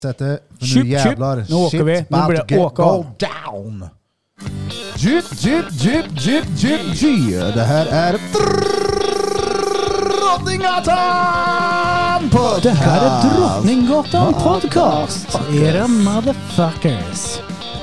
Sättet, för nu jävlar. Nu åker vi. Nu blir det åka go down. Djup. Det här är Drottninggatan Podcast. Det här är Drottninggatan Podcast. Era motherfuckers.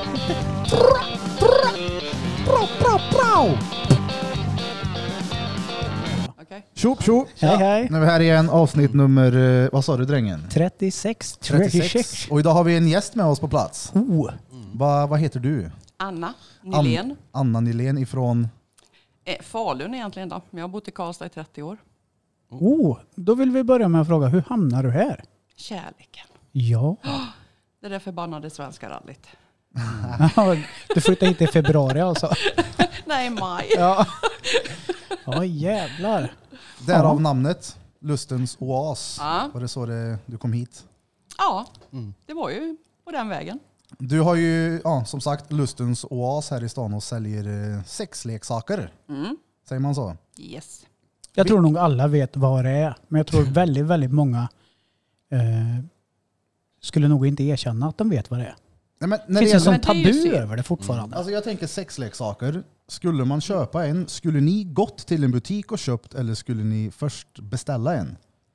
Tjo. Hej. Nu är vi här igen, avsnitt nummer, vad sa du drängen? 36. Och idag har vi en gäst med oss på plats. Vad heter du? Anna Nylén. Anna Nylén ifrån? Falun egentligen då, men jag har bott i Karlstad i 30 år. Då vill vi börja med att fråga, hur hamnar du här? Kärleken. Ja. Det där förbannade svenska rallyt. Du flyttade hit i februari alltså? Nej, maj. Ja, jävlar. Därav namnet, Lustens oas. Ja. Var det så du kom hit? Ja, det var ju på den vägen. Du har ju, som sagt, Lustens oas här i stan och säljer sexleksaker. Säger man så? Yes. Jag tror nog alla vet vad det är. Men jag tror väldigt, väldigt många skulle nog inte erkänna att de vet vad det är. Nej, men Det när finns det en sån gäller, tabu över det fortfarande. alltså jag tänker sexleksaker. Skulle man köpa en, skulle ni gått till en butik och köpt eller skulle ni först beställa en?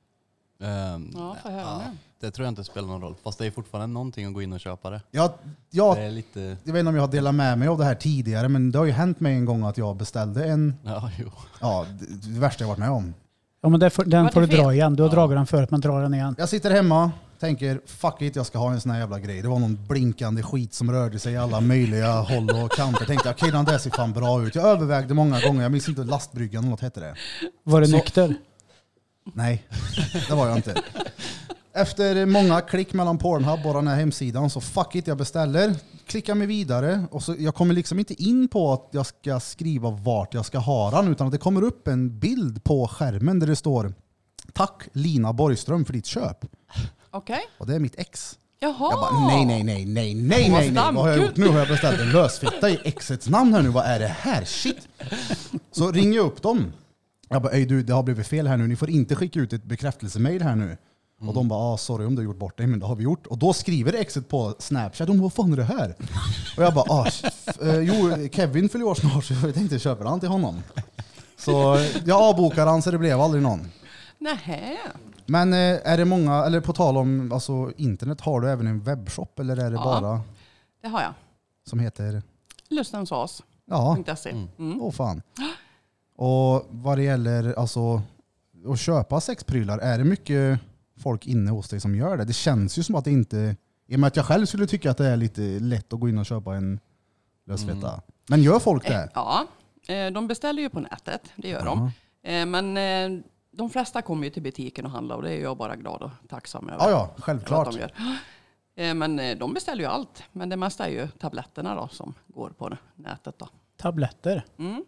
Ja, får höra nu. Det tror jag inte spelar någon roll. Fast det är fortfarande någonting att gå in och köpa det. Ja, Det är lite... jag vet inte om jag har delat med mig av det här tidigare, men det har ju hänt mig en gång att jag beställde en. Ja, jo. Ja, det värsta jag varit med om. Ja, men den får du fel? dra igen. Du har dragit den förut, men drar den igen. Jag sitter hemma, tänker fuck it, jag ska ha en sån här jävla grej. Det var någon blinkande skit som rörde sig i alla möjliga håll och kanter. Tänkte okej, den där ser fan bra ut. Jag övervägde många gånger, jag minns inte, lastbryggan eller något hette det. Var det Så- nykter? Nej, det var jag inte. Efter många klick mellan Pornhub och den här hemsidan så fuck it, jag beställer, klickar mig vidare och så jag kommer liksom inte in på att jag ska skriva vart jag ska ha den, utan att det kommer upp en bild på skärmen där det står tack Lina Borgström för ditt köp. Okej. Och det är mitt ex. Jaha. Jag bara nej. Vad har jag gjort nu? Har jag beställt en lösfitta i exets namn här nu? Vad är det här? Shit. Så ringer jag upp dem. Jag bara, ej du, det har blivit fel här nu. Ni får inte skicka ut ett bekräftelsemail här nu. Och de bara, sorry om du har gjort bort det, men det har vi gjort. Och då skriver exet på Snapchat, vad fan är det här? Och jag bara, jo, Kevin fyller år snart så jag tänkte köpa den till honom. Så jag avbokade han så det blev aldrig någon. Nähä. Men är det många, eller på tal om alltså, internet, har du även en webbshop eller är det bara Det har jag. som heter? Lustensas.se. Ja, fan. Och vad det gäller alltså, att köpa sexprylar, är det mycket folk inne hos dig som gör det? Det känns ju som att det inte, i och med att jag själv skulle tycka att det är lite lätt att gå in och köpa en lösfitta. Men gör folk det? Ja, de beställer ju på nätet. Det gör de. Men de flesta kommer ju till butiken och handlar och det är jag bara glad och tacksam över. Ja, självklart. Att de gör. Men de beställer ju allt. Men det mesta är ju tabletterna då som går på nätet då. Tabletter?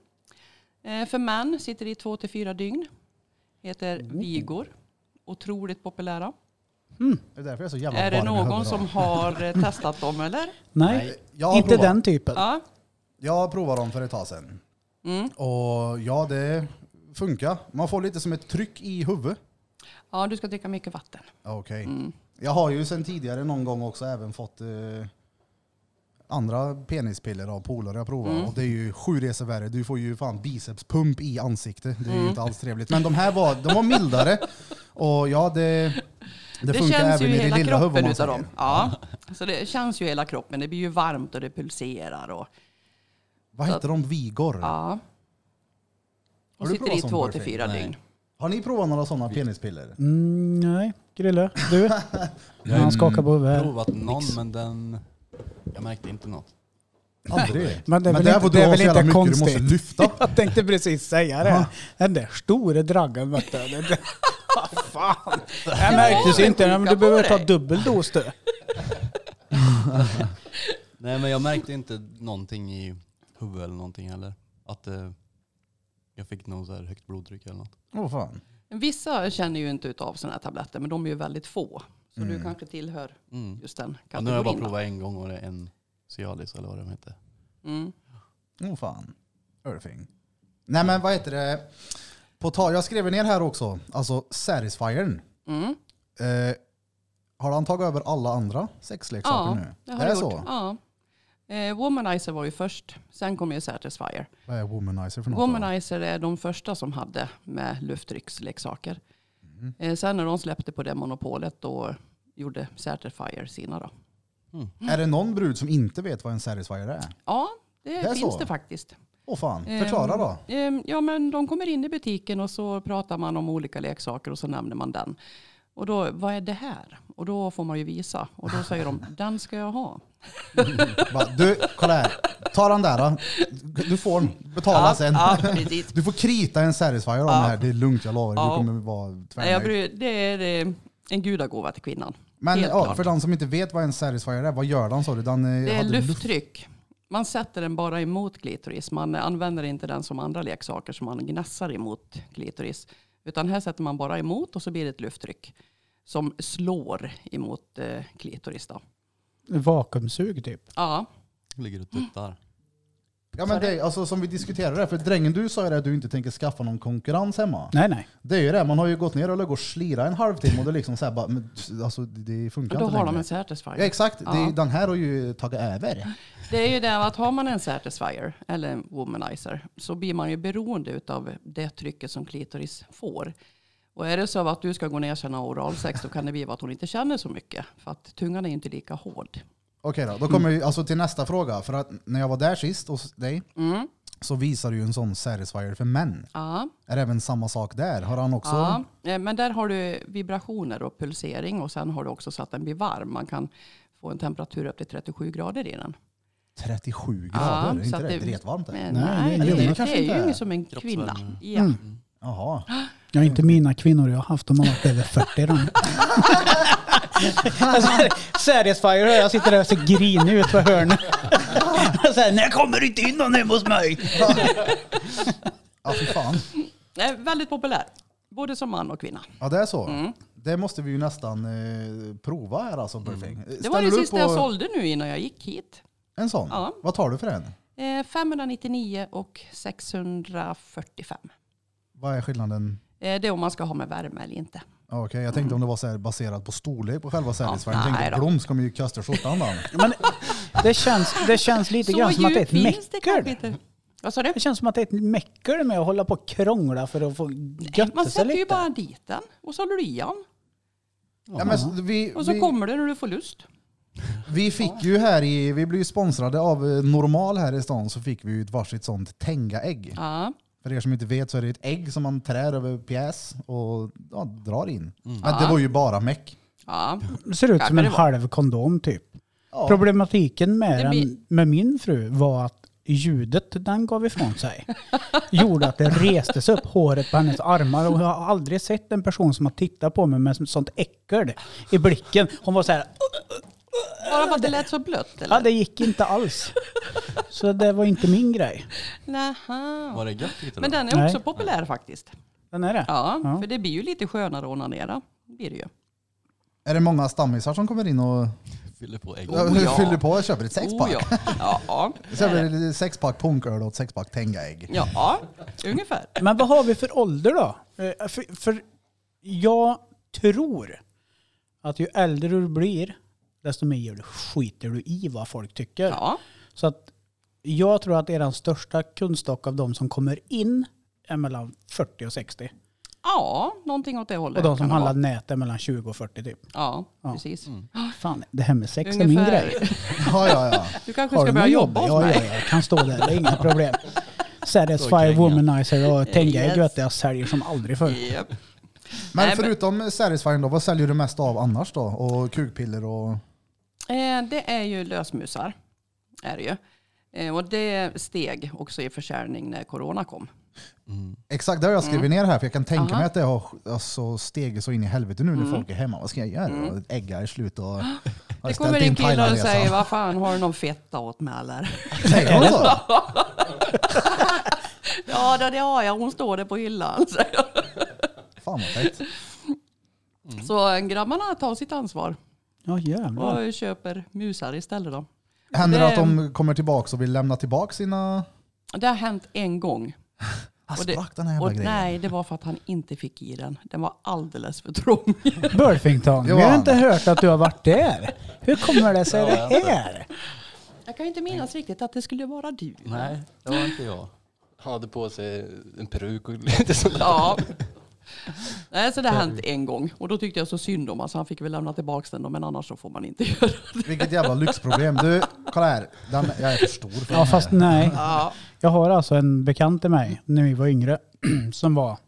För män sitter i 2 till 4 dygn. Heter Vigor. Otroligt populära. Det är därför jag är så jävla Är det varm i någon huvudet. som har testat dem eller? Nej, Jag har inte provat. den typen. Ja. Jag provade dem för ett tag sedan. Och ja, det funkar. Man får lite som ett tryck i huvudet. Ja, du ska dricka mycket vatten. Okej. Jag har ju sedan tidigare någon gång också även fått andra penispiller av polare jag provar. Och det är ju 7 resor värre. Du får ju fan bicepspump i ansiktet. Det är ju inte alls trevligt. Men de här var mildare. Och ja, det funkar känns även ju i det hela lilla huvudet. kroppen man utav säger. dem. Ja, så det känns ju hela kroppen. Det blir ju varmt och det pulserar. Och, Vad heter de? Vigor? ja. Och Har du sitter provat i sån 2 till Burfing? 4 Nej. dygn. Har ni provat några sådana penispiller? Nej, Grille. Du? Han skakar på Jag har huvudet. provat någon, men jag märkte inte något. Aldrig. Men det är väl där inte, får det du är ha väl så jävla inte mycket du måste konstigt. lyfta. Jag tänkte precis säga det. Den där stora draggen, vet du. Vad fan. Jag märktes inte. Men du behöver ta dubbel dos du. Nej, men jag märkte inte någonting i huvudet eller någonting heller. Att jag fick någon så här högt blodtryck eller något. Fan. Vissa känner ju inte utav sådana här tabletter, men de är ju väldigt få. Så du kanske tillhör just den Ja, nu har jag bara kategorin. provat en gång och det är en Cialis eller vad det heter. Fan. Everything. Nej men vad heter det? Jag skrev ner här också. Alltså Satisfyern. Har han tagit över alla andra sexleksaker nu? Det har det är gjort. så? Ja. Womanizer var ju först. Sen kom ju Satisfyer. Vad är Womanizer för något? Womanizer är de första som hade med lufttrycksleksaker. Sen när de släppte på det monopolet då gjorde Satisfyer sina då. Är det någon brud som inte vet vad en Satisfyer är? Ja, det är finns så? det faktiskt. Åh fan, förklara då. Ja, men de kommer in i butiken och så pratar man om olika leksaker och så nämner man den. Och då, vad är det här? Och då får man ju visa. Och då säger de, den ska jag ha. Du, kolla här. Ta den där då. Du får betala sen. Ja, precis. Du får krita en Satisfyer om det här. Det är lugnt, jag lovar. Du kommer vara tvärnöjd. Det är en gudagåva till kvinnan. Men Helt ja, klart. för den som inte vet vad en Satisfyer är, vad gör den, sa du? Den Det är hade lufttryck. Man sätter den bara emot klitoris. Man använder inte den som andra leksaker som man gnässar emot klitoris. Utan här sätter man bara emot och så blir det ett lufttryck som slår emot klitoris då. Vakuumsug typ. Ja. Ligger och tuttar. Ja, men det, alltså, som vi diskuterade det, för drängen, du sa ju det att du inte tänker skaffa någon konkurrens hemma. Nej. Det är ju det, man har ju gått ner och lägger och slira en halvtimme och det är liksom så här bara, men, alltså det funkar Och då inte har längre. de en Satisfyer. Ja, exakt. Ja. Den här har ju tagit över. Det är ju det att har man en Satisfyer eller en Womanizer så blir man ju beroende av det trycket som klitoris får. Och är det så att du ska gå ner och känna oralsex då kan det bli att hon inte känner så mycket. För att tungan är inte lika hård. Okej då kommer vi alltså till nästa fråga. För att när jag var där sist hos dig så visar du ju en sån Satisfyer för män. Ja. Är det även samma sak där? Har han också? Ja, men där har du vibrationer och pulsering och sen har du också så att den blir varm. Man kan få en temperatur upp till 37 grader i den. 37 grader? Ja, är inte så det att dretvarmt? Nej, det det kanske är inte ju är. ingen som en kvinna. Kroppsvärme. Ja. Jaha. Ja, inte mina kvinnor jag har haft, de har varit över 40 då. Satisfyer, jag sitter där och ser grinig ut för hörnet. Nej, kommer inte in någon hem hos mig. Ja, fy fan. Väldigt populär. Både som man och kvinna. Ja, det är så. Det måste vi ju nästan prova här alltså. Det var det sista jag sålde nu innan jag gick hit. En sån? Ja. Vad tar du för en? 599 och 645. Vad är skillnaden? Det är om man ska ha med värme eller inte. Okej, jag tänkte om det var så här baserat på storlek på själva Satisfyern. Jag nej tänkte då. Bloms kommer ju kasta skjortan då. Men det känns lite grann som att det är ett mäckel. Vad sa du? Det känns som att det är ett mäckel med att hålla på och krångla för att få götta Man sig sätter lite. ju bara dit den och så håller du i den. Ja, men Och så kommer det när du får lust. vi fick ju här vi blev ju sponsrade av Normal här i stan, så fick vi ju ett varsitt sånt Tenga-ägg. Ja. För er som inte vet så är det ett ägg som man trär över pjäs och drar in. Men det var ju bara meck. Ja. Det ser ut som kan en det vara. halv kondom typ. Ja. Problematiken med, Det blir- med min fru var att ljudet den gav ifrån sig gjorde att det restes upp håret på hennes armar, och jag har aldrig sett en person som har tittat på mig med sånt äckel i blicken. Hon var så här, Bara för att det lät så blött eller? ja, det gick inte alls. Så det var inte min grej. Nähä. Var det gött lite då? Men den är Nej. också populär faktiskt. Den är det? Ja, Ja. för det blir ju lite skönare att onanera. Blir det ju. Är det många stammisar som kommer in och Fyller på ägg. ja. fyller på och köper ett sexpack? Oh, ja. Ja, Så är det 6-pack punköl och ett 6-pack Tenga-ägg. ja, ungefär. Men vad har vi för ålder då? För jag tror att ju äldre du blir, desto mer skiter du i vad folk tycker. Ja. Så att jag tror att er största kundstock av de som kommer in är mellan 40 och 60. Ja, någonting åt det hållet. Och de som kan det handlar vara. nät är mellan 20 och 40 typ. Ja, Ja. precis. Fan, det här med sex är Ungefär. min grej. Ja. Du kanske Har ska du börja något jobba hos mig. Ja, jag kan stå där, det är inga problem. Satisfy, kränga. Womanizer och Tenga-ägg Yes. vet jag säljer som aldrig förr. Japp. Men Nej, men- förutom Satisfyern då, vad säljer du mest av annars då? Och kukpiller och... Det är ju lösmusar. Är det ju. Och det steg också i försäljning när corona kom. Exakt, det har jag skrivit ner här, för jag kan tänka Aha. mig att det har alltså, stegit så in i helvete nu när folk är hemma. Vad ska jag göra? Äggar är slut och... har Det ställt kommer in en kille och Thailandresan. säger, vad fan, har du någon fetta åt mig eller? Säger hon så? Ja, det har jag. Hon står där på hyllan. säger jag. Fan vad fett. Så grabbarna tar sitt ansvar Ja, jävlar. och köper musar istället då. Händer det Det- att de kommer tillbaka och vill lämna tillbaka sina... Det har hänt en gång. Han sprack den här jävla grejen. Nej, det var för att han inte fick i den. Den var alldeles för trång. Burfington, vi har inte hört att du har varit där. Hur kommer det sig det här? Jag kan inte minnas riktigt att det skulle vara du. Nej, det var inte jag. Han hade på sig en peruk och lite sånt. Ja. Nej, så det har hänt en gång. Och då tyckte jag så synd om. Alltså han fick väl lämna tillbaka den då, men annars så får man inte göra det. Vilket jävla lyxproblem. Du, kolla här. Jag är för stor för Ja, fast nej. Ja. Jag har alltså en bekant till mig när vi var yngre som var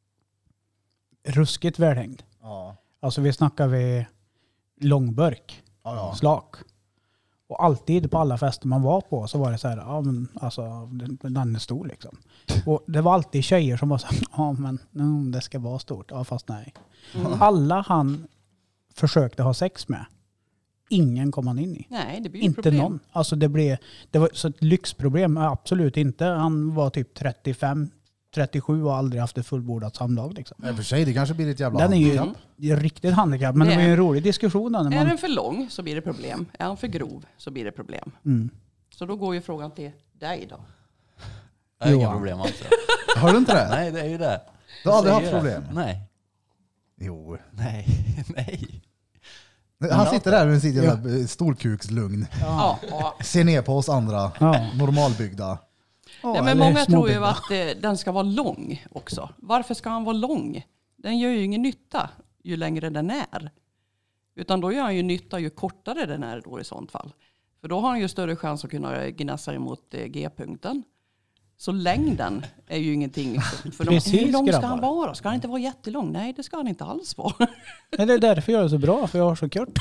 ruskigt välhängd. Ja. Alltså vi snackar långburk, Ja. slak. Och alltid på alla fester man var på så var det så här, ja men alltså den är stor liksom. Och det var alltid tjejer som var så här, ja men det ska vara stort. Ja fast nej. Alla han försökte ha sex med, ingen kom han in i. Nej, det blir inte problem. någon. Alltså det var så ett lyxproblem, absolut inte. Han var typ 35, 37 och aldrig haft ett fullbordat samlag liksom. I och för sig, det kanske blir ett jävla Den är handikapp. ju riktigt handikapp, men det var ju en rolig diskussion då, när Är man... den för lång så blir det problem. Är den för grov så blir det problem. Så då går ju frågan till dig då. Det är inga Johan. problem alltså. Har du inte det? Nej, det är ju det. Du har aldrig Jag haft säger problem? det. Nej. Jo. Nej. Nej. Han sitter där med sitt jävla storkukslugn. Ja. Ser ner på oss andra normalbyggda. Nej, men många tror ju att den ska vara lång också. Varför ska han vara lång? Den gör ju ingen nytta ju längre den är. Utan då gör han ju nytta ju kortare den är då i sånt fall. För då har han ju större chans att kunna gnassa emot G-punkten. Så längden är ju ingenting. För hur lång ska han vara? Ska han inte vara jättelång? Nej, det ska han inte alls vara. Nej, det är därför jag är så bra, för jag har så kort.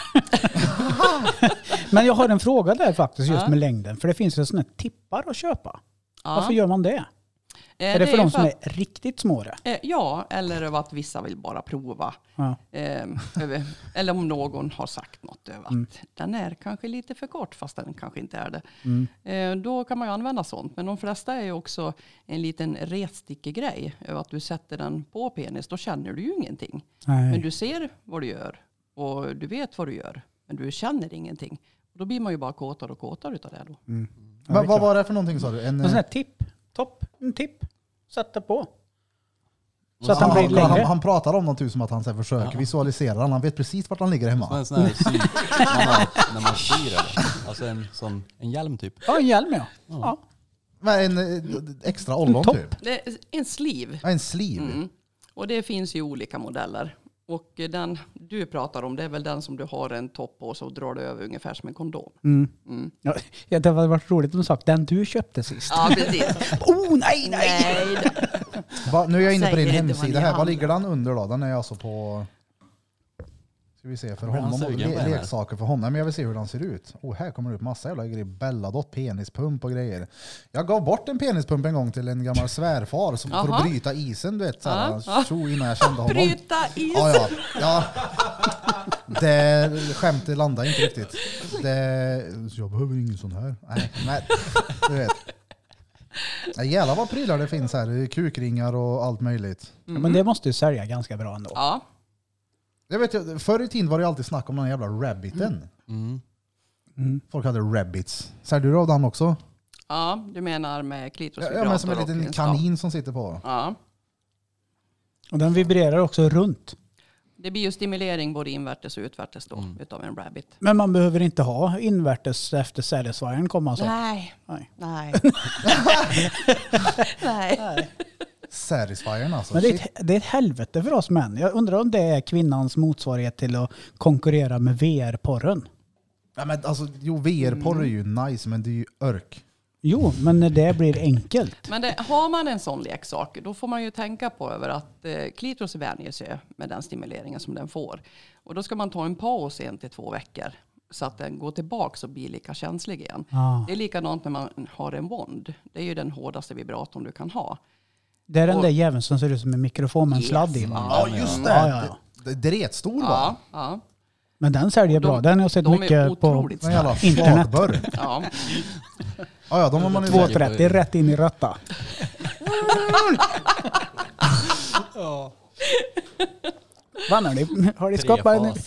Men jag har en fråga där faktiskt just med längden. För det finns ju sådana här tippar att köpa. Varför gör man det? Är det för de som är riktigt små? Ja, eller över att vissa vill bara prova. Ja. Eller om någon har sagt något över att den är kanske lite för kort fast den kanske inte är det. Då kan man ju använda sånt. Men de flesta är ju också en liten retstickegrej över att du sätter den på penis. Då känner du ju ingenting. Nej. Men du ser vad du gör och du vet vad du gör. Men du känner ingenting. Och då blir man ju bara kåtare och kåtare utav det då. Vad var det för någonting sa du? En sån här tipp. Sätta på. Så att han blir längre. Han pratar om någonting som att han försöker visualisera. Han vet precis vart han ligger hemma. En sån här när man syr eller. Alltså en hjälm typ. Ja, en hjälm ja. Men en extra ollon typ. Det är en sleeve. Ja, en sleeve. Och det finns ju olika modeller. Och den du pratar om, det är väl den som du har en topp på så drar du över ungefär som en kondom. Ja, det hade varit roligt om du sagt den du köpte sist. Ja, precis. Nej. Nu är jag inne på din Säger inte hemsida vad ni här. har. Vad ligger den under då? Den är alltså på... Ska vi se för Blir han honom. sugen på den här? Leksaker för honom. Men jag vill se hur den ser ut. Här kommer det upp massa jävla grejer. Belladot, penispump och grejer. Jag gav bort en penispump en gång till en gammal svärfar som för att bryta isen, du vet. Så innan jag kände honom. Bryta isen. Ja. Det skämtet landade inte riktigt. Så jag behöver ingen sån här. Nej, du vet. Jävlar vad prylar det finns här. Kukringar och allt möjligt. Men det måste ju sälja ganska bra ändå. Ja. Jag vet, förr i tiden var det alltid snack om den jävla rabbiten. Folk hade rabbits. Säljer du av den också? Ja, du menar med klitrosvibrator? Ja, men som en och liten kanin som sitter på. Ja. Och den vibrerar också runt. Det blir ju stimulering både invärtes och utvärtes då utav en rabbit. Men man behöver inte ha invärtes efter Satisfyern kommer alltså. Nej. Satisfyern alltså. Men det är ett helvete för oss män. Jag undrar om det är kvinnans motsvarighet till att konkurrera med VR-porren. Ja, men alltså, VR-porr är ju nice, men det är ju örk. Jo, men när det blir enkelt. Men har man en sån leksak, då får man ju tänka på över att klitoris vänjer sig med den stimuleringen som den får. Och då ska man ta en paus 1 till 2 veckor så att den går tillbaka och blir lika känslig igen. Det är likadant när man har en wand. Det är ju den hårdaste vibratorn du kan ha. Det är den där jäveln som ser ut som en mikrofon med en sladd i. Ja, just det. Ja. Det är retstor va? Ja. Men den säljer bra. Den har jag sett mycket på Den jävla internet. slagbörr. Ja. Ja, de har man ju 230 rätt in i rötta. Vad har de skapat en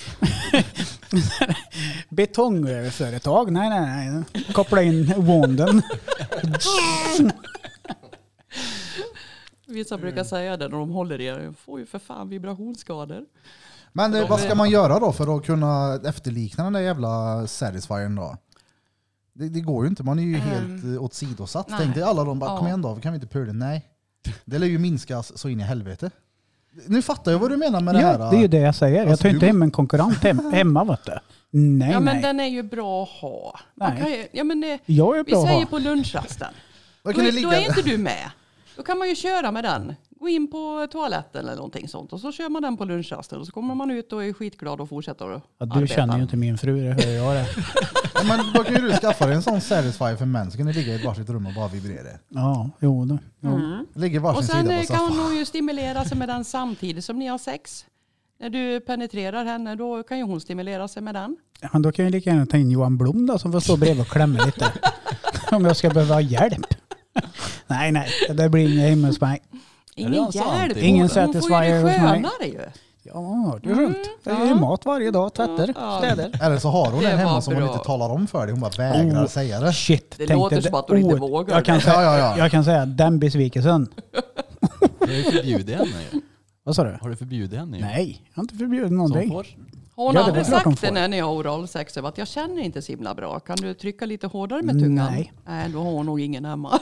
betongföretag? Nej. Koppla in wanden. Vissa brukar säga det när de håller i er. Får ju för fan vibrationsskador. Men vad ska man göra då för att kunna efterlikna den där jävla Satisfyern då? Det går ju inte, man är ju helt åsidosatt. Tänkte alla de bara, kom igen då, kan vi inte pöla? Nej. Det lär ju minskas så in i helvete. Nu fattar jag vad du menar med det här. Ja, det är ju det jag säger. Jag tar inte hem en konkurrent hemma, vet du. Nej, ja, men nej. den är ju bra att ha. Jag är vi bra säger att ha. på lunchrasten. Då Då är inte du med. Då kan man ju köra med den. Gå in på toaletten eller någonting sånt. Och så kör man den på lunchrasten. Och så kommer man ut och är skitglad och fortsätter att Du arbeta. känner ju inte min fru, det hör jag det. Ja, men då kan ju du skaffa dig en sån Satisfyer för män. Så kan ni ligga i ett varsitt rum och bara vibrera. Ja, jo då. Ja. Ligger Och varsin sen sida på kan soffan. hon ju stimulera sig med den samtidigt som ni har sex. När du penetrerar henne, då kan ju hon stimulera sig med den. Men då kan jag lika gärna ta in Johan Blom då, som får stå bredvid och klämma lite. Om jag ska behöva hjälp. Nej, det blir inget hemma hos mig. Ingen hjälp. Ingen Hon får ju Satisfyer det hos mig. skönare ju. Ja, det är skönt. Jag gör mat varje dag, tvättar, städer. Eller så har hon Det en hemma var som hon bra. inte talar om för dig. Hon bara vägrar säga det. Shit, Det tänkte låter som att du inte vågar. Jag kan det. säga, Ja. jag kan säga den besvikelsen. Har du förbjudit henne ju? Vad sa du? Har du förbjudit henne ju? Nej, jag har inte förbjudit Som någonting. får? Hon Ja, har det är aldrig klart hon sagt det får. när ni har oralsex att jag känner inte så himla bra. Kan du trycka lite hårdare med tungan? Nej, då har hon nog ingen hemma.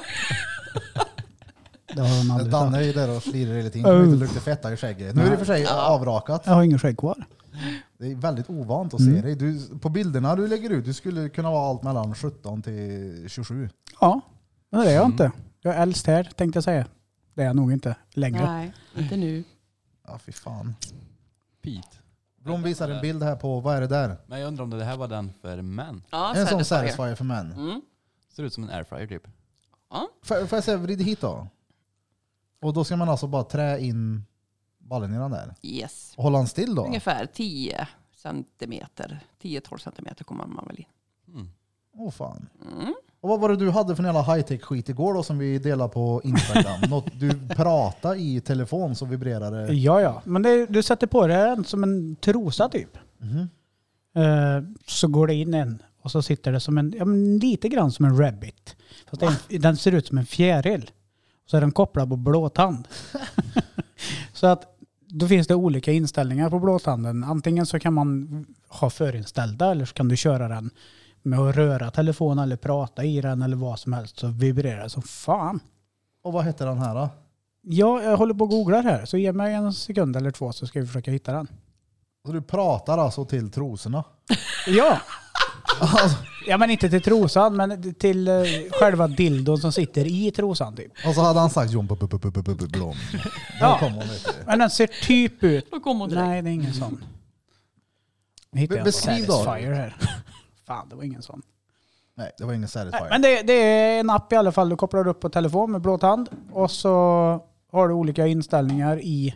Det har hon aldrig sagt. Danne är ju där och slirar hela tiden. Hon inte luktar fetta i skägget. Nu är det för sig avrakat. Jag har ingen skägg kvar. Det är väldigt ovant att se dig. På bilderna du lägger ut, du skulle kunna vara allt mellan 17 till 27. Ja, men det är jag inte. Jag är äldst här, tänkte jag säga. Det är jag nog inte längre. Nej, inte nu. Ja, fy fan. Pete. Blom visar en bild här på, vad är det där? Men jag undrar om det här var den för män. Ja, En sån Satisfyer. Satisfyer för män. Mm. Ser ut som en airfryer typ. Ja. Får jag säga, vrid hit då? Och då ska man alltså bara trä in ballen i den där. Yes. Och hålla den still då? Ungefär 10 centimeter. 10-12 centimeter kommer man väl in. Mm. Åh fan. Mm. Och vad var det du hade för en jävla high-tech skit igår då som vi delade på Instagram? Du pratade i telefon så vibrerade. Ja. Men du sätter på det som en trosa typ. Mhm. Så går det in en och så sitter det som men lite grann som en rabbit. Fast den ser ut som en fjäril. Så är den kopplad på blåtand. Så att då finns det olika inställningar på blåtanden. Antingen så kan man ha förinställda eller så kan du köra den med att röra telefonen eller prata i den eller vad som helst, så vibrerar det som fan. Och vad heter den här då? Ja, jag håller på att googla här, så ge mig en sekund eller två så ska vi försöka hitta den. Så du pratar alltså till trosorna? Ja! Alltså, Ja, men inte till trosan, men till själva dildon som sitter i trosan typ. och så hade han sagt Jon Blom. Ja. Då kom hon, vet du. Men den ser typ ut. Då kommer hon direkt. Nej, det är ingen sån. Nu hittar jag en Beskriv då. Satisfyer här. Fan, det var ingen sån. Nej, det var ingen Satisfyer. Nej, men det är en app i alla fall. Du kopplar upp på telefon med blåtand och så har du olika inställningar i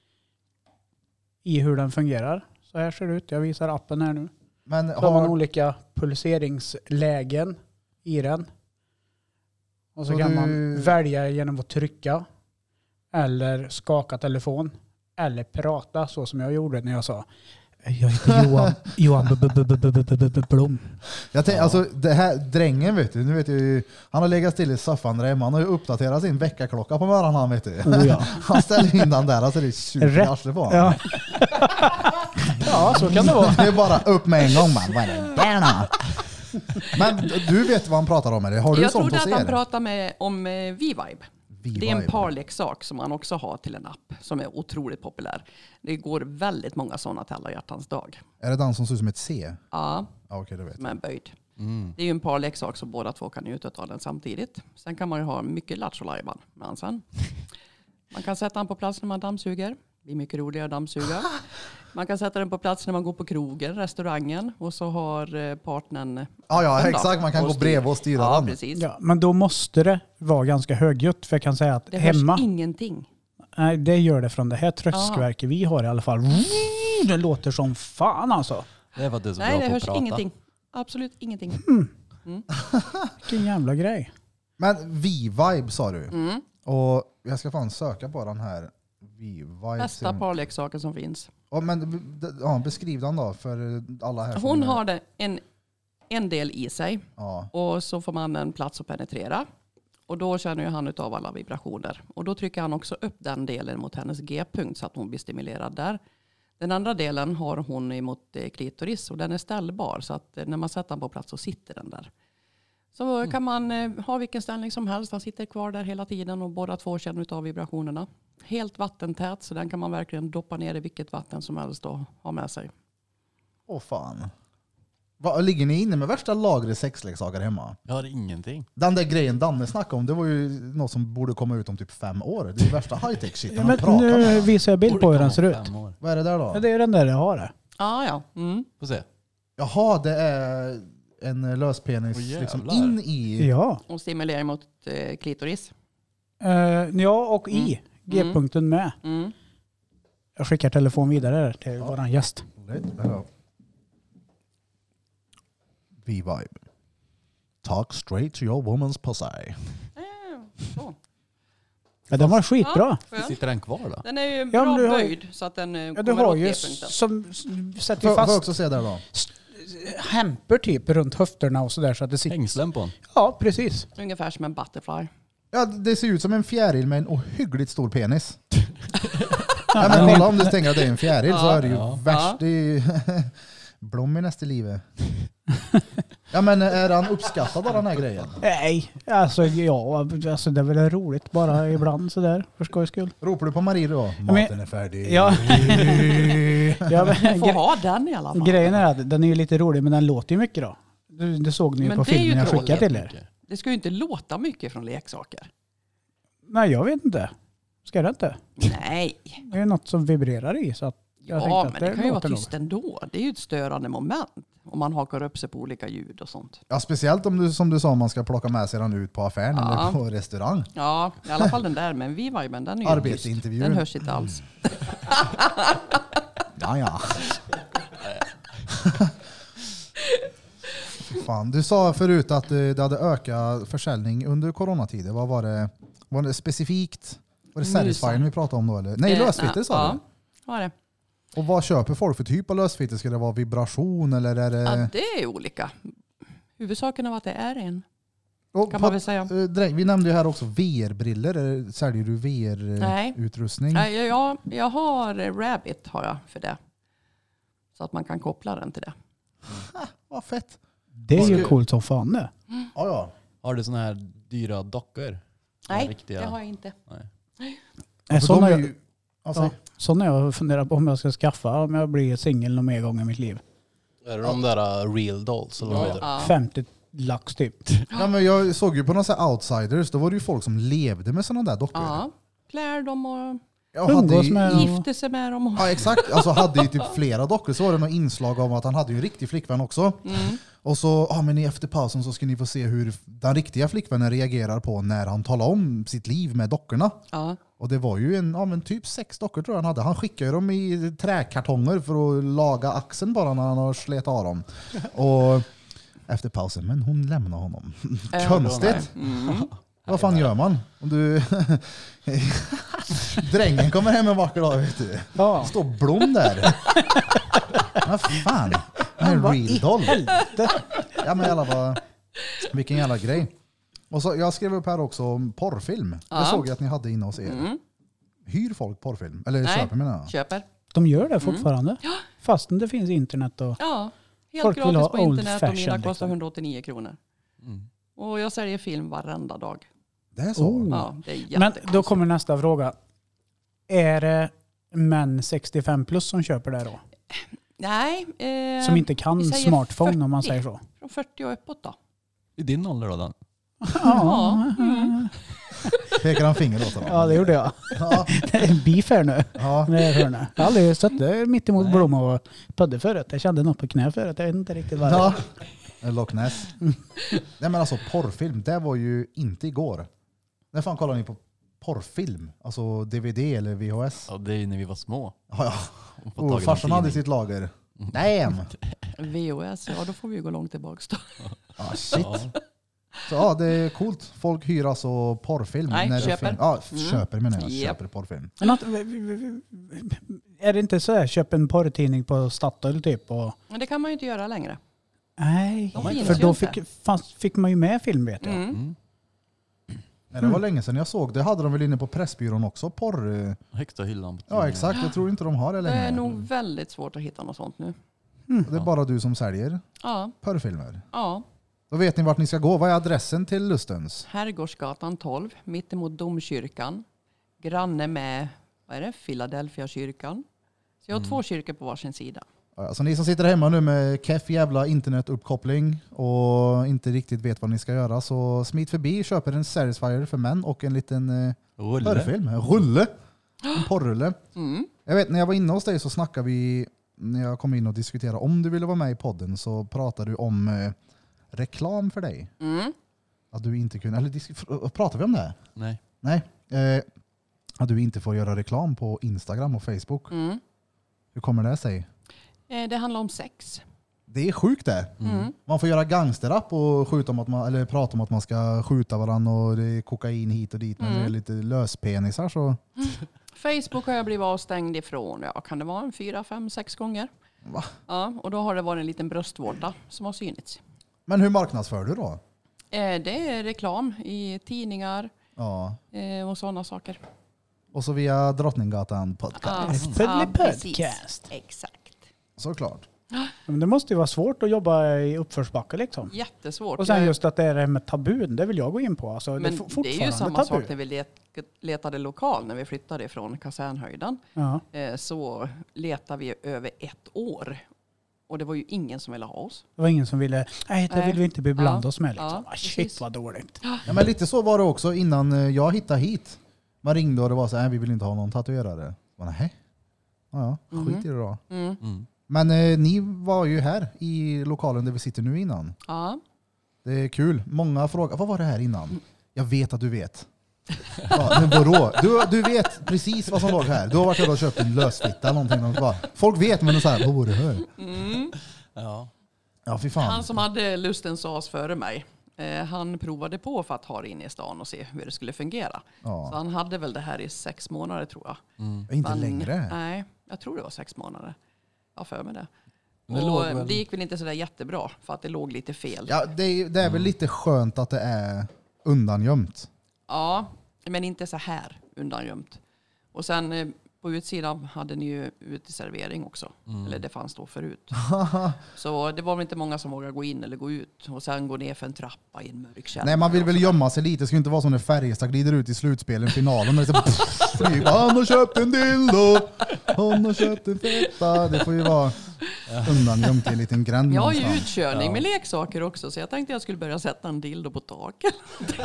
hur den fungerar. Så här ser det ut. Jag visar appen här nu. Men Så har man olika pulseringslägen i den. Och så Så kan du- man välja genom att trycka eller skaka telefon eller prata så som jag gjorde när jag sa jag heter Johan Blom. jag tänkte, alltså det här drängen vet du, nu vet du, han har legat still i soffan där hemma. Han har ju uppdaterat sin veckaklocka på morgonen, han vet du. Oh, ja. Han ställer in den där, alltså det är super i arslet på honom. Ja. Ja, så kan det vara. Det är bara upp med en gång man. Vad är det? Bärna. Men du vet vad han pratar om, eller har du Jag sånt trodde hos att han er? pratade om V-Vibe. Det är en V-Vibe. parleksak som man också har till en app som är otroligt populär. Det går väldigt många sådana till alla hjärtans dag. Är det den som ser ut som ett C? Ja, Ja, okej, det vet jag. men böjd. Mm. Det är ju en parleksak så båda två kan njuta av den samtidigt. Sen kan man ju ha mycket lattjolajban med han sen. Man kan sätta den på plats när man dammsuger. Det blir mycket roligare att dammsuga. Man kan sätta den på plats när man går på krogen, restaurangen. Och så har partnern... Ja, appen då. exakt. Man kan Och gå bredvid och styra Ja, den. precis. Ja, men då måste det vara ganska högljutt. För jag kan säga att Det hörs hemma... ingenting. Nej, det gör det från det här tröskverket vi har i alla fall. Det låter som fan alltså. Det är för att du är så Nej, bra det på att hörs prata. ingenting. Absolut ingenting. Vilken jävla grej. Men V-Vibe sa du. Mm. Och jag ska fan söka på den här V-Vibe. Bästa parleksaken som finns. Ja, beskriv den då för alla här. som Hon är- har en del i sig. Ja. Och så får man en plats att penetrera. Och då känner ju han utav alla vibrationer. Och då trycker han också upp den delen mot hennes G-punkt så att hon blir stimulerad där. Den andra delen har hon emot klitoris och den är ställbar. Så att när man sätter den på plats så sitter den där. Så kan man ha vilken ställning som helst. Han sitter kvar där hela tiden och båda två känner utav vibrationerna. Helt vattentät så den kan man verkligen doppa ner i vilket vatten som helst och ha med sig. Åh fan. Ligger ni inne med värsta lagret sexleksaker hemma? Jag har ingenting. Den där grejen Danne snackade om, det var ju något som borde komma ut om typ 5 år. Det är värsta high-tech shit. Ja, men nu visar jag bild på hur den ser ut. Vad är det där då? Ja, det är den där jag har det. Ja. Får se. Jaha, det är en löspenis liksom in i... Ja. Och stimulering mot klitoris. Ja, och i G-punkten med. Mm. Jag skickar telefon vidare till våran gäst. V-vibe. Talk straight to your woman's pussy. Så. Ja, den var skitbra. Sitter den kvar då? Den är ju Ja, bra men du har- böjd så att den Ja, du kommer har åt ju G-punkten. som sätter Får jag fast också se där då? hämper typ runt höfterna och sådär så att det sitter. Hängslen på den. Ja, precis. Ungefär som en butterfly. Ja, det ser ut som en fjäril med en ohyggligt stor penis. Ja, men kolla om du tänker att det är en fjäril så är det ju värst. Det är ju blom i nästa livet. Ja, men är han uppskattad av den här grejen? Nej, alltså ja, alltså det är väl roligt bara ibland sådär för skojs skull. Ropar du på Marie då? Maten är färdig. Ja. Ja, Du men, får ha den i alla fall. grejen är att den är ju lite rolig men den låter ju mycket då. Det såg ni ju Men på det är ju filmen jag skickade till trolligt. er. Det ska ju inte låta mycket från leksaker. Nej, jag vet inte. Ska det inte? Nej. Det är något som vibrerar i så att jag tänkte Ja, att men det kan ju vara låter nog. tyst ändå. Det är ju ett störande moment. Om man hakar upp sig på olika ljud och sånt. Ja, speciellt om du, som du sa, man ska plocka med sig den ut på affären eller på restaurang. Ja, i alla fall den där. Men V-viben, den är ju Arbetsintervjuer. Den hörs inte alls. Ja. Fan, du sa förut att det hade ökat försäljning under coronatiden. Vad var det? Var det specifikt? Var det Satisfying vi pratade om då? Eller? Nej, lösfitter sa du. Ja, var det. Och vad köper folk för typ av lösfitter? Ska det vara vibration eller är det... Ja, det är olika. Huvudsaken av att det är en. Och kan man väl säga. Vi nämnde ju här också VR-briller. Säljer du Nej. VR-utrustning? Nej, jag har Rabbit har jag för det. Så att man kan koppla den till det. Vad fett. Det är ju coolt som fan det. Ja. Har du såna här dyra dockor? Nej, riktiga... det har jag inte. Sådana de är ju... Alltså, sådana jag funderar på om jag ska skaffa om jag blir singel någon mer gång i mitt liv. Är det de där real dolls? Eller vad heter det? Ja. 50 lax typ. ja, men jag såg ju på några så här outsiders, då var det ju folk som levde med sådana där dockor. Ja, klär dem och Jag Umgås hade ju, med- gifte sig med dem. ja, exakt. Alltså hade ju typ flera dockor, så var det något inslag om att han hade ju en riktig flickvän också. Och så, men efter pausen så ska ni få se hur den riktiga flickvännen reagerar på när han talar om sitt liv med dockorna. Ja. Och det var ju men typ 6 dockor tror jag han hade. Han skickade ju dem i träkartonger för att laga axeln bara när han har slet av dem. Och efter pausen, men hon lämnar honom. Konstigt. Vad fan gör man? Om du... Drängen kommer hem en vacker dag, vet du. Ja. Står Blom där. Vad fan? En real doll. Ja, men jävla bara... Vilken jävla grej. Och så, jag skrev upp här också om porrfilm. Det såg jag att ni hade inne hos er. Hyr folk porrfilm? Eller Nej, köper menar jag? köper. De gör det fortfarande. Fastän det finns internet och... Ja, helt Folk vill gratis ha på old internet och mina fashion, kostar liksom. 189 kronor. Och jag säljer film varenda dag. Det är så? Ja, det är Men jättekonstigt. då kommer nästa fråga. Är det män 65 plus som köper det då? Nej. Som inte kan vi säger smartphone om man 40. säger så. Från 40 och uppåt då. I din ålder då, Dan? Ja. Pekar han finger åt honom? Ja, det gjorde jag. Ja. Det är en beef här nu. Ja. Med hörna. Jag har aldrig suttit mitt emot Blom och pudde förut. Jag kände något på knä förut. Jag vet inte riktigt vad det Ja. är. Loch Ness. Nej, men alltså porrfilm, det var ju inte igår. När fan kollar ni på porrfilm? Alltså DVD eller VHS? Ja, det är ju när vi var små. Ja. Farsan hade sitt lager. Damn! VOS, ja då får vi ju gå långt tillbaka då. Ah, shit. Så ja, det är coolt. Folk hyr alltså porrfilm. Nej, när det köper. Film. Ja, köper menar jag. Japp. Köper porrfilm. Men är det inte så här, köp en porrtidning på Statoil typ? Och... Men det kan man ju inte göra längre. Nej, De finns för ju då inte. fick man ju med film vet jag. Nej, det var länge sedan jag såg. Det hade de väl inne på Pressbyrån också, porr. Högsta hyllan. Ja, exakt. Jag tror inte de har det Det längre. är nog väldigt svårt att hitta något sånt nu. Det är bara du som säljer Ja, porrfilmer. ja. Då vet ni vart ni ska gå. Vad är adressen till Lustens? Herrgårdsgatan 12, mittemot domkyrkan. Granne med, vad är det? Philadelphia kyrkan. Så jag har 2 kyrkor på varsin sida. Alltså ni som sitter hemma nu med keff jävla internetuppkoppling och inte riktigt vet vad ni ska göra, så smit förbi, köper en Satisfyer för män och en liten porrfilm. En rulle. En porrulle. Jag vet, när jag var inne hos dig så snackade vi, när jag kom in och diskuterade om du ville vara med i podden, så pratade du om reklam för dig. Att du inte kunde, eller pratade vi om det? Nej. Att du inte får göra reklam på Instagram och Facebook. Hur kommer det sig? Det handlar om sex. Det är sjukt det. Man får göra gangsterrap och skjuta om att man, eller prata om att man ska skjuta varandra och det är kokain hit och dit, men det är lite löspenisar så. Facebook har jag blivit avstängd ifrån, kan det vara en 4, 5, 6 gånger. Va? Ja, och då har det varit en liten bröstvårta som har synits. Men hur marknadsför du då? Det är reklam i tidningar och sådana saker. Och så via Drottninggatan podcast. Podcast. Exakt. Såklart. Men det måste ju vara svårt att jobba i uppförsbacke liksom. Jättesvårt. Och sen just att det är det med tabun, det vill jag gå in på. Alltså, men det är ju samma tabu. sak när vi letade lokal, när vi flyttade från Kasernhöjden. Ja. Så letade vi över 1 år. Och det var ju ingen som ville ha oss. Det var ingen som ville, nej det vill vi inte beblanda oss med. Liksom. Ja, Shit vad dåligt. Ja, men lite så var det också innan jag hittade hit. Man ringde och det var så här, vi vill inte ha någon tatuerare. Nej. Ja, skit i det då. Men ni var ju här i lokalen där vi sitter nu innan. Ja. Det är kul. Många frågar, vad var det här innan? Jag vet att du vet. Ja, men vadå? Du vet precis vad som låg här. Du har varit och köpt en lösfitta eller någonting. Folk vet, men det är så här, vad var det här? Ja, fy fan. Han som hade Lustens as före mig, han provade på för att ha det inne i stan och se hur det skulle fungera. Ja. Så han hade väl det här i 6 månader tror jag. Inte längre. Nej, jag tror det var 6 månader. Jag för mig det. Det och det gick väl inte så där jättebra för att det låg lite fel. Ja, det är väl lite skönt att det är undangömt. Ja, men inte så här undangömt. Och sen på utsidan hade ni ju uteservering också. Eller det fanns då förut. Så det var väl inte många som vågade gå in eller gå ut. Och sen gå ner för en trappa i en mörk källare. Nej, man vill väl gömma sig lite. Det ska inte vara som när Färjestad glider ut i slutspelen, finalen. Och det är så, flyg, han har köpt en dildo, han har köpt en feta. Det får ju vara undangömt i en liten gränd. Jag har ju utkörning med leksaker också. Så jag tänkte jag skulle börja sätta en dildo på taket.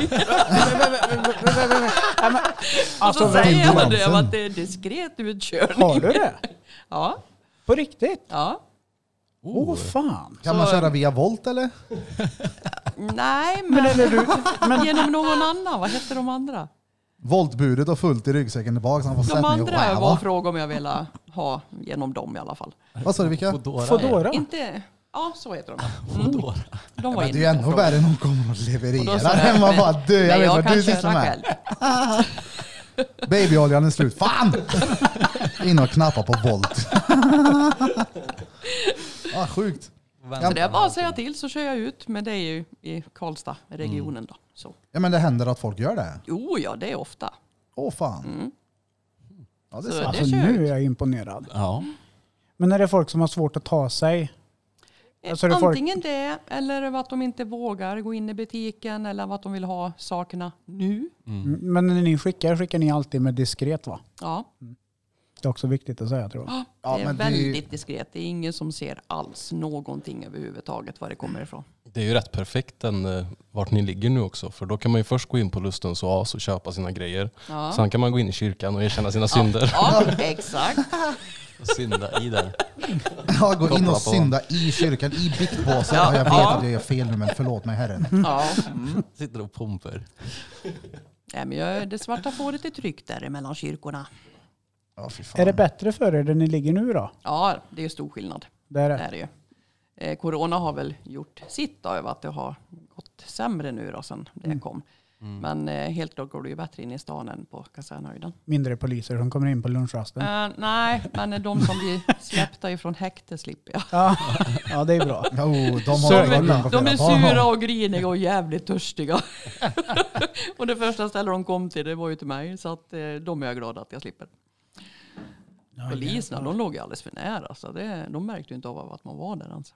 Och så säger jag det att det är diskret utkörning. Har du det? Ja. På riktigt? Ja. Åh fan. Kan man köra via Volt eller? Nej, men genom någon annan. Vad heter de andra? Voltburet och fullt i ryggsäcken tillbaka. Så han får De sätta ner andra och var fråga om jag ville ha genom dem i alla fall. Vad sa du, vilka? Fodora? Inte... Ja, så heter de. De var Men det är ju ändå värre än någon kommer och levererar jag, hemma. Bara dö, jag vet vad du sysslar med. Själv. Babyoljan är slut. Fan! In och knappa på Volt. Sjukt. Så det är bara att säga till så kör jag ut med dig i Karlstad-regionen då. Så. Ja, men det händer att folk gör det. Jo, ja, det är ofta. Åh fan. Ja, det är Så sant. Alltså det nu är jag imponerad. Ja. Men är det folk som har svårt att ta sig? Alltså är det Antingen det, eller att de inte vågar gå in i butiken, eller att de vill ha sakerna nu. Men när ni skickar ni alltid med diskret va? Ja, Det är också viktigt att säga tror jag. Ja, det är men väldigt diskret. Det är ingen som ser alls någonting överhuvudtaget var det kommer ifrån. Det är ju rätt perfekt vart ni ligger nu också. För då kan man ju först gå in på Lustens oas och köpa sina grejer. Ja. Sen kan man gå in i kyrkan och erkänna sina synder. Ja, exakt. Och synda i den. Ja, gå in Koppla och på. synda i kyrkan, i biktpåsen. Ja. Ja, jag vet Ja. att jag gör fel nu, men förlåt mig Herren. Ja. Sitter och pumpar. Nej, men det svarta fåret är tryggt där mellan kyrkorna. Ja, fy fan. Är det bättre för er där ni ligger nu då? Ja, det är stor skillnad. Det är Det det. är det ju. Corona har väl gjort sitt då, över att det har gått sämre nu då sen det kom. Men helt klart går det ju bättre in i stan än på Kasernhöjden. Mindre poliser som kommer in på lunchrasten. Nej, men de som blir släppta ifrån häkte slipper jag. Ja, det är bra. De är sura och griniga och jävligt törstiga. Och det första stället de kom till, det var ju till mig. Så att de är jag glada att jag slipper. Poliserna, de låg ju alldeles för nära. Så de märkte ju inte av att man var där. Alltså.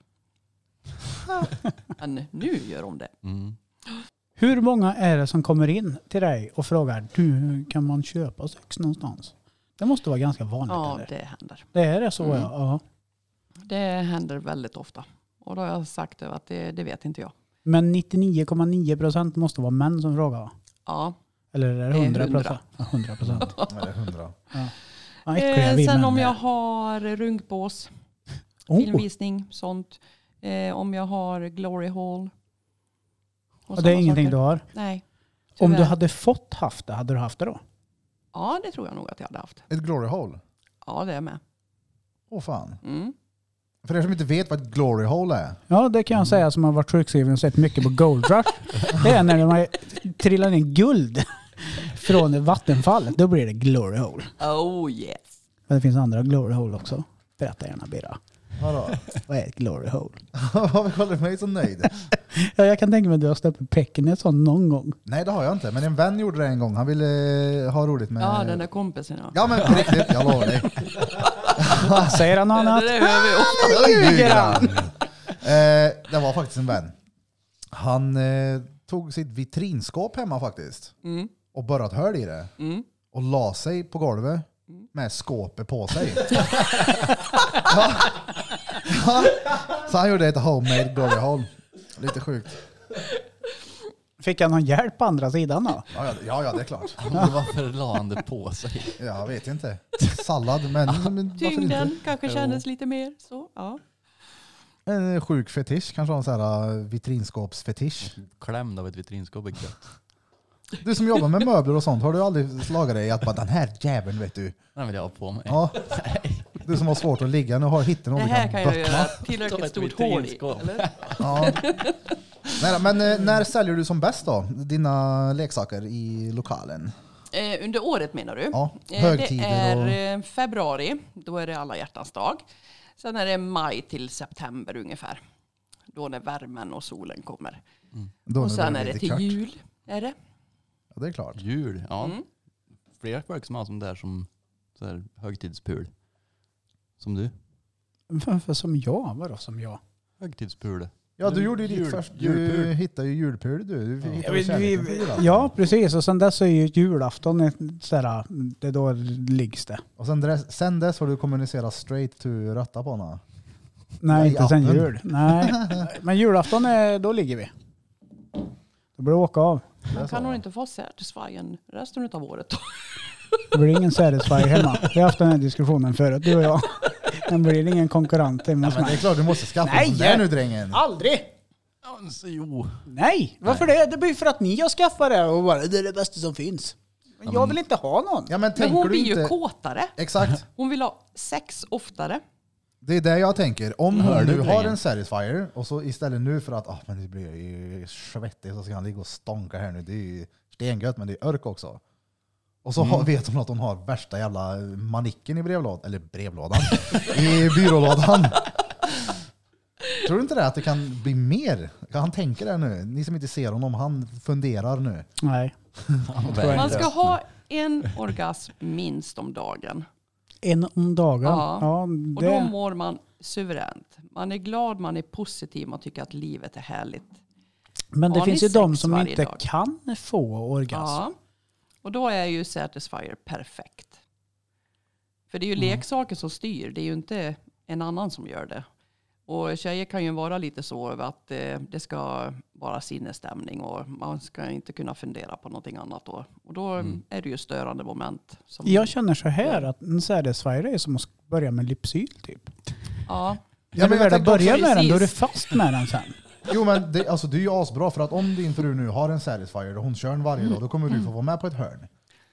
Men nu gör de det. Hur många är det som kommer in till dig och frågar, du, kan man köpa sex någonstans? Det måste vara ganska vanligt. Ja, eller? det händer. Det är det så, ja. Det händer väldigt ofta. Och då har jag sagt att det vet inte jag. Men 99,9% måste vara män som frågar. Ja. Eller är det 100%? 100%. Ja, det är 100. Ja, sen om jag har runkbås, filmvisning, sånt. Om jag har glory hall. Och det är ingenting du har? Nej. Tyvärr. Om du hade fått haft det, hade du haft det då? Ja, det tror jag nog att jag hade haft. Ett glory hole? Ja, det är med. Åh fan. För er som inte vet vad ett glory hole är. Ja, det kan jag säga som har varit sjukskriven och sett mycket på Gold Rush. Det är när de trillar in guld från vattenfallet. Då blir det glory hole. Oh yes. Men det finns andra glory hole också. Berätta gärna, Birra. Vadå? Vad är ett glory hole? Varför kollar du mig så nöjd? Ja, jag kan tänka mig att du har stoppat pecken i ett sånt någon gång. Nej, det har jag inte. Men en vän gjorde det en gång. Han ville ha roligt med... Ja, den där kompisen. Ja, men på riktigt. Jag lovar dig. Säger han något annat? Det hör vi ofta. Det var faktiskt en vän. Han tog sitt vitrinskåp hemma faktiskt. Och borrat hål i det. Och la sig på golvet med skåpet på sig. Ja. Så han gjorde ett homemade glory hole. Lite sjukt. Fick han någon hjälp på andra sidan då? Ja, det är klart. Varför la han det på sig? Jag vet inte. Sallad, men varför Tyngden inte? kanske kändes lite mer så. Ja. En sjuk fetisch, kanske en sån här vitrinskåpsfetisch. Klämd av ett vitrinskåp. Du som jobbar med möbler och sånt, har du aldrig slagit dig att bara, den här jäveln vet du? Den vill jag ha på mig. Ja. Du som har svårt att ligga, nu har hittat någon Det du här kan kan jag böttna. göra tillräckligt stort hål i. Eller? Ja. Nej, men när säljer du som bäst då? Dina leksaker i lokalen? Under året menar du? Ja, högtider det är februari, då är det alla hjärtans dag. Sen är det maj till september ungefär. Då när värmen och solen kommer. Och sen är det till jul. Är det? Ja, det är klart. Jul, ja. Flera folk som har som där som så här, högtidspul. Som du. Varför som jag? Vadå som jag? Högtidspul. Ja, du gjorde ju ditt först. Du hittade ju julpul du. Ja, precis. Och sen dess är ju julafton sådär, det då liggs det. Och sen dess har du kommunicerat straight to rätta på henne. Nej, inte sen jul. Nej. Men julafton, då ligger vi. Då blir det åka av. Man kan nog inte få Satisfyen resten av året då. Det blir ingen Satisfyer hemma. Vi har haft den här diskussionen förut, du och jag. Det blir ingen konkurrent hos mig. Men det är klart, du måste skaffa en sån där nu, drängen. Aldrig! Alltså, jo. Nej, varför det? Det blir för att ni har skaffat det och bara, det är det bästa som finns. Men jag vill inte ha någon. Ja, men hon blir inte... ju kåtare. Exakt. Hon vill ha sex oftare. Det är det jag tänker. Om hon nu har en Satisfyer och så istället nu för att men det blir ju svettigt så ska han ligga och stånka här nu. Det är ju stengött, men det är örk också. Och så vet hon att hon har värsta jävla manicken i brevlådan. I byrålådan. Tror du inte det att det kan bli mer? Kan han tänka det nu? Ni som inte ser honom, han funderar nu. Nej. Man ska ha en orgasm minst om dagen. En om dagen? Ja. Och då mår man suveränt. Man är glad, man är positiv, man tycker att livet är härligt. Men det finns ju de som inte dag. kan få orgasm. Ja. Och då är ju Satisfyer perfekt. För det är ju leksaker som styr. Det är ju inte en annan som gör det. Och tjejer kan ju vara lite så över att det ska vara sinnesstämning och man ska inte kunna fundera på någonting annat då. Och då är det ju störande moment. Jag känner så här att en Satisfyer är som att börja med Lypsyl typ. Ja. Men du väl börjar med den, då är du fast med den sen. Jo, men det är ju asbra för att om din fru nu har en Satisfyer och hon kör den varje dag, då kommer du få vara med på ett hörn.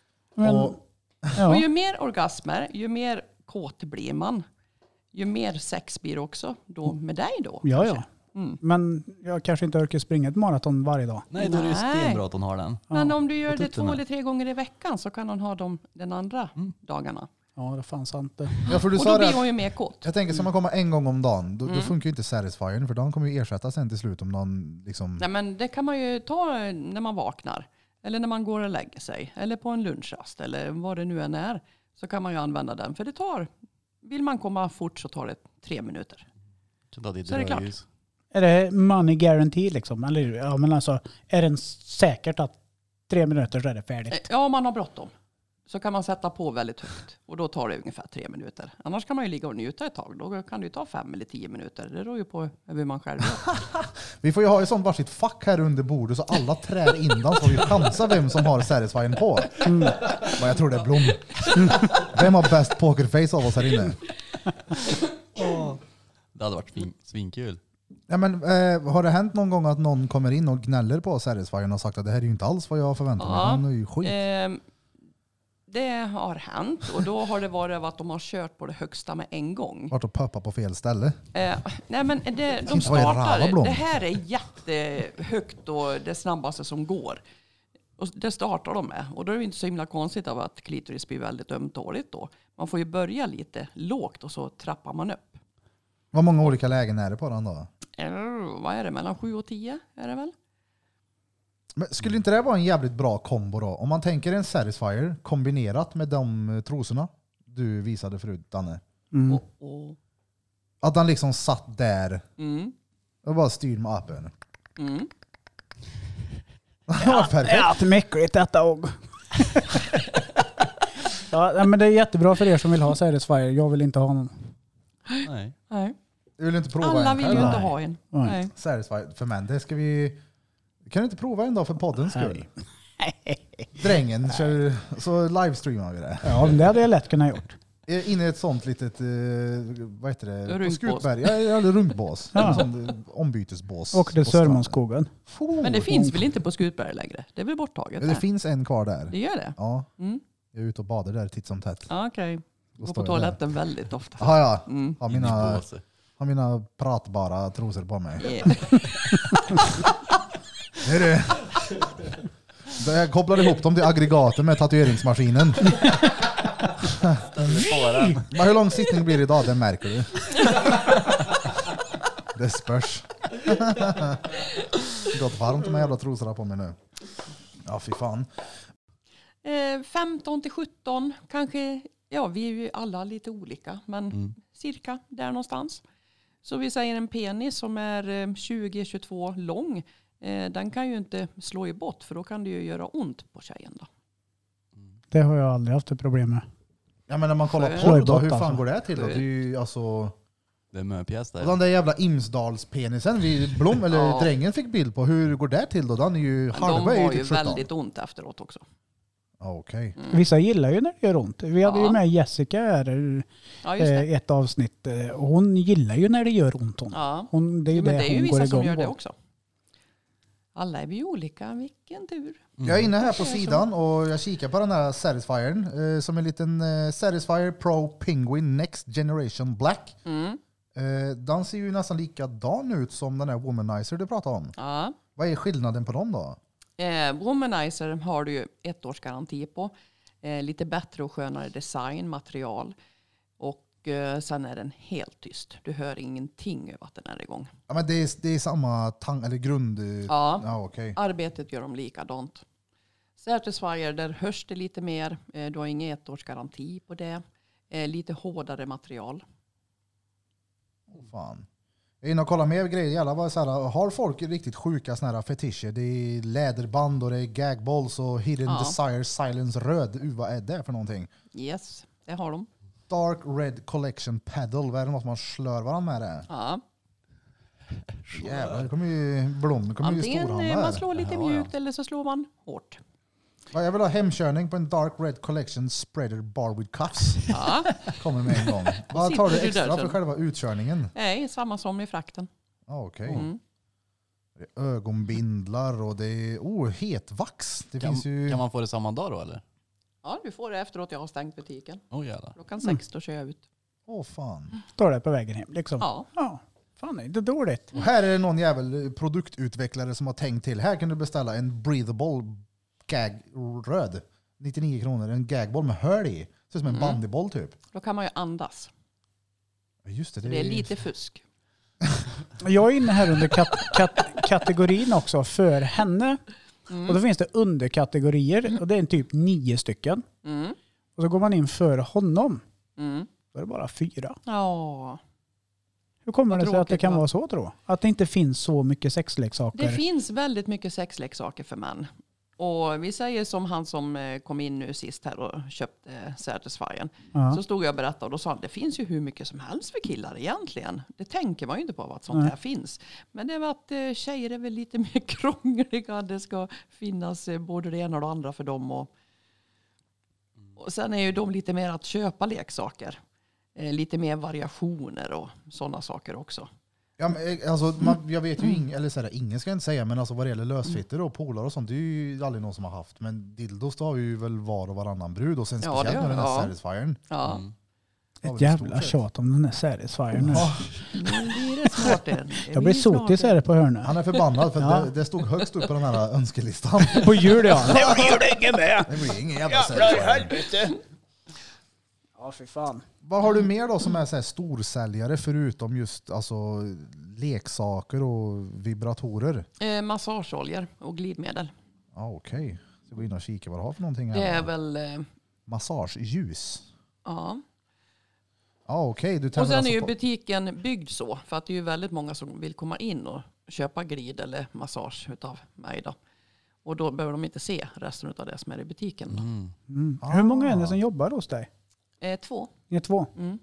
Och ju mer orgasmer, ju mer kåt blir man. Ju mer sex blir också då med dig då. Ja. Men jag kanske inte orkar springa ett maraton varje dag. Nej, då är det ju stenbra att hon har den. Men om du gör det 2 tuttarna. eller 3 gånger i veckan så kan hon ha dem den andra dagarna. Ja, det fanns sant det. Ja, för du Och sa då det blir att, hon ju mer kåt. jag tänker, ska man komma en gång om dagen, då funkar ju inte Satisfyern, för de kommer ju ersätta sen till slut om någon liksom... Nej, men det kan man ju ta när man vaknar. Eller när man går och lägger sig. Eller på en lunchrast. Eller vad det nu än är. Så kan man ju använda den. För det tar... Vill man komma fort så tar det 3 minuter. Så är det klart. Är det money guarantee liksom? Eller, ja, men alltså, är det säkert att 3 minuter så är det färdigt? Ja, om man har bråttom. Så kan man sätta på väldigt högt. Och då tar det ungefär 3 minuter. Annars kan man ju ligga och njuta ett tag. Då kan det ju ta 5 eller 10 minuter. Det beror ju på hur man själv gör. Vi får ju ha ett sånt varsitt fack här under bordet så alla trär innan så vi chansar vem som har Satisfyern på. Men jag tror det är Blom. Vem har bäst pokerface av oss här inne? Det hade varit svinkul. Ja, men, har det hänt någon gång att någon kommer in och gnäller på Satisfyern och sagt att det här är ju inte alls vad jag förväntar mig? Han är ju skit. Det har hänt och då har det varit att de har kört på det högsta med en gång. Vart och pöppa på fel ställe. Nej, men de startar. Det här är jättehögt och det snabbaste som går. Och det startar de med. Och då är det inte så himla konstigt av att klitoris blir väldigt ömtåligt då. Man får ju börja lite lågt och så trappar man upp. Vad många olika lägen är det på den då? Vad är det? Mellan 7 och 10 är det väl? Men skulle inte det vara en jävligt bra kombo då? Om man tänker en Satisfyer kombinerat med de trosorna du visade förut, Danne. Att han liksom satt där och bara styrd med appen. Ja, perfekt. Det är alltid mäckligt detta och. Ja, men det är jättebra för er som vill ha Satisfyer. Jag vill inte ha någon. Nej. Du vill inte prova Alla en vill ju själv? inte ha en. Nej. Satisfyer för män, det ska vi... Kan du inte prova en dag för poddens skull? Drängen, så livestreamar vi det. Ja, det hade jag lätt kunnat gjort. Inne i ett sånt litet, vad heter det? Runkbås. På Skutberg, eller runkbås. Ja. Ombytesbås. Och det Sörmånsskogen. Men det finns väl inte på Skutberg längre? Det är väl borttaget? Det finns en kvar där. Det gör det? Ja. Jag är ute och badar där titt som tätt. Okej. Då Går står på jag toaletten väldigt ofta. Ja. Mm. Har mina pratbara trosor på mig. Yeah. Det är det. Jag kopplar ihop dem till aggregaten med tatueringsmaskinen. Men hur lång sittning blir det idag? Det märker du. Det spörs. Gått varmt de här jävla trosorna på mig nu. Ja, fy fan. 15 till 17 kanske. Ja, vi är ju alla lite olika. Men cirka där någonstans. Så vi säger en penis som är 20-22 lång. Den kan ju inte slå i bort för då kan det ju göra ont på tjejen då. Det har jag aldrig haft ett problem med. Ja, men när man kollar Slå på då, bort hur fan alltså. går det till då? Det är ju alltså... Det är möpjäs där. Och den där jävla Imsdalspenisen vi Blom eller drängen fick bild på, hur går det till då? Den är ju halva De i har ju typ 17. väldigt ont efteråt också. Okej. Vissa gillar ju när det gör ont. Vi hade ju med Jessica här Ja, just det. ett avsnitt. Och hon gillar ju när det gör ont. Ja. Det är ju Men det är ju hon vissa går som igång gör det på. också. Alla är vi olika. Vilken tur. Jag är inne här på sidan och jag kikar på den här Satisfyern som en liten Satisfyer Pro Penguin Next Generation Black. Den ser ju nästan likadan ut som den här Womanizer du pratade om. Ja. Vad är skillnaden på dem då? Womanizer har du ju 1 års garanti på. Lite bättre och skönare design, material. Och sen är den helt tyst. Du hör ingenting över att den är igång. Ja, men det är samma eller grund... Ja, okej. Arbetet gör de likadant. Satisfyer, där hörs det lite mer. Du har ingen 1 års garanti på det. Lite hårdare material. Fan. Jag är inne och kollar mer grejer. Jävlar, vad så här, har folk riktigt sjuka såna här fetischer? Det är läderband och det är gagballs och Hidden Desire Silence Röd. Vad är det för någonting? Yes, det har de. Dark Red Collection Paddle. Vad är det något man slör varandra med det? Ja. Jävlar, det kommer ju Blom. Det kommer ju storhandla Antingen här. man slår lite mjukt eller så slår man hårt. Ja, jag vill ha hemkörning på en Dark Red Collection Spreader Bar with Cuffs. Ja. Kommer med en gång. Vad tar du sitter du extra där för sen. själva utkörningen? Nej, samma som i frakten. Okej. Det är ögonbindlar och det är hetvax. Det finns ju... Kan man få det samma dag då eller? Ja, du får det efteråt jag har stängt butiken. Jävlar. Klockan 6 då kör jag ut. Fan. Står det på vägen hem liksom. Ja. Fan, det är inte dåligt. Och här är det någon jävel produktutvecklare som har tänkt till. Här kan du beställa en breathable gag röd. 99 kronor. En gagboll med hål i. Ser ut som en bandyboll typ. Då kan man ju andas. Just det, Det är lite fusk. Jag är inne här under kategorin också för henne. Och då finns det underkategorier. Och det är en typ 9 stycken. Mm. Och så går man in för honom. Mm. Då är det bara 4. Ja. Hur kommer Vad det sig att det tråkigt, kan va? vara så då? Att det inte finns så mycket sexleksaker? Det finns väldigt mycket sexleksaker för män. Och vi säger som han som kom in nu sist här och köpte Satisfyern. Ja. Så stod jag och berättade och då sa han, det finns ju hur mycket som helst för killar egentligen. Det tänker man ju inte på att sånt här finns. Men det är väl att tjejer är väl lite mer krångliga. Det ska finnas både det ena och det andra för dem. Och sen är ju de lite mer att köpa leksaker. Lite mer variationer och sådana saker också. Ja, men, alltså, jag vet ju eller så här, ingen ska jag inte säga, men alltså vad det gäller lösfitter och polar och sånt, det är ju aldrig någon som har haft. Men dildos då har ju väl var och varannan brud och sen speciellt med den här Satisfyern. Ja. Ett jävla tjat om den här Satisfyern nu. Nu blir det snart det. Jag blir sotis här på hörnet. Han är förbannad för det stod högst upp på den här önskelistan. På jul ja. Det blir det ingen med. Det blir ingen jävla Satisfyern. helvete. Ja, för fan. Vad har du mer då som är så här storsäljare förutom just alltså, leksaker och vibratorer? Massageoljor och glidmedel. Ja, okej. Så gå in och kika vad det har för någonting här. Det är väl... Massageljus. Ja. Ja, okej. Du Och tänder sen alltså är ju på... butiken byggd så. För att det är ju väldigt många som vill komma in och köpa glid eller massage utav mig då. Och då behöver de inte se resten av det som är i butiken då. Mm. Hur många är det som jobbar hos dig? 2. Ni är 2. Mm.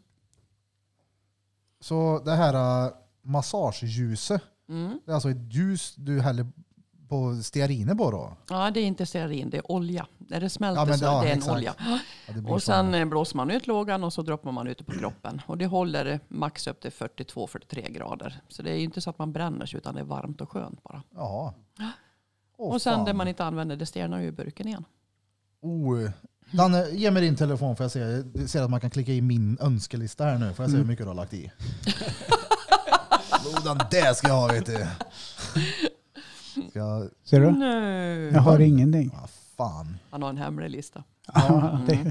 Så det här massageljuset, Mm. det är alltså ett ljus du häller på steariner på då? Ja, det är inte stearin, det är olja. När det smälter men så är det en exakt. olja. Ja, det blir Och så. sen blåser man ut lågan och så droppar man ut det på kroppen. Och det håller max upp till 42-43 grader. Så det är ju inte så att man bränner sig utan det är varmt och skönt bara. Ja. Och sen det man inte använder, det stelnar ju i burken igen. Danne, ge mig din telefon för jag ser att man kan klicka i min önskelista här nu. Får jag se hur mycket du har lagt i. Lodan, det ska jag ha, vet du. Ser du? Nej. Jag har ingenting. Ah, fan. Han har en hemlig lista. Ja, det...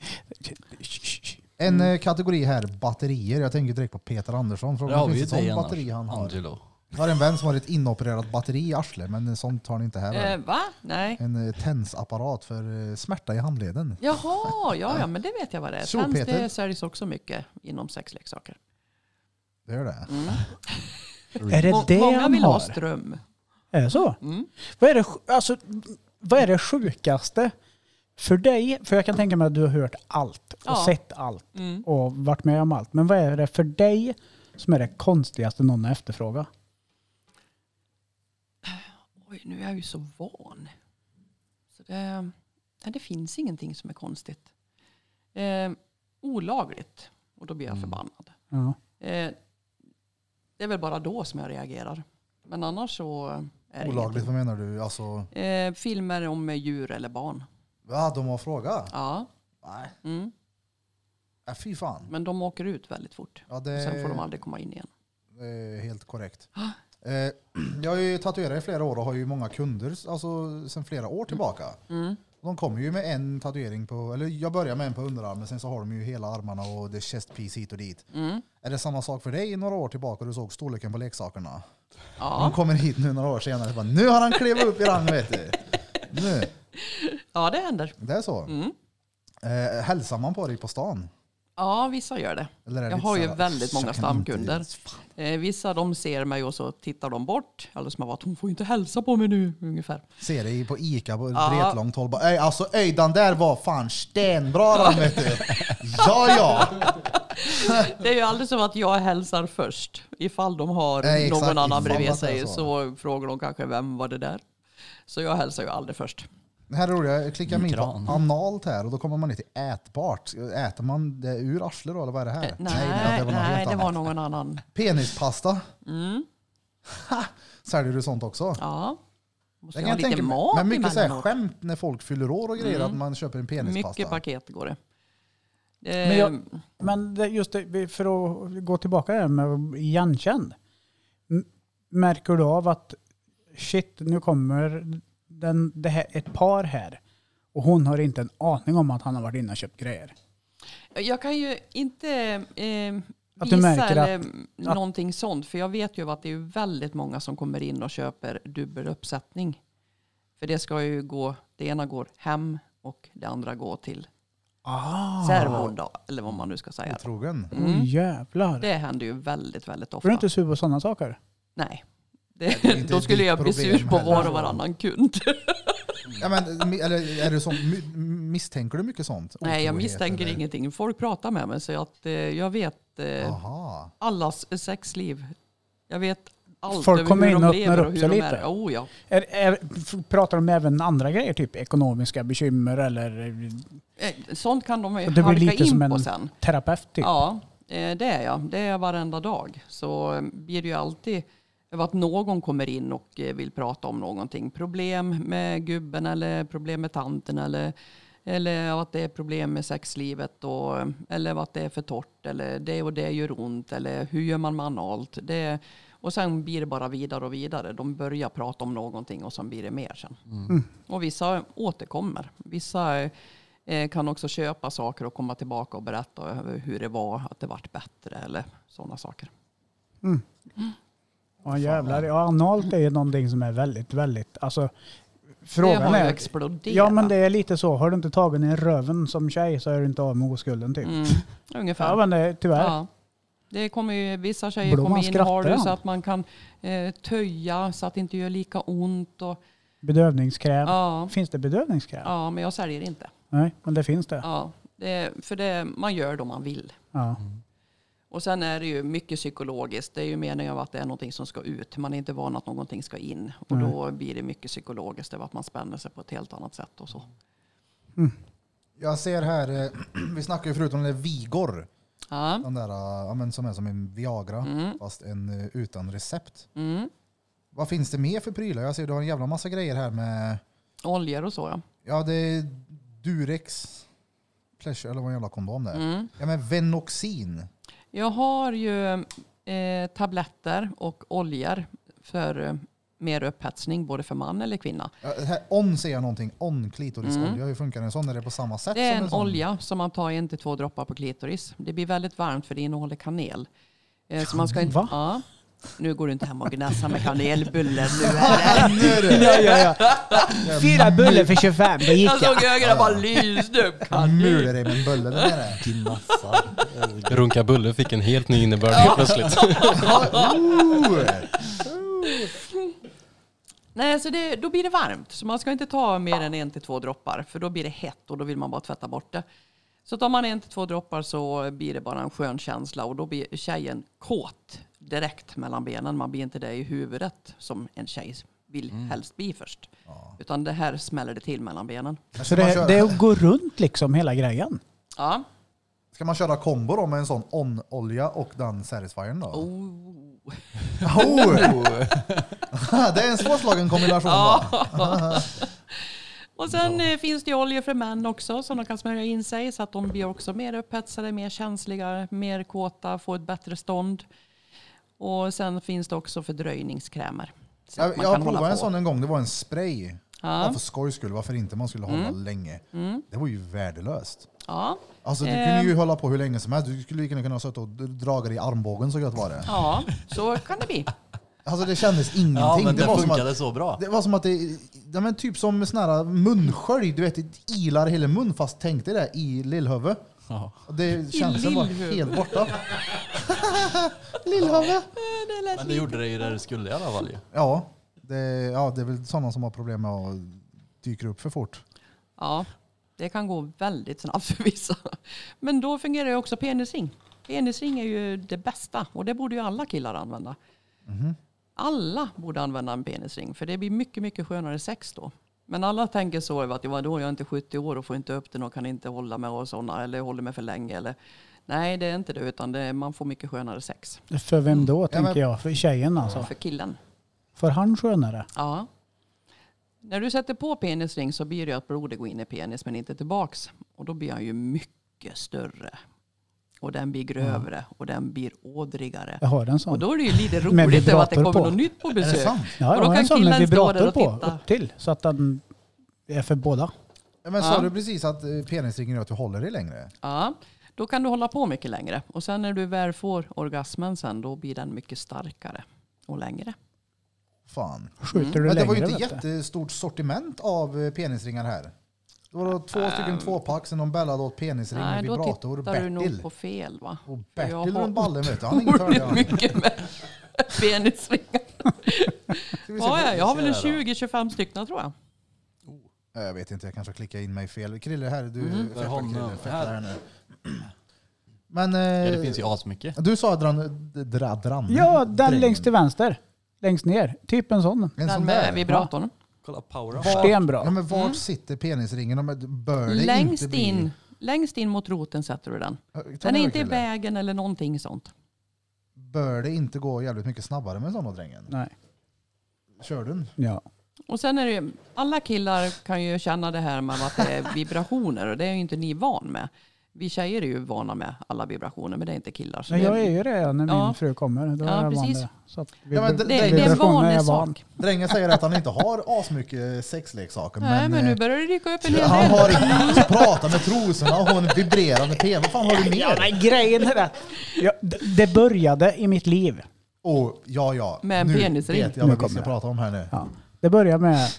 En kategori här, batterier. Jag tänker direkt på Peter Andersson. För Ja, det vi finns är ett det sånt annars. batteri han har. Angelo. Jag har en vän som har ett inopererat batteri i arslet, men sånt har han inte här. Va? Nej. En tensapparat för smärta i handleden. Jaha, ja, men det vet jag vad det är. Så, Tens, Peter. det säljs också mycket inom sexleksaker. Det gör det. Är det det Många han vill ha har? ström. Är det så? Mm. Vad är det sjukaste för dig? För jag kan tänka mig att du har hört allt och Ja. sett allt Mm. och varit med om allt. Men vad är det för dig som är det konstigaste någon har efterfrågat? Oj, nu är jag ju så van. Så det finns ingenting som är konstigt. Olagligt. Och då blir jag förbannad. Ja. Det är väl bara då som jag reagerar. Men annars så är det Olagligt, vad ingenting. menar du? Alltså, Filmer om djur eller barn. ja, de har frågat. Ja. Nej, Mm. fy fan. Men de åker ut väldigt fort. Ja, Och sen får de aldrig komma in igen. Det är helt korrekt. Jag har ju tatuerat i flera år och har ju många kunder alltså, sedan flera år tillbaka. Mm. De kommer ju med en tatuering på, eller jag börjar med en på underarmen, sen så har de ju hela armarna och det är chest piece hit och dit. Mm. Är det samma sak för dig några år tillbaka och du såg storleken på leksakerna? De Ja. kommer hit nu några år senare och bara, nu har han klivit upp i rang, vet du. Nu. Ja, det händer. Det är så. Mm. Hälsar man på dig på stan? Ja, vissa gör det. Eller är det Jag lite har ju så här, väldigt många "Jag kan inte- stamkunder. Vissa de ser mig och så tittar de bort. Eller som att hon får inte hälsa på mig nu ungefär. Ser dig på Ica på Ja. dretlångt håll. Bara, alltså Öjdan där var fan stenbra den, vet du. Ja. Det är ju aldrig som att jag hälsar först. Ifall de har Nej, exakt. någon annan Ifall bredvid att det är sig så. så frågar de kanske vem var det där. Så jag hälsar ju aldrig först. Det här är roligt. Jag klickar mig in på Kran. analt här och då kommer man ner till ätbart. Äter man det ur arslet då eller vad är det här? Nej, det var något helt det var annat. någon annan. Penispasta. Mm. Säljer du sånt också? Ja. Måste Jag ha kan lite tänka mig. mat Men mycket så här emellanåt. skämt när folk fyller år och grejer att man köper en penispasta. Mycket paket går det. Men det, just det, för att gå tillbaka där med igenkänd. Märker du av att shit, nu kommer ett par här och hon har inte en aning om att han har varit inne och köpt grejer? Jag kan ju inte att du visa märker eller någonting sånt. För jag vet ju att det är väldigt många som kommer in och köper dubbeluppsättning. För det ska ju gå, det ena går hem och det andra går till servon då, eller vad man nu ska säga. Otrogen. Jävlar. Det händer ju väldigt, väldigt ofta. Får du inte sur på sådana saker? Nej. inte Då skulle jag bli sur på heller. var och varannan kund. Ja, men, eller är det så, misstänker du mycket sånt? Nej, jag Otrohet, misstänker eller? ingenting. Folk pratar med mig så att jag vet allas sexliv. Jag vet allt Folk över kommer hur in de och lever öppnar och upp hur sig de lite. är. Oh, ja. Pratar de även andra grejer, typ ekonomiska bekymmer eller? Sånt kan de ju Det blir halka lite som in på en sen. terapeut typ. Ja, det är jag. Det är jag varenda dag. Så blir det ju alltid över att någon kommer in och vill prata om någonting. Problem med gubben eller problem med tanten eller att det är problem med sexlivet eller att det är för torrt eller det och det gör ont eller hur gör man analt. Och sen blir det bara vidare och vidare. De börjar prata om någonting och sen blir det mer sen. Och vissa återkommer. Vissa kan också köpa saker och komma tillbaka och berätta hur det var, att det vart bättre eller sådana saker. Ja jävlar, analt är ju någonting som är väldigt, väldigt, alltså frågan det har ju är, exploderat. ja men det är lite så, har du inte tagit en röven som tjej så är du inte av med oskulden typ. Ungefär. Ja men det är tyvärr. Ja. Det kommer ju, vissa tjejer Blomman kommer in och har det skrattar så han. att man kan töja så att det inte gör lika ont. Och, Bedövningskräm. ja, Finns det bedövningskräm? ja, men jag säljer inte. Nej, men det finns det. Ja, man gör det man vill. Ja. Och sen är det ju mycket psykologiskt. Det är ju meningen av att det är någonting som ska ut. Man är inte van att någonting ska in. Och då blir det mycket psykologiskt. Det är att man spänner sig på ett helt annat sätt och så. Jag ser här, vi snackar ju förut om det Vigor. Ja. Den där, som är som en Viagra, fast en utan recept. Vad finns det mer för prylar? Jag ser du har en jävla massa grejer här med... Oljor och så, ja. Ja, det är Durex Pleasure, eller vad en jävla kondom det är. Ja, men Venoxin. Jag har ju tabletter och oljor för mer upphetsning, både för man eller kvinna. Ja, här, ser jag någonting. Klitorisolja, hur funkar en sån? Är det på samma sätt? Det är som en sån? olja som man tar 1 till 2 droppar på klitoris. Det blir väldigt varmt för det innehåller kanel. Så man ska inte... Va? Ja. Nu går du inte hem och gnässar med kanelbullar nu är Ja. 4 bullar för 25, det gick jag såg ögonen bara lyste upp. Mular dig med en bulle där nere. Gnassa. Runka bulle fick en helt ny innebörd helt plötsligt. Nej, så då blir det varmt. Så man ska inte ta mer än 1 till 2 droppar. För då blir det hett och då vill man bara tvätta bort det. Så tar man 1 till 2 droppar så blir det bara en skön känsla. Och då blir tjejen kåt direkt mellan benen. Man blir inte det i huvudet som en tjej vill helst bli först. Utan det här smäller det till mellan benen. Så det är att gå runt liksom hela grejen. Ja. Ska man köra kombo då med en sån on-olja och den Satisfyern då? Det är en svårslagen kombination va? Och sen finns det ju oljor för män också som de kan smörja in sig så att de blir också mer upphetsade, mer känsliga, mer kåta, får ett bättre stånd. Och sen finns det också fördröjningskrämer. Jag provade en sån en gång, det var en spray. Ja, för skojs skull, varför inte man skulle hålla länge. Det var ju värdelöst. Ja. Alltså du kunde ju hålla på hur länge som helst. Du skulle ju kunna sätta och dra dig i armbågen så gott var det. Ja, så kan det bli. Alltså det kändes ingenting. Ja, men det var funkade så bra. Det var som att det men typ som sån här munskölj, du vet, det ilar hela mun fast tänk dig det i lillhuvud. Ja. Och det känns var helt borta. Lillhuvud. Men det gjorde det ju där det skulle i alla fall ju. Ja, det är väl sådana som har problem med att dyka upp för fort. Ja, det kan gå väldigt snabbt för vissa. Men då fungerar ju också penisring. Penisring är ju det bästa och det borde ju alla killar använda. Alla borde använda en penisring för det blir mycket, mycket skönare sex då. Men alla tänker så att då är jag inte 70 år och får inte upp den och kan inte hålla med och sådana eller håller med för länge. Eller, nej, det är inte det utan man får mycket skönare sex. För vem då tänker jag? För tjejen alltså? För killen. För han skönare? Ja. När du sätter på penisring så blir det att blodet går in i penis men inte tillbaks. Och då blir han ju mycket större. Och den blir grövre och den blir ådrigare. Jag har en sån. Och då är det ju lite roligt att det kommer något nytt på Är det besök. sant? Ja, och då jag har kan en sån med killen stå där vibrator och på titta. upp till. Så att den är för båda. Men sa du precis att penisringen gör att du håller dig längre? Ja, då kan du hålla på mycket längre. Och sen när du väl får orgasmen sen, då blir den mycket starkare och längre. Fan. Skjuter du Men det längre, var ju inte vet du. jättestort sortiment av penisringar här. Det var då 2 stycken 2-pack, sen någon Belladot penisring med Nej, då vibrator. tittar du nog Bertil. på fel va? Och Jag Bertil har runt ballen vet du. Han har inget otroligt hörde. mycket med penisringar. Ja, jag har väl en 20-25 stycken tror jag. Jag vet inte, jag kanske klickar in mig fel. Krille här, du Där har ni fettar här nu. Men Ja, det finns ju asmycket. du sa dran. Ja, den drängen. längst till vänster. Längst ner. Typ en sån. En Den sån med där. vibratorn. Kolla power up. Stenbra. Ja, men vart sitter penisringen? Bör det Längst inte bli... in. Längst in mot roten sätter du den. Ta Den ner, är inte i Krille. vägen eller någonting sånt. Bör det inte gå jävligt mycket snabbare med sådana drängen? Nej. Kör du den? Ja. Och sen är det ju, alla killar kan ju känna det här med att det är vibrationer och det är ju inte ni van med. Vi tjejer är ju vana med alla vibrationer men det är inte killar. Så Men det, jag är ju det när min Ja. fru kommer. Då Ja, är jag van precis. det. Så att Ja, men det är en vibrationer är vanlig jag van. sak. Drängen säger att han inte har asmycket sexleksaker. Nej, men nu börjar det dyka upp en hel han del. har pratat med trosorna och hon vibrerande penis. Vad fan har du Ja, mer? men grejen är att det började i mitt liv. Ja. Med en nu penisring. vet jag vad vi ska prata om här nu. Ja. Det började med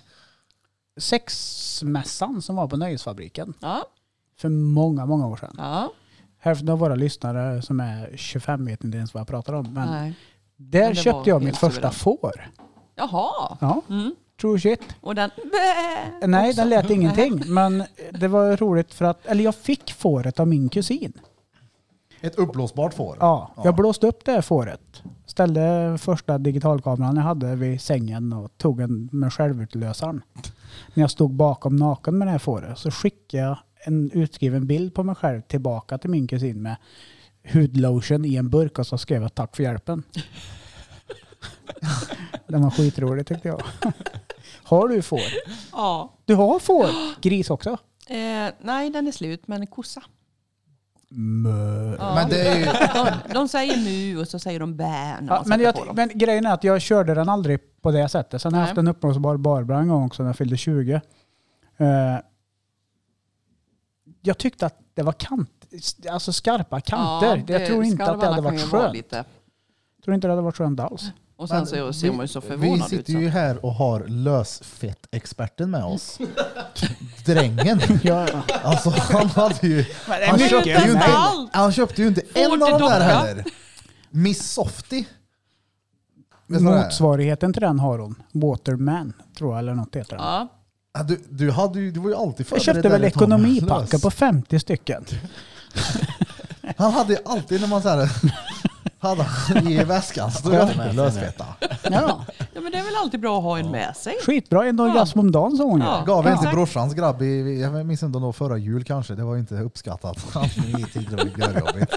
sexmässan som var på Nöjesfabriken Ja, för många, många år sedan. ja, Hälften av våra lyssnare som är 25 vet inte ens vad jag pratar om. Men nej. där Men det var köpte jag mitt helt första suveränt. får. Jaha. Ja, Mm. true shit. Och den... Nej, också. den lät ingenting. Men det var roligt för att, eller jag fick fåret av min kusin. Ett uppblåsbart får. Ja, jag blåste upp det här fåret. Ställde första digitalkameran jag hade vid sängen och tog den med självutlösaren. När jag stod bakom naken med det här fåret så skickade jag en utskriven bild på mig själv tillbaka till min kusin med hudlotion i en burk och så skrev jag tack för hjälpen. Det var skitroligt tyckte jag. Har du får? Ja. Du har får? Gris också? Nej, den är slut, men kossa. Mö. Ja. Men det är ju... De säger mu och så säger de bä när Ja, man men, sätter på dem. men grejen är att jag körde den aldrig på det sättet. Sen har jag Nej. haft en uppblåsbar barbara en gång också när jag fyllde 20. Jag tyckte att det var alltså skarpa kanter. Jag tror inte att det hade varit skönt. Lite. Jag tror inte det hade varit skönt alls. Och sen så ser man ju så Vi förvånad ut. sitter Så. ju här och har lösfett-experten med oss. Drängen. Ja, Alltså han hade ju... det Han mycket. köpte, ju inte, allt. han köpte ju inte en av till de där docka. heller. Miss Softy. Vet du vad det är? Motsvarigheten till den har hon. Waterman, tror jag, eller något heter den. Ja. Ja, du var ju alltid Jag förberedd. köpte där väl ett tag med ekonomipackar lös. på 50 stycken. Han hade ju alltid när man såhär... hade han i väskan stod det med lösfetta. Ja, Ja, men det är väl alltid bra att ha en med sig. skitbra. En orgasm om dagen sa hon ju. Ja. Gav en till Exakt. brorsans grabb jag minns inte då förra jul kanske. Det var ju inte uppskattat. Han tyckte det var görjobbigt.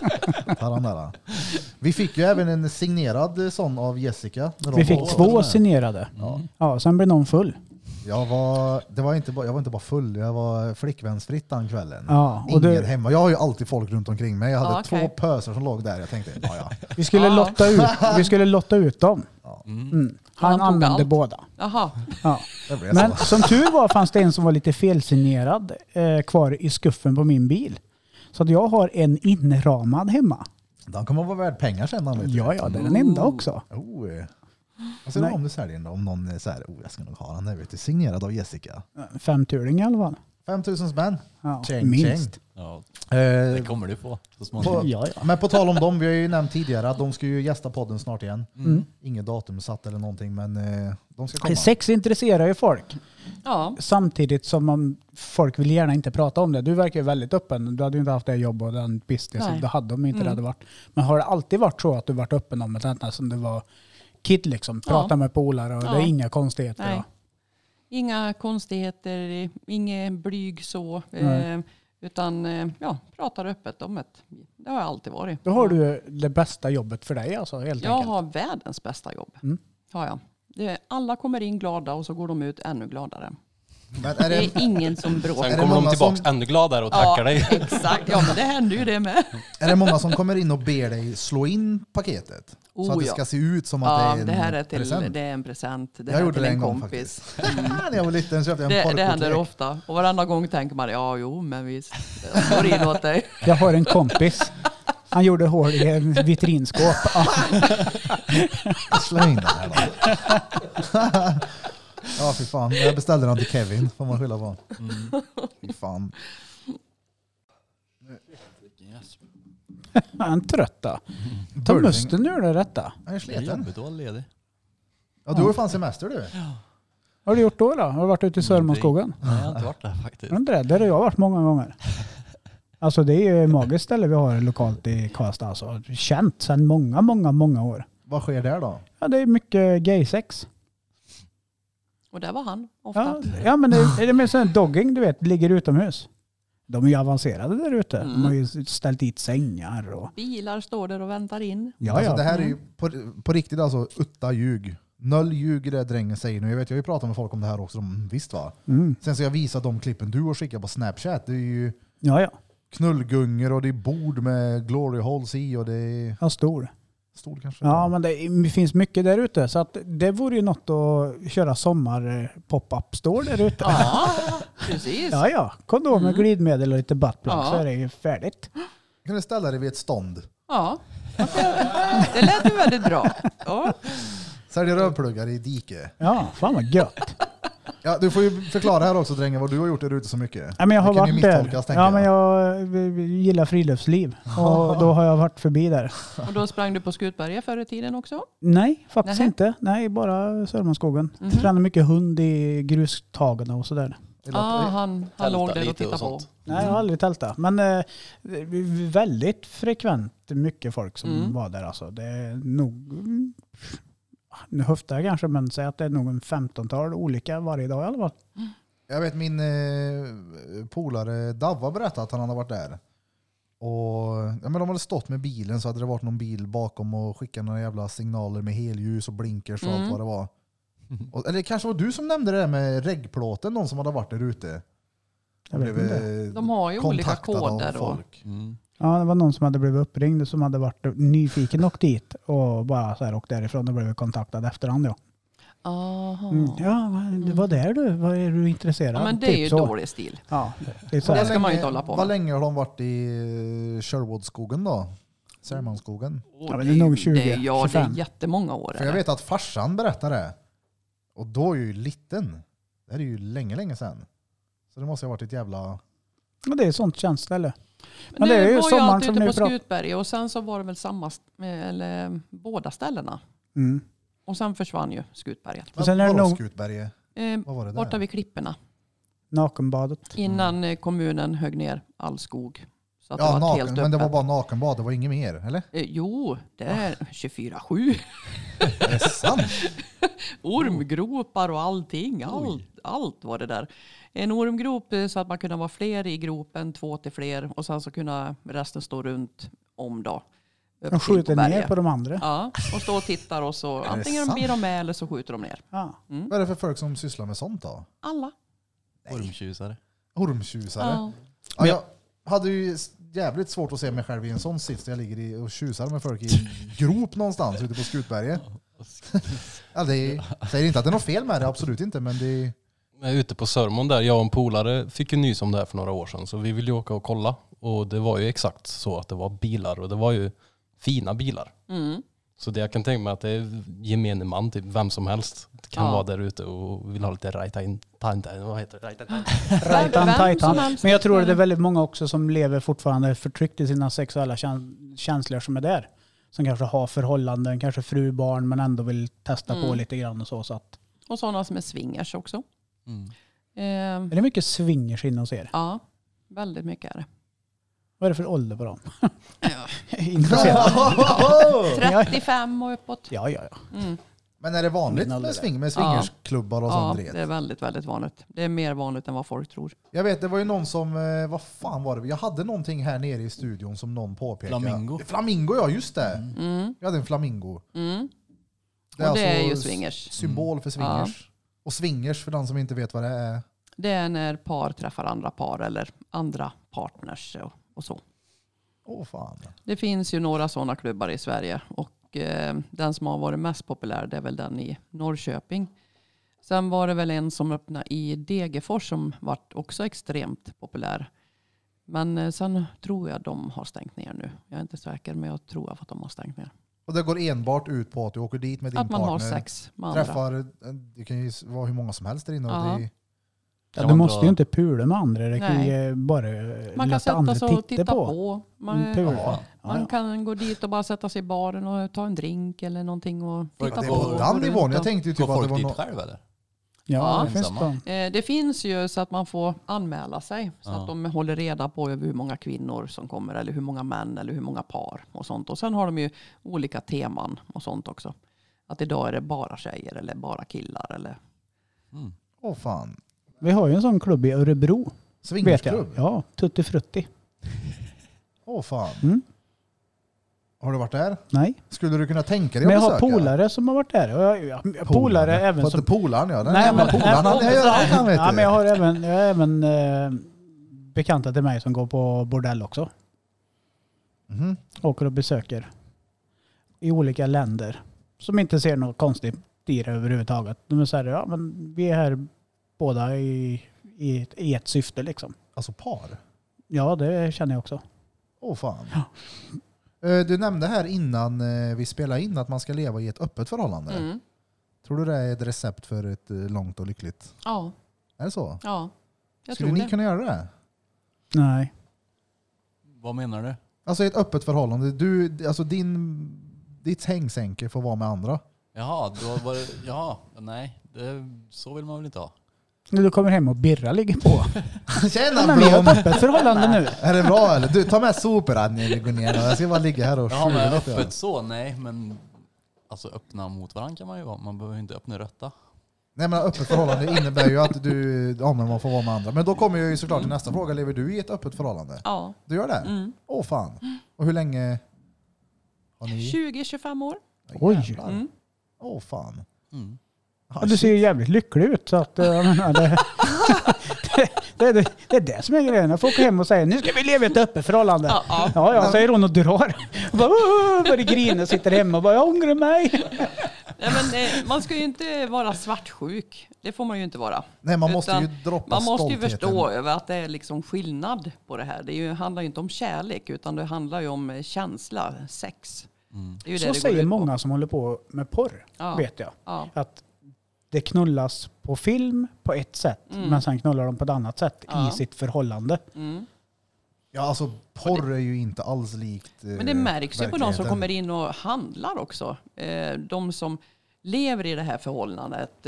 Vi fick ju även en signerad sån av Jessica. när de Vi fick var- 2 signerade. Ja, sen blev någon full. Jag var inte bara full, jag var flickvänsfritt den kvällen. Ja, och Ingen du, hemma. Jag har ju alltid folk runt omkring mig. Jag hade Ja, okej. 2 pösar som låg där. Jag tänkte, ja. vi skulle lotta ut dem. Mm. Han Han tog använde allt. båda. Jaha. Ja. Det blev Men så. som tur var fanns det en som var lite felsignerad kvar i skuffen på min bil. Så att jag har en inramad hemma. Den kommer att vara värd pengar sen. Vet du. Ja, det är den enda också. Vad säger du Nej. om du säljer den då? Om någon är så här, jag ska nog ha den där, vet du, signerad av Jessica. 5-turing i alla fall. 5 000 spänn. Ja, Tjäng, minst. Ja, Eh, det kommer du få så småningom. Ja. Men på tal om dem, vi har ju nämnt tidigare att de ska ju gästa podden snart igen. Mm. Inget datum satt eller någonting, men de ska komma. Sex intresserar ju folk. Ja. Samtidigt som folk vill gärna inte prata om det. Du verkar ju väldigt öppen. Du hade ju inte haft det jobb och den business. Nej. Det hade de inte. Det hade varit. Men har det alltid varit så att du varit öppen om det ända som det var kid liksom? Prata med polare och det är inga konstigheter. Nej. Ja. Inga konstigheter, inget blyg så. Utan pratar öppet om det. Det har jag alltid varit. Då har du det bästa jobbet för dig alltså, helt Jag enkelt. har världens bästa jobb. Mm. Har jag. Alla kommer in glada och så går de ut ännu gladare. Men Det är ingen som bråkar. Sen kommer de tillbaka ännu gladare och tackar dig. Exakt. Ja, men det händer ju det med. Är det många som kommer in och ber dig slå in paketet? Så att det ska se ut som att det är en det här är present? Det är en present. Det Jag här gjorde till det en en gång kompis. När jag var liten köpte jag en Det porrkotlek. händer ofta. Och varenda gång tänker man, men visst. Jag slår in åt dig. Jag har en kompis. Han gjorde hål i en vitrinskåp. Slå in den här då. Ja, fy fan. Jag beställde den till Kevin. Får man skylla på. Fy fan. Han är trött då. Ta musten ur det rätta. Jag är Det är sliten. jobbigt att vara ledig. Ja, du har ju fan semester du. Vad har du gjort då? Har du varit ute i Sörmånsskogen? Nej, jag har inte varit där faktiskt. Är det inte det? Där har jag varit många gånger. Alltså det är ju ett magiskt ställe vi har lokalt i Karlstad. Alltså. Känt sedan många år. Vad sker där då? Ja, det är mycket gaysex. Och där var han ofta. Ja men det är med sån här dogging, du vet, ligger utomhus. De är ju avancerade där ute. De har ju ställt dit sängar och... Bilar står där och väntar in. Ja, Alltså, ja. det här är ju på riktigt alltså utta ljug. Noll ljug det drängen säger nu. Jag har ju pratat med folk om det här också. De visst va? Sen så jag visat de klippen du har skickat på Snapchat. Det är ju Ja. knullgungor och det är bord med glory holes i och det är Ja, stor. stol kanske. Ja, men det finns mycket där ute. Så att det vore ju något att köra sommar pop-up store där ute. Ja, precis. Ja. Kondom med glidmedel och lite buttplug Ja. så är det ju färdigt. Kan du ställa dig vid ett stånd? Ja, det lät ju väldigt bra. Ja. Säljer rövpluggar i dike. Ja, fan vad gött. Ja, du får ju förklara här också drängen vad du har gjort där ute så mycket. Ja, men jag har Det kan ju varit där. misstolkas, tänker Ja, men jag. jag gillar friluftsliv. Och då har jag varit förbi där. Och då sprang du på Skutberget förr i tiden också? Nej, faktiskt Nähä. inte. Nej, bara Sörmånsskogen. Tränade mycket hund i grustagen och sådär. Ja, han låg där och lite tittade och på. sånt. Nej, jag har aldrig tältat. Men väldigt frekvent mycket folk som var där. Alltså. Det är nog, nu höftar jag kanske, men säg att det är nog en 15-tal olika varje dag i alla fall. Jag vet min polare Davva berättade att han hade varit där. Och ja, men de hade stått med bilen så hade det varit någon bil bakom och skickat några jävla signaler med helljus och blinkers och allt vad det var. Och, eller det kanske var du som nämnde det där med reggplåten, någon som hade varit där ute. Jag vet inte. De har ju olika kontaktad av koder. Och, folk. Ja, det var någon som hade blivit uppringd som hade varit nyfiken och dit och bara så här åkt därifrån och blivit kontaktad efterhand. Ja. aha. Ja, det var där du. Vad är du intresserad av? Ja, men det är ju Typ så. dålig stil. Ja, det är så Det här. ska man ju inte hålla på med. Vad länge har de varit i Sherwoodskogen då? Sörmånsskogen? Ja, men det är nog 20, det är 25. jättemånga år. För jag vet att farsan berättade det. Och då är jag ju liten. Det här är ju länge sedan. Så det måste ha varit ett jävla... Ja, det är ett sånt tjänstställe. Men det är ju var sommaren alltid som ute ni på pratar- Skutberget och sen så var det väl eller båda ställena. Mm. Och sen försvann ju Skutberget. Och sen är det Vadå nog Skutberget? Vad var det där? Borta vid klipporna. nakenbadet. Innan kommunen högg ner all skog. Så att Ja, det var helt naken, men det var öppet. bara nakenbad, det var inget mer, eller? Jo, det är 24/7. Är det sant? Ormgropar och allting. Allt var det där. En ormgrop så att man kunde vara fler i gropen, 2 till fler. Och sen så kunde resten stå runt om då. De skjuter ner på de andra. Ja, och stå och tittar och så antingen sant? blir de med eller så skjuter de ner. Ja. Vad är det för folk som sysslar med sånt då? Alla. Ormtjusare. Ormtjusare? Ja. Ja, jag hade ju jävligt svårt att se mig själv i en sån sits där jag ligger och tjusar med folk i en grop någonstans ute på Skutberget. Ja, säger inte att det är något fel med det, absolut inte, men det är... Ute på Sörmån där, jag och en polare fick ju nys om det här för några år sedan. Så vi ville ju åka och kolla. Och det var ju exakt så att det var bilar. Och det var ju fina bilar. Så det jag kan tänka mig att det är gemene man, typ vem som helst kan vara där ute och vill ha lite vad heter det? Rajtan, Vem tajtan. som helst. Men jag tror att det är väldigt många också som lever fortfarande förtryckt i sina sexuella känslor som är där. Som kanske har förhållanden, kanske fru, barn, men ändå vill testa på lite grann och så. Att, Och sådana som är swingers också. är det mycket swingers in hos er? Ja, väldigt mycket är det. Vad är det för ålder på dem? Ja. Intresserad. 35 och uppåt. Ja. Men är det vanligt Min ålder med swingersklubbar och sånt Ja, ret? det är väldigt, väldigt vanligt. Det är mer vanligt än vad folk tror. Jag vet, det var ju någon som, vad fan var det? Jag hade någonting här nere i studion som någon påpekade. Flamingo. Flamingo, ja just det. Jag hade en flamingo. Och det är ju swingers. Symbol för swingers. Och swingers, för den som inte vet vad det är. Det är när par träffar andra par eller andra partners och så. Fan. Det finns ju några sådana klubbar i Sverige och den som har varit mest populär det är väl den i Norrköping. Sen var det väl en som öppnade i Degerfors som var också extremt populär. Men sen tror jag de har stängt ner nu. Jag är inte säker men jag tror att de har stängt ner. Och det går enbart ut på att du åker dit med din partner. Att man har sex med andra. Träffar, det kan ju vara hur många som helst där inne. Ja. Och det, Ja, du måste ju inte pula med andra. Det kan Nej. ju bara Man kan låta andra sätta sig och titta på. Man kan gå dit och bara sätta sig i baren och ta en drink eller någonting och titta det på. är på den nivån. Jag tänkte ju typ Går att det folk var dit något... själv eller? Ja, Ja. det finns Ensamma. det. Det finns ju så att man får anmäla sig. Så Ja. att de håller reda på över hur många kvinnor som kommer. Eller hur många män eller hur många par. Och sånt. Och sen har de ju olika teman och sånt också. Att idag är det bara tjejer eller bara killar. Eller... Åh fan. Vi har ju en sån klubb i Örebro. Vet jag. Swingersklubb? Ja, Tutti Frutti. Åh fan. Mm. Har du varit där? Nej. Skulle du kunna tänka dig Men att jag har besöka? polare som har varit där. Och polare även På som... polaren, ja. Den Nej, jävla men- polaren, han gör allt han vet Ja, du. men jag har även bekanta till mig som går på bordell också. Mhm. Åker och besöker i olika länder. Som inte ser något konstigt i det överhuvudtaget. De är så här, ja men vi är här båda i ett syfte liksom. Alltså par? Ja, det känner jag också. Åh fan. Du nämnde här innan vi spelade in att man ska leva i ett öppet förhållande. Mm. Tror du det är ett recept för ett långt och lyckligt? Ja, Är det så? ja. Jag Skulle tror ni det. kunna göra det? Nej. Vad menar du? Alltså ett öppet förhållande. Alltså ditt hängsänke får vara med andra. Jaha, då var det, jaha, nej, så vill man väl inte ha. När du kommer hem och Birra ligger på. Tjena Men vi har Blom! ett öppet förhållande nu. Är det bra eller? Du, ta med soporna när vi går ner. Jag ska bara ligga här och Jaha, skjula men lite. öppet så, nej, men alltså öppna mot varandra kan man ju vara. Man behöver inte öppna rötta. Nej men öppet förhållande innebär ju att men man får vara med andra. Men då kommer jag ju såklart till nästa fråga. Lever du i ett öppet förhållande? Ja. Du gör det? Mm. Åh fan. Och hur länge har ni? 20-25 år. Oj. Jävlar. Mm. Åh fan. Mm. Ja, du ser ju jävligt lycklig ut. Så att, jag menar, det är det som är grejen. Jag får åka hem och säga nu ska vi leva i ett öppet förhållande. Ja, säger hon och drar. Bara griner, sitter hemma och bara jag ångrar mig. Nej, men, man ska ju inte vara svartsjuk. Det får man ju inte vara. Nej, man måste ju Utan droppa Man måste ju stoltheten. förstå över att det är liksom skillnad på det här. Handlar ju inte om kärlek utan det handlar ju om känsla, sex. Det är ju Så det går säger ut på. många som håller på med porr, Ja. vet jag. Ja. Att det knullas på film på ett sätt, men sen knullar de på ett annat sätt Ja. i sitt förhållande. Mm. Ja, alltså porr är ju inte alls likt Men det märks ju på de som verkligheten. kommer in och handlar också. De som lever i det här förhållandet,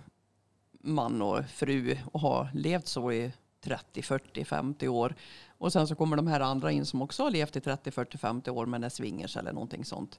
man och fru, och har levt så i 30, 40, 50 år. Och sen så kommer de här andra in som också har levt i 30, 40, 50 år men är swingers eller någonting sånt.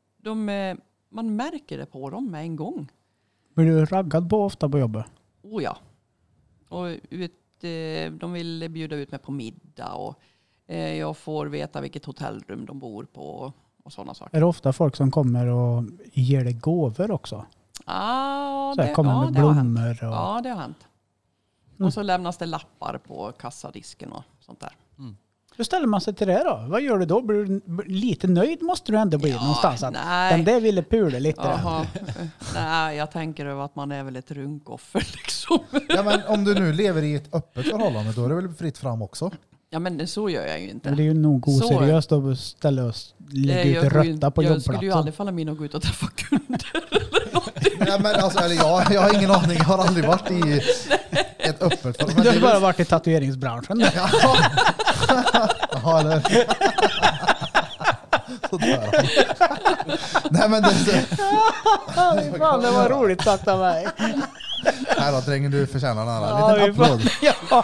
Man märker det på dem med en gång. Blir du raggad på ofta på jobbet? Oh ja. Och de vill bjuda ut mig på middag och jag får veta vilket hotellrum de bor på och sådana saker. Är det ofta folk som kommer och ger dig gåvor också? Ah, Så här, kommer med det har hänt. blommor och... Ja, det har hänt. Och så lämnas det lappar på kassadisken och sånt där. Hur ställer man sig till det då? Vad gör du då? Blir du lite nöjd måste du ändå bli någonstans. Att nej. den där ville pula lite. Jaha. Nej, jag tänker över att man är väl ett runkoffer liksom. Ja, men om du nu lever i ett öppet förhållande, då är det väl fritt fram också? Ja, men så gör jag ju inte. Men det är ju nog Så- oseriöst att ställa oss lägga ut Jag går ju- rötta på Jag skulle ju jobbplatsen. aldrig falla min att gå ut och träffa kunder. Ja, men alltså, eller jag har ingen aning. Jag har aldrig varit i ett öppet förhållande. Du har bara varit i tatueringsbranschen. Jaha, eller? Så dör han. Nej, men Fan, det var roligt sagt av mig. här då, drängen, du förtjänar den här. Ja, En liten applåd. Ja.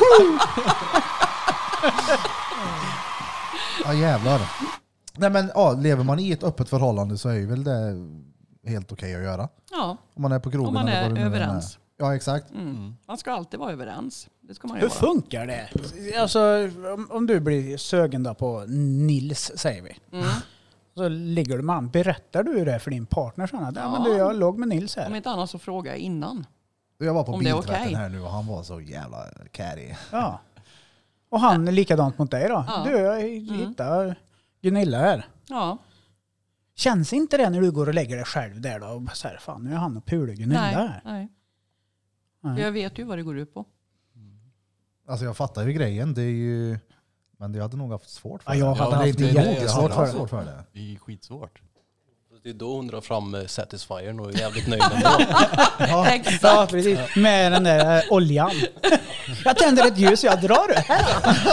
Ja, jävlar. Nej, men lever man i ett öppet förhållande så är ju väl det helt okej att göra. Ja, Om man är på krogen om man eller vad är det nu överens. Ja, exakt. Man ska alltid vara överens. Det ska man ju Hur vara. funkar det? Alltså, om du blir sögen då på Nils, säger vi. Så ligger du med han. Berättar du det för din partner? Så att, ja, men du, jag låg med Nils Om här. inte annars så frågar jag innan. Jag var på Om det är biltvätten okej. här nu och han var så jävla carry. Ja. Och han är likadant mot dig då. Ja. Du, jag hittar Gunilla här. Ja. Känns inte det när du går och lägger dig själv där då? Och bara så här, fan, nu är han och pular Gunilla här. Nej. Nej. Jag vet ju vad det går ut på. Alltså jag fattar ju grejen. Det är ju... Men jag hade nog haft svårt för Ja, jag hade det. haft Det är inte emot, jag jättesvårt hade för haft det. svårt för det. Det är skitsvårt. Det är då hon drar fram Satisfyern och är jävligt nöjd ändå. Ja, Exakt. precis. Med den där oljan. Jag tänder ett ljus, jag drar det här.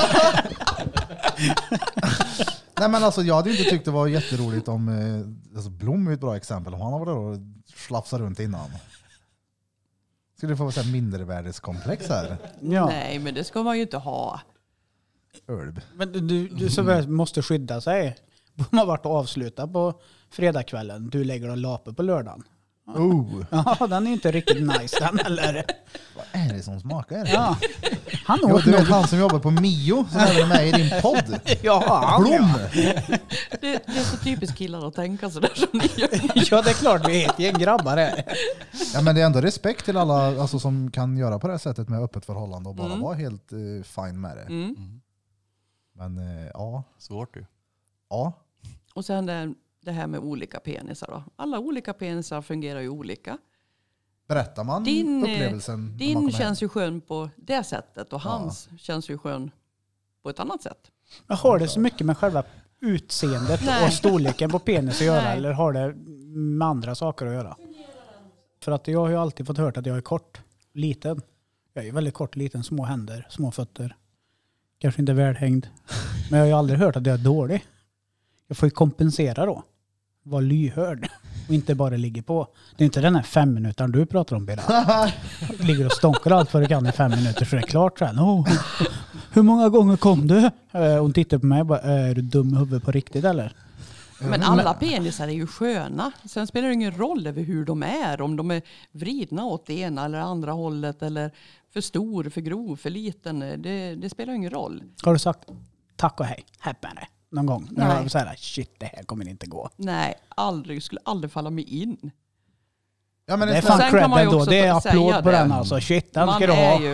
Nej men alltså jag hade ju inte tyckt det var jätteroligt om... Alltså Blom är ett bra exempel. Om han var där och slafsade runt innan. Skulle det få så här mindervärdeskomplex här? Ja. Nej, men det ska man ju inte ha. Ölb. Men du som måste skydda sig. De har varit och avslutat på fredagskvällen. Du lägger och lapar på lördagen. Oh, Ja, den är inte riktigt nice den eller? vad är det som smakar? Ja. Han Jo, åt du vet nog. han som jobbar på Mio som är med i din podd. Ja, han, Blom! ja. Det är så typiskt killar att tänka sådär som ni gör. Ja, det är klart vi är ett gäng grabbar här. Ja men det är ändå respekt till alla alltså, som kan göra på det här sättet med öppet förhållande och bara vara helt fine med det. Mm. Men ja. Svårt ju. Ja. Och sen det här med olika penisar då. Alla olika penisar fungerar ju olika. Berättar man upplevelsen? när man Din kommer känns ju skön på det sättet och hans känns ju skön på ett annat sätt. Men har det så mycket med själva utseendet Nej. och storleken på penis att göra Nej. eller har det med andra saker att göra? För att jag har ju alltid fått hört att jag är kort, liten. Jag är ju väldigt kort, liten, små händer, små fötter. Kanske inte välhängd. Men jag har ju aldrig hört att jag är dålig. Jag får ju kompensera då. Vara lyhörd. Och inte bara ligga på. Det är inte den här 5 minuten du pratar om, Bera. Ligger och stonkar allt för det kan i 5 minuter så det är klart sen. Hur många gånger kom du? Hon tittar på mig och bara, är du dum i huvudet på riktigt eller? Men alla penisar är ju sköna. Sen spelar det ingen roll över hur de är. Om de är vridna åt det ena eller andra hållet. Eller för stor, för grov, för liten. Det spelar ingen roll. Har du sagt tack och hej, häpp med det någon gång? När Nej. jag var så här, shit det här kommer inte gå. Nej, aldrig. Skulle aldrig falla mig in. Ja, men Det är det fan Sen kan cred man ju ändå. också Det är säga applåd på det. den alltså. Shit, den Man ska du är ha. ju...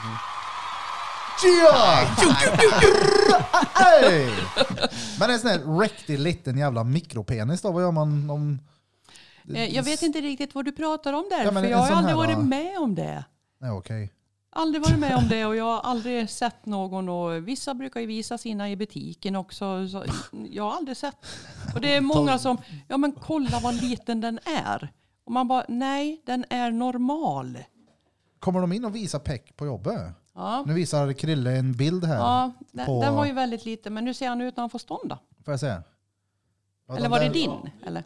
Hey! Men en sån här riktigt liten jävla mikropenis då, vad gör man om... Jag vet inte riktigt vad du pratar om där. Ja, men för en jag har sån aldrig här, varit med om det. Nej, okej. Aldrig varit med om det och jag har aldrig sett någon. Och vissa brukar ju visa sina i butiken också. Så jag har aldrig sett. Och det är många som, ja men kolla vad liten den är. Och man bara, nej den är normal. Kommer de in och visar peck på jobbet? Ja, Nu visar Krille en bild här. ja på- den var ju väldigt liten. Men nu ser han ut när han får stånd då. Får jag se? Ja, Eller den var det där- din? Eller?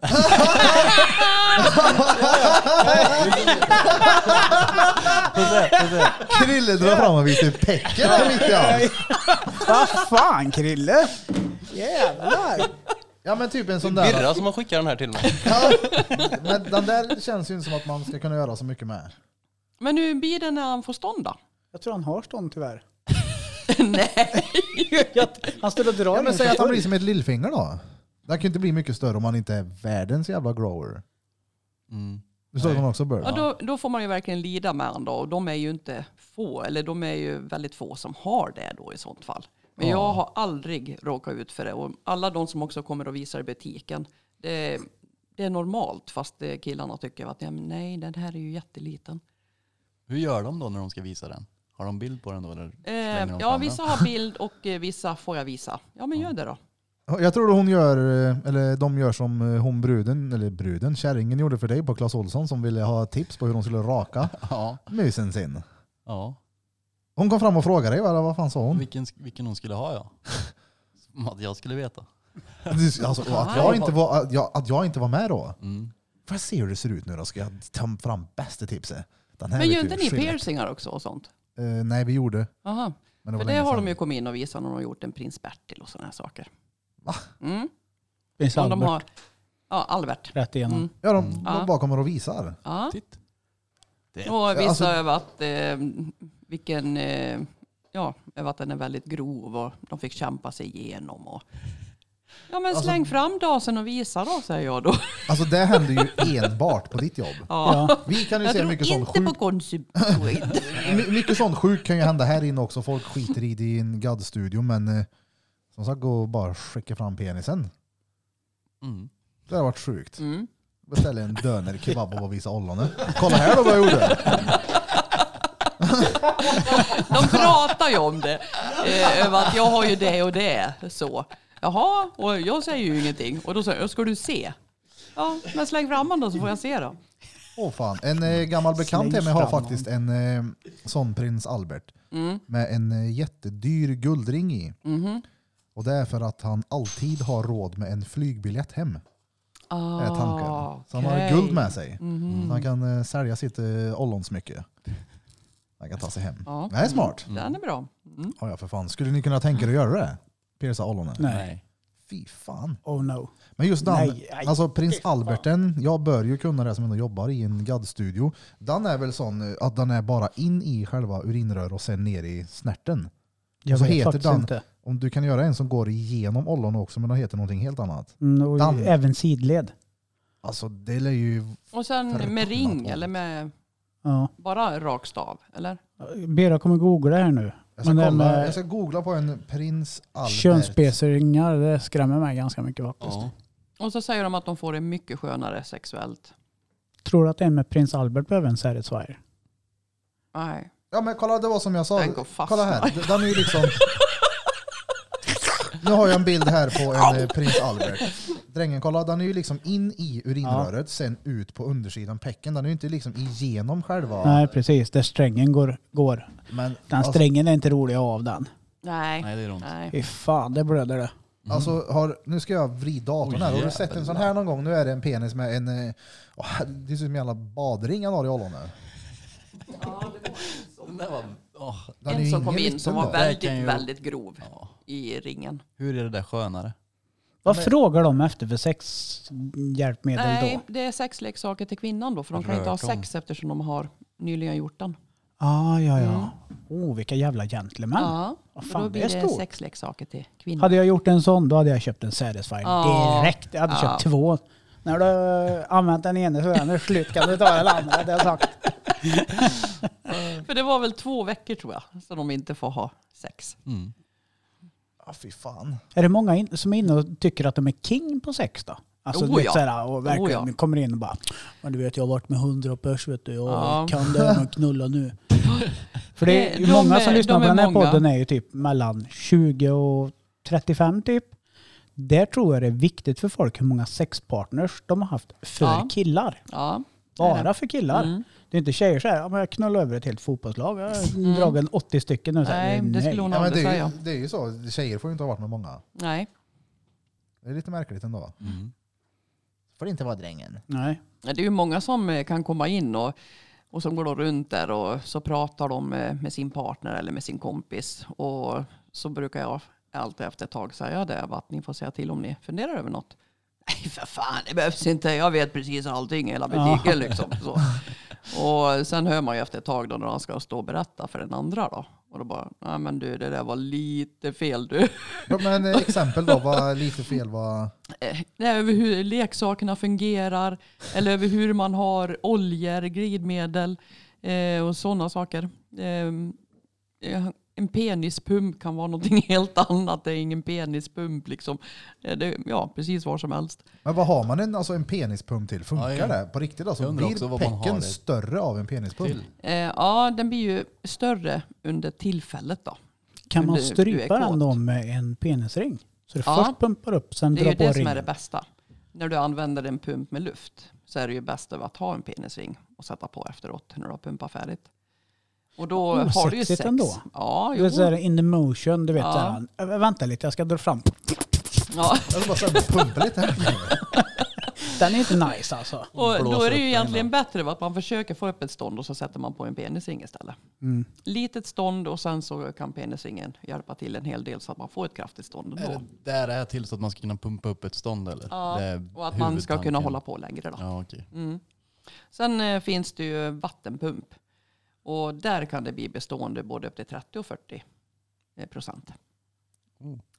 Krille drar fram och visar pecken här mitt i allt. Vad fan Krille? Jävlar. Ja men typ en sån där. Birra som har skickat den här till mig. Ja, men den där känns ju inte som att man ska kunna göra så mycket med. Men hur blir det när han får stånd då? Jag tror han har stånd tyvärr. Nej. Han står och drar. Ja, men in säg för att han full. blir som ett lillfinger då. Det kan ju inte bli mycket större om man inte är världens jävla grower. Mm. Du såg man också Bird? Ja, då får man ju verkligen lida med honom då. Och de är ju inte få, eller de är ju väldigt få som har det då i sånt fall. Men jag har aldrig råkat ut för det. Och alla de som också kommer och visar i butiken, det är normalt. Fast killarna tycker att nej, den här är ju jätteliten. Hur gör de då när de ska visa den? Har de bild på den då? Eller slänger de Ja, fram vissa den? har bild och vissa får jag visa. Ja, men gör det då. Jag tror hon gör, eller de gör som hon bruden, kärringen gjorde för dig på Clas Ohlson som ville ha tips på hur hon skulle raka Ja. musen sin. Ja. Hon kom fram och frågade dig, vad fan sa hon? Vilken hon skulle ha, ja. Som att jag skulle veta. Alltså, att jag inte var med då. Mm. Får jag se hur det ser ut nu då? Ska jag ta fram bästa tipset? Den här Men vet gör du, inte ni skillet. piercingar också och sånt? Nej, vi gjorde. Aha. Men det var För det länge har sedan. de ju kommit in och visat när de har gjort en prins Bertil och såna här saker. Va? Mm. Finns Om de Albert har, ja, Albert. rätt igenom. Mm. Ja, de Ja. bara kommer och visar. Ja. Titt. Och vissa alltså- över att över att den är väldigt grov och de fick kämpa sig igenom. Och Ja, men släng fram dasen och visa då, säger jag då. Alltså det händer ju enbart på ditt jobb. Ja. Vi kan ju Jag se tror mycket sån inte på sjuk... konsum. Mycket sånt sjukt kan ju hända här inne också. Folk skiter i det i en gaddstudio, men som sagt, gå och bara skicka fram penisen. Det har varit sjukt. Beställa en döner kebab och visa ollonet. Kolla här då vad jag gjorde. De pratar ju om det. Över att jag har ju det och det. Så. Jaha, och jag säger ju ingenting. Och då säger jag, ska du se? Ja, men släng fram den då så får jag se då. Fan. En gammal bekant till mig har faktiskt en sån prins Albert. Med en jättedyr guldring i. Och det är för att han alltid har råd med en flygbiljett hem. Är tanken. Så han har guld med sig. Så han kan sälja sitt ollonsmycke. Han kan ta sig hem. Ja. Det är smart. Den är bra. Ja, för fan. Skulle ni kunna tänka er att göra det? Pierca ollonet? Nej. Fy fan. Oh no. Men just den, Nej. alltså prins Alberten, jag bör ju kunna det som ändå jobbar i en gaddstudio. Den är väl sån att den är bara in i själva urinrör och sen ner i snärten. Jag så vet heter faktiskt den, inte. om du kan göra en som går igenom ollon också, men den heter någonting helt annat. Och Dan. även sidled. Alltså det är ju... Och sen med ring eller med bara rakstav, eller? Bera kommer googla här nu. Jag ska googla på en prins Albert. Könsspeceringar, det skrämmer mig ganska mycket faktiskt. Ja. Och så säger de att de får det mycket skönare sexuellt. Tror du att en med prins Albert behöver en Satisfyer? Nej. Ja men kolla, det var som jag sa. Den går fast. Kolla här, den är ju liksom... Nu har jag en bild här på en prins Albert. Drängen, kolla, den är ju liksom in i urinröret, sen ut på undersidan pecken. Den är ju inte liksom igenom själva... Nej, precis. Där strängen går. Men, Den strängen är inte rolig av den. Nej. Nej, det är ont. Fy fan, det blöder det. Alltså, nu ska jag vrida datorn här. Har du sett en sån här någon gång? Nu är det en penis med en... det är som en jävla badring han har i ollonet. En som kom in som var väldigt, ju... väldigt grov i ringen. Hur är det där skönare? Vad frågar de efter för sexhjälpmedel då? Nej, det är sexleksaker till kvinnan då. För de kan inte ha sex eftersom de har nyligen gjort den. Ja. Vilka jävla gentlemän. Ja, Vad fan, då det är blir det stort. sexleksaker till kvinnan. Hade jag gjort en sån, då hade jag köpt en Satisfyer direkt. Jag hade köpt 2. När du använt den ena så är den slut, kan du ta den andra, det har jag sagt. För det var väl 2 veckor tror jag, så de inte får ha sex. Fy fan. Är det många som är inne och tycker att de är king på sex då? Alltså du vet såhär, och verkligen kommer in och bara, du vet jag har varit med 100 pers vet du, och kan det här med knulla nu. För det är ju många som lyssnar på den här podden är ju typ mellan 20 och 35 typ. Där tror jag det är viktigt för folk hur många sexpartners de har haft för killar. Ja. Bara för killar. Det är inte tjejer så här, jag knullar över ett helt fotbollslag. Jag har dragit 80 stycken nu. Nej, det skulle hon aldrig säga. Det är ju så, tjejer får ju inte ha varit med många. Nej. Det är lite märkligt ändå. Får det inte vara drängen. Nej. Det är ju många som kan komma in och som går då runt där och så pratar de med sin partner eller med sin kompis. Och så brukar jag alltid efter ett tag säga det, att ni får säga till om ni funderar över något. Nej för fan, det behövs inte. Jag vet precis allting i hela butiken liksom. Så. Och sen hör man ju efter ett tag då när han ska stå och berätta för den andra då. Och då bara, nej men du, det där var lite fel du. Ja, men exempel då, vad lite fel var? Över hur leksakerna fungerar. Eller över hur man har oljor, glidmedel och sådana saker. En penispump kan vara någonting helt annat. Det är ingen penispump liksom. Precis var som helst. Men vad har man en penispump till? Funkar det på riktigt? Alltså, blir pecken större av en penispump? Den blir ju större under tillfället då. Kan man strypa den då med en penisring? Så det först pumpar upp, sen drar på ringen. Det är ju det som är det bästa. När du använder en pump med luft så är det ju bäst att ha en penisring och sätta på efteråt när du har pumpat färdigt. Och då har du ju sex. Ändå. Ja, du vet så här in the motion, du vet såhär, vänta lite, jag ska dra fram. Ja. Jag vill bara säga, pumpa lite här. Den är inte nice alltså. Och då är det ju egentligen bättre att man försöker få upp ett stånd och så sätter man på en penisring istället. Litet stånd och sen så kan penisringen hjälpa till en hel del så att man får ett kraftigt stånd ändå. Är det där är till så att man ska kunna pumpa upp ett stånd eller? Ja, och att man ska kunna hålla på längre då. Ja, okej. Sen finns det ju vattenpump. Och där kan det bli bestående både upp till 30 och 40%.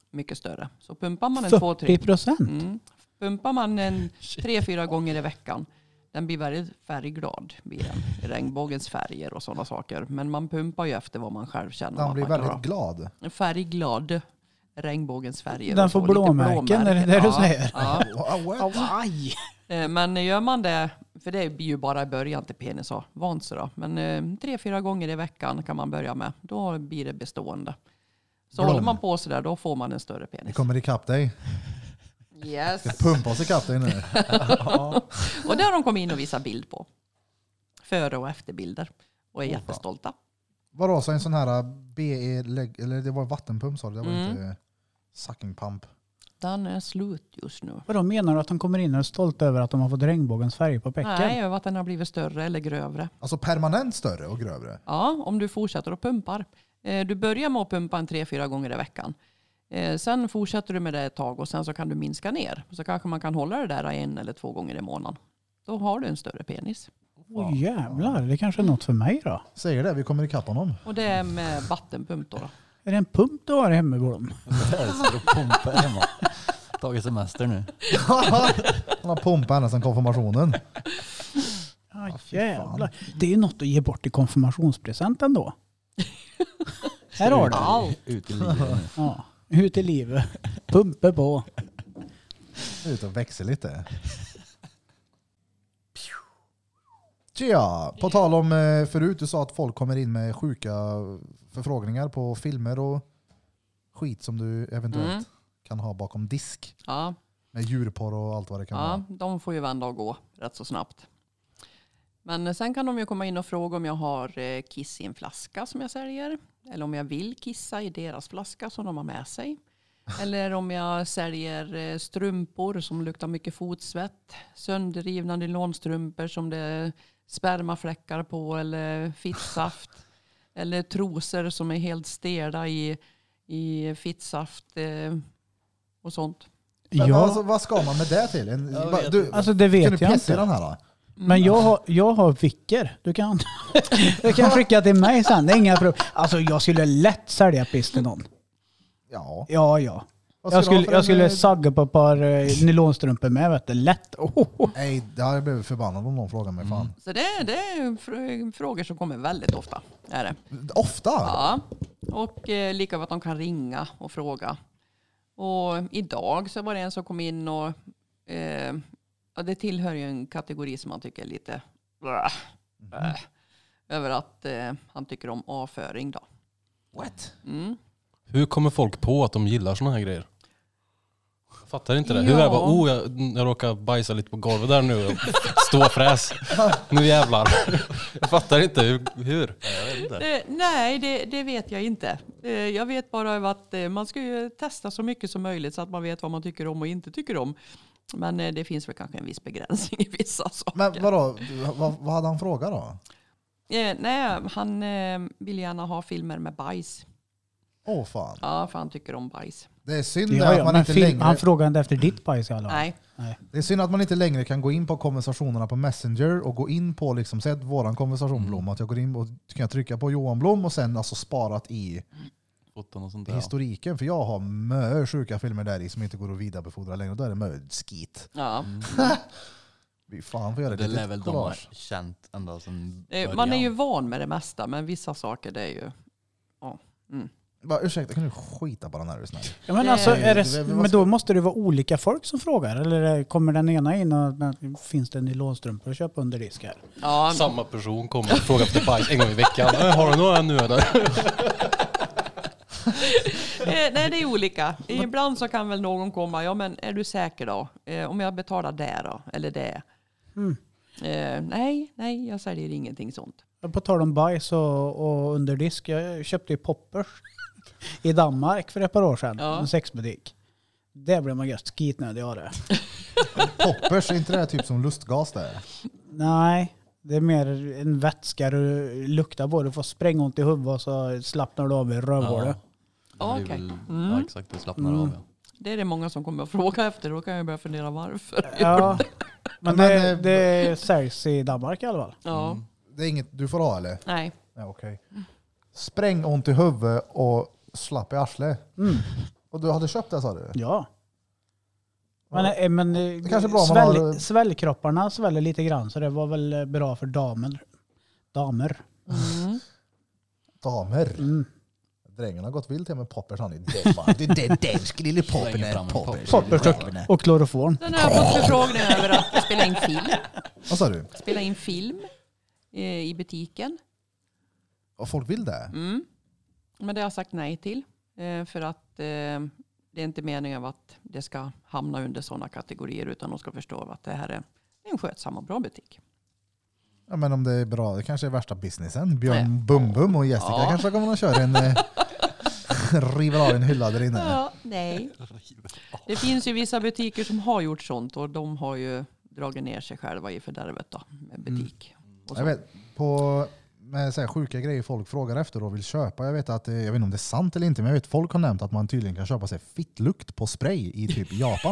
mycket större. Så pumpar man en 40%? Pumpar man en 3-4 gånger i veckan. Den blir väldigt färgglad. Blir den. Regnbågens färger och sådana saker. Men man pumpar ju efter vad man själv känner. Den blir väldigt glad. Färgglad. Regnbågens färger. Den får blåmärken, är det det du säger? Ja. Aj. Men gör man det, för det blir ju bara i början till penis och vant då. Men 3-4 gånger i veckan kan man börja med. Då blir det bestående. Så håller man på så där, då får man en större penis. Vi kommer ikapp dig. Yes. Ska pumpa oss ikapp dig nu. Och där har de kommit in och visat bild på. Före- och efterbilder. Och är jättestolta. Vadå, så en sån här BE, eller det var vattenpump sa du? Det var inte sucking pump. Den är slut just nu. Vadå, menar du att de kommer in och är stolta över att de har fått regnbågens färg på pecken? Nej, över att den har blivit större eller grövre. Alltså permanent större och grövre? Ja, om du fortsätter att pumpar. Du börjar med att pumpa en 3-4 gånger i veckan. Sen fortsätter du med det ett tag och sen så kan du minska ner. Så kanske man kan hålla det där 1 eller 2 gånger i månaden. Då har du en större penis. Åh jävlar, det kanske är något för mig då. Säger det, vi kommer ikapp honom. Och det är med vattenpump då. Är det en pump du har hemma, Blom? Jag älskar att pumpa hemma. Tagit semester nu. Han har pumpat henne sedan konfirmationen. Ja, jävlar. Det är ju något att ge bort i konfirmationspresent ändå. Här har du. Ut i livet nu. Ja, ut i livet. Pumpa på. Ut och växer lite. Tja, på tal om förut, du sa att folk kommer in med sjuka förfrågningar på filmer och skit som du eventuellt kan ha bakom disk. Ja. Med djurporr och allt vad det kan vara. De får ju vända och gå rätt så snabbt. Men sen kan de ju komma in och fråga om jag har kiss i en flaska som jag säljer. Eller om jag vill kissa i deras flaska som de har med sig. Eller om jag säljer strumpor som luktar mycket fotsvett. Sönderrivna nylonstrumpor som det är spermafläckar på. Eller fittsaft. Eller trosor som är helt sterda i fittsaft och sånt. Men Ja, alltså, vad ska man med det till? alltså det vet kan du jag pissa i inte. den här då? Men jag har vicker. Du kan skicka till mig sen. Det är inga problem. Alltså jag skulle lätt sälja piss till någon. Ja. Ja. Vad ska du ha för Jag skulle en- sagga på ett par nylonstrumpor med, vet du. Lätt. Nej, det hade jag blivit förbannad om någon frågar mig. Fan. Så det är frågor som kommer väldigt ofta. Är det. Ofta? Ja, och lika att de kan ringa och fråga. Och idag så var det en som kom in och det tillhör ju en kategori som man tycker är lite över att han tycker om avföring då. What? Hur kommer folk på att de gillar såna här grejer? Jag fattar inte det. Ja. Hur är det bara, jag råkar bajsa lite på golvet där nu. Stå och fräs. Nu jävlar. Jag fattar inte hur. Jag vet inte. Nej, det vet jag inte. Jag vet bara att man ska ju testa så mycket som möjligt så att man vet vad man tycker om och inte tycker om. Men det finns väl kanske en viss begränsning i vissa saker. Men vadå, vad hade han frågat då? Nej, han vill gärna ha filmer med bajs. Åh fan. Ja, för han tycker om bajs. Det är synd Ja, att man men inte längre... han frågade inte efter ditt bajs i alla fall. Nej. Det är synd att man inte längre kan gå in på konversationerna på Messenger och gå in på liksom, säg våran konversation Blom, att jag går in och kan jag trycka på Johan Blom och sen alltså sparat i Foton och sånt där. historiken, för jag har mö sjuka filmer där i som inte går att vidarebefordra längre, då är det mö skit. Ja. Vi fan får göra Det det lär väl de har collage. känt ända sedan början. Man är ju van med det mesta, men vissa saker det är ju... Ja. Bara, ursäkta, kan du skita bara när du är snäll? Ja, men, alltså, men då måste det vara olika folk som frågar. Eller kommer den ena in och finns det nylonstrumpor att köpa under disk här? Ja, Samma person kommer och frågar efter bajs en gång i veckan. Har du några nu eller? nej, det är olika. Ibland så kan väl någon komma, ja men är du säker då? Om jag betalar det då? Eller det? Nej, jag säljer ingenting sånt. På tal om bajs och under disk. Jag köpte ju poppers i Danmark för ett par år sedan. Ja. En sexbutik. Det blev man just skitnödig av det. Poppers, är inte det typ som lustgas där? Nej, det är mer en vätska du luktar på. Du får sprängont i huvudet och så slappnar du av i rövhålet. Ja, Det okej. blir väl, ja, exakt, det slappnar av. Ja. Det är det många som kommer att fråga efter. Då kan jag börja fundera varför. Ja, men Men, det säljs i Danmark i alla fall. Ja. Det är inget du får ha eller? Nej. Ja, okej. Spräng ont i huvudet och slapp i arslet. Och du hade köpt det, sa du? Ja. Men det kanske är bra om man har... svällkropparna sväller lite grann, så det var väl bra för damer. Damer. Drängen har gått vilt till med poppers. Han är den dansk lille Poppers och kloroform. Sen har jag fått förfrågningar över att spela in film. Vad sa du? Spela in film i butiken. Och folk vill det? Men det har jag sagt nej till. För att det är inte meningen att det ska hamna under sådana kategorier, utan de ska förstå att det här är en skötsam och bra butik. Ja, men om det är bra, det kanske är värsta businessen. Björn Bum och Jessica kanske kommer att köra en river av en hylla där inne. Ja, nej. Det finns ju vissa butiker som har gjort sånt, och de har ju dragit ner sig själva i fördärvet då, med butik. Jag vet, med så här sjuka grejer folk frågar efter och vill köpa. Jag vet att, jag vet inte om det är sant eller inte, men jag vet folk har nämnt att man tydligen kan köpa sig fittlukt på spray i typ Japan.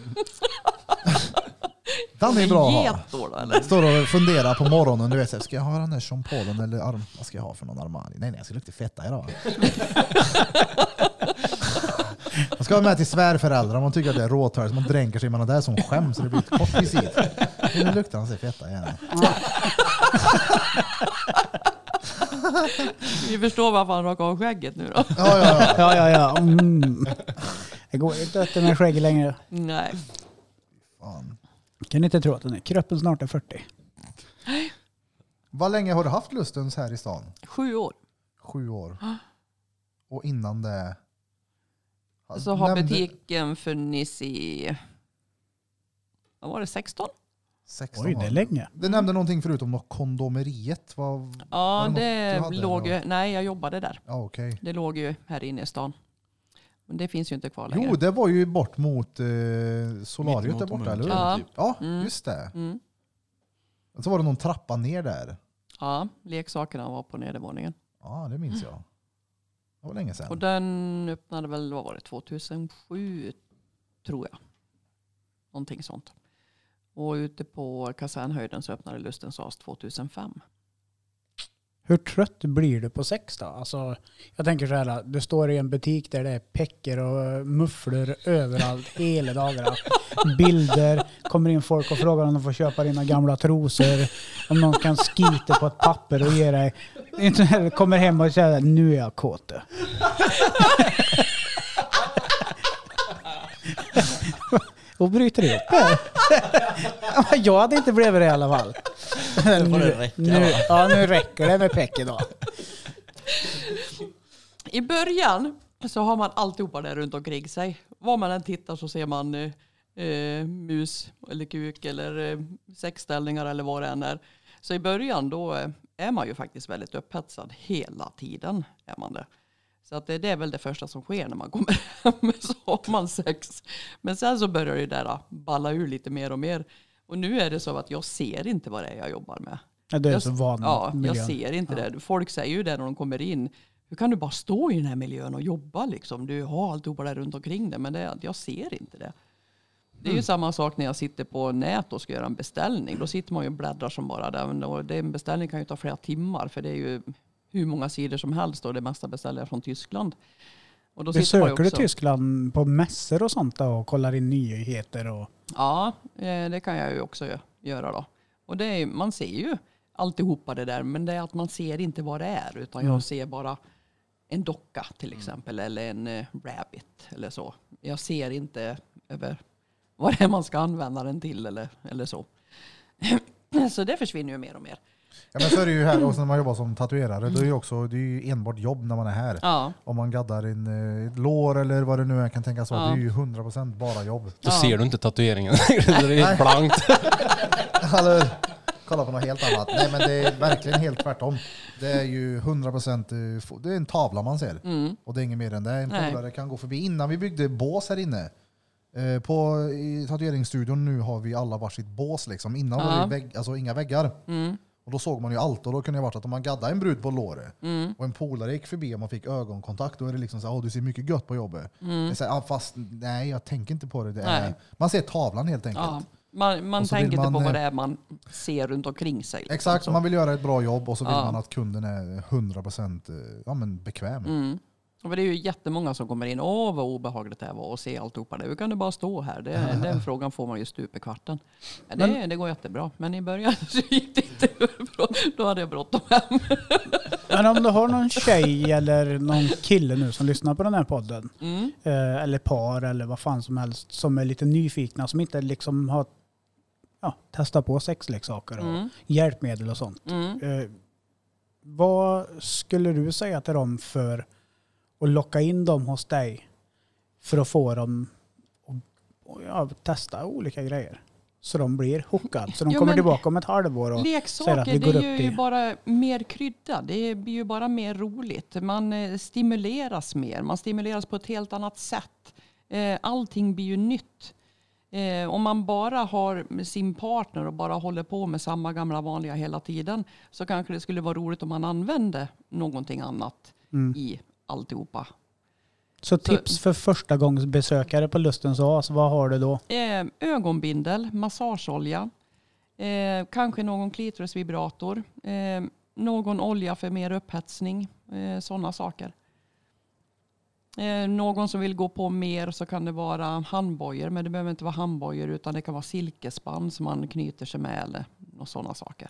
Den är bra att ha. Står och funderar på morgonen, du vet, ska jag ha den där Jean Paulen eller vad ska jag ha för någon Armani? Nej, jag ska lukta fetta idag. Man ska ha med till svärföräldrar om man tycker att det är råtör, så man dränker sig med något där som skäms så det blir ett kort visit. Nu luktar han sig fetta igen. Vi förstår varför han råkar ha skägget nu då. Ja. Det går inte att med skägg längre. Nej. Fan. Kan inte tro att den är kroppen snart är 40. Vad länge har du haft Lustens här i stan? 7 år. 7 år. Och innan det... Så har butiken funnits i... Vad var det? 16? 16 Oj, det är länge. Det nämnde någonting förutom något kondomeriet. Ja, det låg ju... Nej, jag jobbade där. Ja, okay. Det låg ju här inne i stan. Men det finns ju inte kvar längre. Jo, det var ju bort mot solariet där borta, eller hur? Ja. Typ. Ja, just det. Så var det någon trappa ner där. Ja, leksakerna var på nedervåningen. Ja, det minns jag. Det var länge sedan. Och den öppnade väl, vad var det, 2007 tror jag. Någonting sånt. Och ute på Kasernhöjden så öppnade Lustens As 2005. Hur trött blir du på sex då? Alltså, jag tänker så här, du står i en butik där det är pecker och mufflor överallt hela dagarna. Bilder, kommer in folk och frågar om de får köpa dina gamla trosor. Om någon kan skita på ett papper och ge dig. Kommer hem och säger, nu är jag kåt. Och bryter upp det. Jag hade inte blivit det i alla fall. Nu räcker det med peck idag. I början så har man alltihopa där runt omkring sig. Var man än tittar så ser man mus eller kuk eller sexställningar eller vad det än är. Så i början då är man ju faktiskt väldigt upphetsad hela tiden. Är man det. Så att det är väl det första som sker när man kommer hem, så har man sex. Men sen så börjar det där balla ur lite mer och mer. Och nu är det så att jag ser inte vad det är jag jobbar med. Ja, det är så van jag ser inte det. Folk säger ju det när de kommer in. Hur kan du bara stå i den här miljön och jobba liksom? Du har alltihopa där runt omkring det, men jag ser inte det. Det är ju samma sak när jag sitter på nät och ska göra en beställning. Då sitter man ju och bläddrar som bara där. Och en beställning kan ju ta flera timmar, för det är ju hur många sidor som helst, och det mesta beställer från Tyskland. Och då besöker du Tyskland på mässor och sånt då, och kollar in nyheter? Och... Ja, det kan jag ju också göra då. Och det är, man ser ju alltihopa det där, men det är att man ser inte vad det är, utan jag ser bara en docka till exempel, eller en rabbit eller så. Jag ser inte över vad det är man ska använda den till eller så. Så det försvinner ju mer och mer. Ja, men så är det ju här också när man jobbar som tatuerare. Det är ju enbart jobb när man är här. Ja. Om man gaddar ett lår eller vad det nu är kan tänka så. Det är ju 100% bara jobb. Då ser du inte tatueringen. Det är helt blankt. Eller, kolla på något helt annat. Nej, men det är verkligen helt tvärtom. Det är ju 100%, det är en tavla man ser. Och det är inget mer än det. En polare kan gå förbi. Innan vi byggde bås här inne. I tatueringsstudion nu har vi alla varsitt bås liksom. Innan var det alltså inga väggar. Och då såg man ju allt, och då kunde det varit att om man gaddade en brud på låret och en polare gick förbi och man fick ögonkontakt, då är det liksom så här, du ser mycket gött på jobbet. Det säger, fast nej, jag tänker inte på det. Man ser tavlan helt enkelt. Ja. Man tänker inte på vad det är man ser runt omkring sig. Liksom. Exakt, man vill göra ett bra jobb och så vill man att kunden är 100% bekväm. Och det är ju jättemånga som kommer in. Vad obehagligt det var att se alltihopa det. Hur kan du bara stå här? Den frågan får man ju stup i kvarten. Det går jättebra. Men i början så gick det inte. Då hade jag bråttom hem. Men om du har någon tjej eller någon kille nu som lyssnar på den här podden. Eller par eller vad fan som helst. Som är lite nyfikna. Som inte liksom har testat på sexleksaker och hjälpmedel och sånt. Vad skulle du säga till dem för att locka in dem hos dig för att få dem att testa olika grejer? Så de blir hookade. Så de kommer tillbaka om ett halvår och säger att vi går upp till... Leksaker, det är ju bara mer krydda. Det blir ju bara mer roligt. Man stimuleras mer. Man stimuleras på ett helt annat sätt. Allting blir ju nytt. Om man bara har sin partner och bara håller på med samma gamla vanliga hela tiden, så kanske det skulle vara roligt om man använde någonting annat i alltihopa. Så tips för första gångs besökare på Lustens Oas, vad har du då? Ögonbindel, massageolja, kanske någon klitorisvibrator, någon olja för mer upphetsning, sådana saker. Någon som vill gå på mer, så kan det vara handbojor, men det behöver inte vara handbojor utan det kan vara silkesband som man knyter sig med eller sådana saker.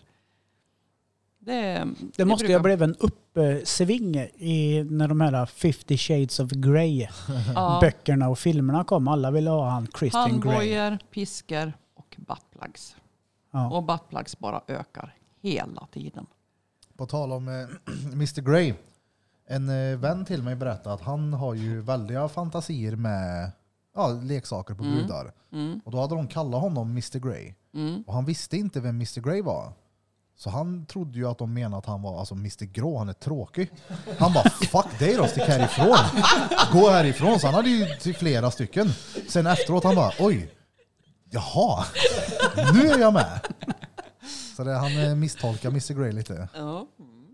Det måste ju ha blivit en uppsving när de här 50 Shades of Grey böckerna och filmerna kom. Alla ville ha han Christian Grey. Handbojor, piskor och buttplugs. Ja. Och buttplugs bara ökar hela tiden. På tal om Mr. Grey. En vän till mig berättade att han har ju väldiga fantasier med leksaker på brudar. Och då hade de kallat honom Mr. Grey. Och han visste inte vem Mr. Grey var. Så han trodde ju att de menade att han var alltså Mr. Grå, han är tråkig. Han bara, fuck dig då, stick härifrån. Gå härifrån. Så han hade ju till flera stycken. Sen efteråt han bara, oj, jaha, nu är jag med. Så han misstolkar Mr. Grey lite. Ja.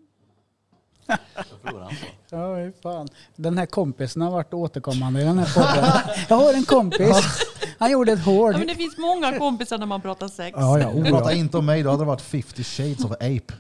Ja, fan. Den här kompisen har varit återkommande i den här podden. Jag har en kompis. Han gjorde ett hål. Ja, men det finns många kompisar när man pratar sex. Prata inte om mig, då hade det varit 50 Shades of Ape.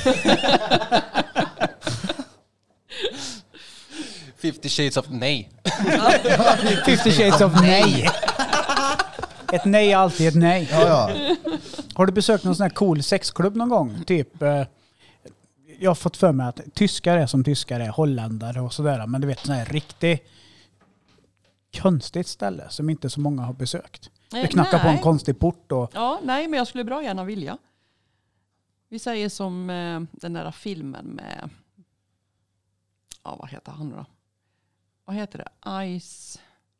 50 Shades of nej. 50 Shades of nej. Ett nej är alltid ett nej. Ja. Har du besökt någon sån här cool sexklubb någon gång? Typ... Jag har fått för mig att tyskar är som tyskar är, holländare och sådär. Men du vet, sån här riktigt konstigt ställe som inte så många har besökt. Det knackar på en konstig port. Och... Ja, nej, men jag skulle bra gärna vilja. Vi säger som den där filmen med... Ja, vad heter han då? Vad heter det? Ice...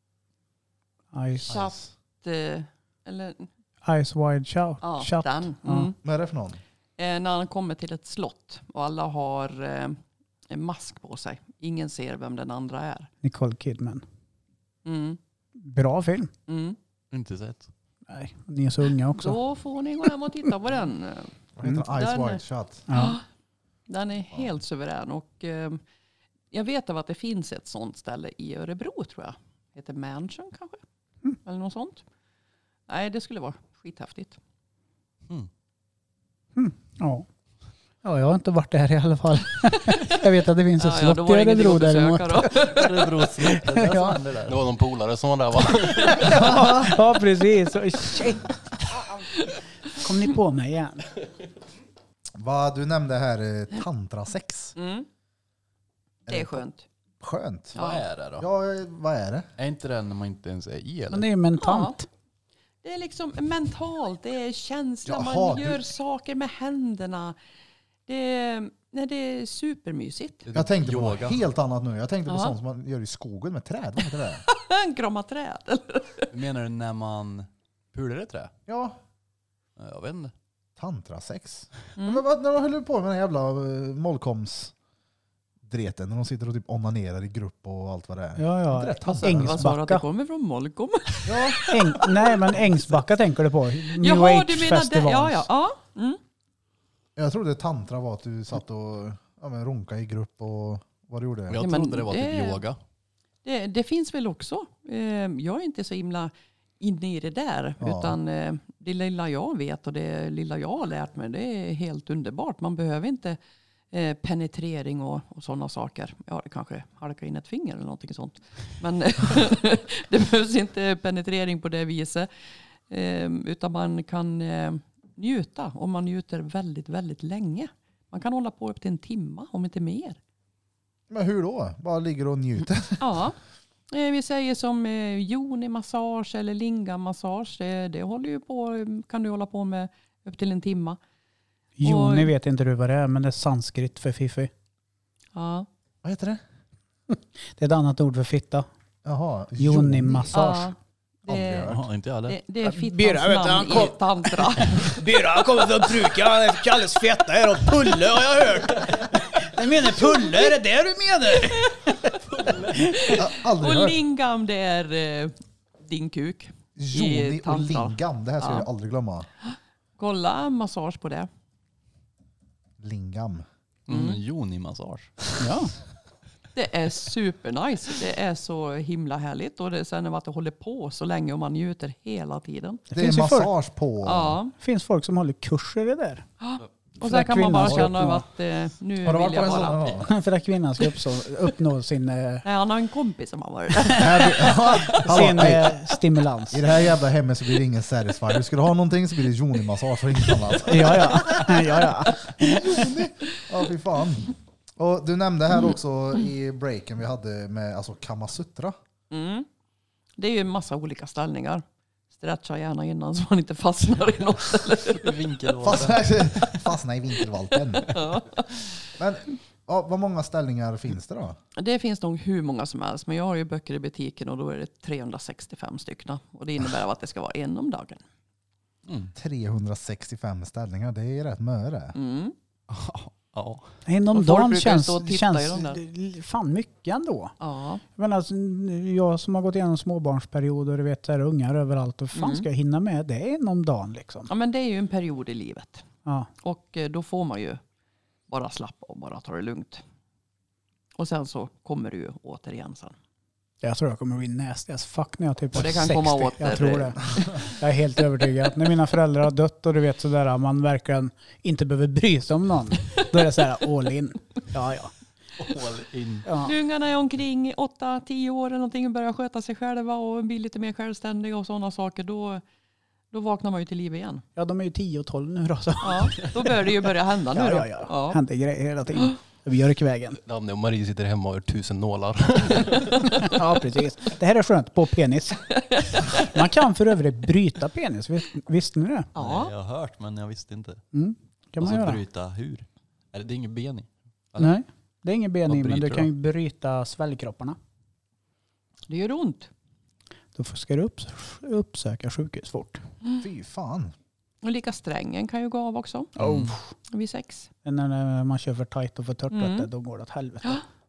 Shut... Eller... Ice Wide Shut. Ja, Shut. den. Vad är det för någon? När han kommer till ett slott och alla har en mask på sig. Ingen ser vem den andra är. Nicole Kidman. Bra film. Inte sett. Nej, ni är så unga också. Då får ni gå hem och titta på den. Vad heter Ice Wide Shut? Ja. Den är helt suverän. Och jag vet av att det finns ett sånt ställe i Örebro, tror jag. Heter Mansion kanske? Eller något sånt. Nej, det skulle vara skithäftigt. Ja. Ja, jag har inte varit där i alla fall. Jag vet att det finns ett slott i Örebro däremot. Det var någon polare som var där, va? Ja, precis. Shit. Kom ni på mig igen? Vad du nämnde här, tantrasex. Det är skönt. Skönt. Vad är det då? Ja, vad är det? Är inte det när man inte ens är i, eller? Men det är ju mentant. Ja. Det är liksom mentalt, det är känsla, Jaha, man gör saker med händerna. Det är supermysigt. Jag tänkte på något helt annat nu. Jag tänkte på sånt som man gör i skogen med träd. Vad heter det? Krama träd, eller? Menar du när man pular ett trä? Ja. Jag vet inte. Tantrasex. Men vad höll du på med den jävla mollkomsdreten när de sitter och typ onanerar i grupp och allt vad det är? Ja. Vad sa du att det kommer från Molkom? Nej, men Ängsbacka tänker du på. New Jaha, Age du menar Festivals. det? Ja. Jag trodde tantra var att du satt och runka i grupp och vad du gjorde. Jag trodde det var typ yoga. Det finns väl också. Jag är inte så himla inne i det där. Ja. Utan det lilla jag vet och det lilla jag har lärt mig, det är helt underbart. Man behöver inte penetrering och sådana saker. Ja, det kanske halkar in ett finger eller någonting sånt. Men det behövs inte penetrering på det viset. Utan man kan njuta, och man njuter väldigt, väldigt länge. Man kan hålla på upp till 1 timme, om inte mer. Men hur då? Bara ligger och njuter? Ja, vi säger som yoni-massage eller lingam-massage. Det håller ju på, kan du hålla på med upp till 1 timme. Joni vet inte du vad det är, men det är sanskrit för fiffi. Ja. Vad heter det? Det är ett annat ord för fitta. Jaha. Yoni-massage. Ja. Ja, inte jag Det är fittans Birra, vet du, namn i tantra. Birra kommer från bruka, han är kalles feta här och pulle har jag hört. Jag menar pulle, är det du menar? Aldrig Och hört. lingam, det är din kuk. Joni och tantra. lingam, det här ska jag aldrig glömma. Kolla massage på det. Lingam. Joni-massage. Ja. Det är supernice. Det är så himla härligt. Och det sen att det håller på så länge och man njuter hela tiden. Det finns är ju folk- massage på. Ja. Det finns folk som håller kurser i det där. Och För sen att kan man bara kvinnan känna ska att nu Har du varit vill på jag en bara... sån? Ja. För att kvinnan ska uppnå sin, Nej, han har en kompis som har varit där. sin Hallå, stimulans. I det här jävla hemmet så blir det ingen satisfier. Du skulle ha någonting så blir det Joni-massage och inget annat. Ja. Ja, fy fan. Och du nämnde här också i breaken vi hade med alltså Kamasutra. Mm. Det är ju en massa olika ställningar. Stretcha gärna innan så man inte fastnar i något. Fastna i vinkelvalpen. Men ja, vad många ställningar finns det då? Det finns nog hur många som helst. Men jag har ju böcker i butiken och då är det 365 stycken. Och det innebär att det ska vara 1 om dagen. 365 ställningar, det är rätt möre. Mm. Ja. Inom Och folk dagen brukar känns stå och titta i dem fan mycket ändå. Ja. Men alltså, jag som har gått igenom småbarnsperioder och vet så här, ungar överallt och fan ska jag hinna med det inom dagen liksom. Ja, men det är ju en period i livet. Ja. Och då får man ju bara slappa och bara ta det lugnt. Och sen så kommer du ju återigen sen. Jag tror jag kommer bli nasty as fuck när jag typ Och det kan 60. komma åter. Jag tror det. Jag är helt övertygad. När mina föräldrar har dött och du vet sådär, man verkligen inte behöver bry sig om någon. Då är det såhär all in. Ja. All in. Ja. Ungarna är omkring 8-10 år eller någonting och börjar sköta sig själva och bli lite mer självständiga och sådana saker. Då vaknar man ju till liv igen. Ja, de är ju 10 och 12 nu då. Så. Ja, då bör det ju börja hända nu då. Ja. Händer grejer hela tiden. Björkvägen. Danne och Marie sitter hemma och har 1000 nålar. Ja, precis. Det här är skönt på penis. Man kan för övrigt bryta penis. Visste ni det? Ja. Nej, jag har hört men jag visste inte. Kan man Alltså göra. bryta hur? Är det inget ben i? Eller? Nej, det är ingen ben Vad i, men du bryter kan då? ju bryta svällkropparna. Det gör ont. Då ska du uppsöka sjukhus fort. Fy fan. Och lika strängen kan ju gå av också. Vid sex. När man kör för tajt och för tört, då går det åt helvete.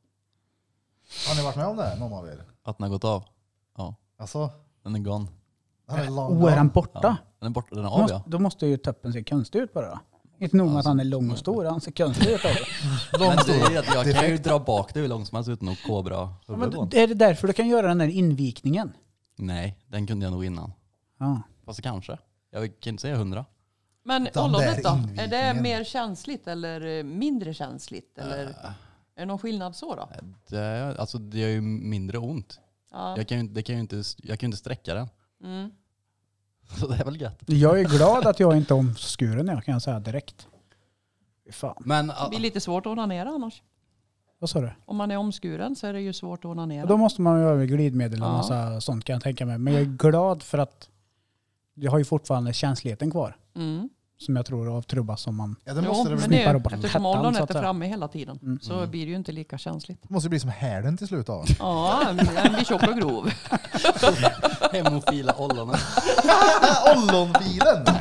Har ni varit med om det, någon av er? Att den har gått av? Ja. Alltså, Den är gone. han är lång. Är han borta? Ja. Den är borta, den är av ja. Då måste ju toppen se konstig ut bara. Inte nog med att han är lång och stor, han ser konstig ut också. Men det är att jag kan ju dra bak det hur långt som helst utan att kobra huvudet på den. Är det därför du kan göra den där invikningen? Nej, den kunde jag nog innan. Ja. Fast kanske. Jag kan inte säga 100. Men Den ollonet där då? invikningen. Är det mer känsligt eller mindre känsligt? Eller är det någon skillnad så då? Det gör ju mindre ont. Ja. Jag kan ju inte sträcka den. Mm. Så det är väl gött. Jag är glad att jag inte är omskuren, jag kan säga direkt. Fan. Men Det blir lite svårt att onanera annars. Vad sa du? Om man är omskuren så är det ju svårt att onanera. Då måste man ju över glidmedel och Ja. massa sånt kan jag tänka mig. Men jag är glad för att jag har ju fortfarande känsligheten kvar. Mm. Som jag tror avtrubbas om man... Ja, det Jo, måste det men väl det bli. slipar är, upp eftersom hettan, så ollonet att är säga. framme hela tiden så blir det ju inte lika känsligt. Det måste bli som härden till slut då. Ja, den blir tjock och grov. hemofila ollonen. Ollonfilen!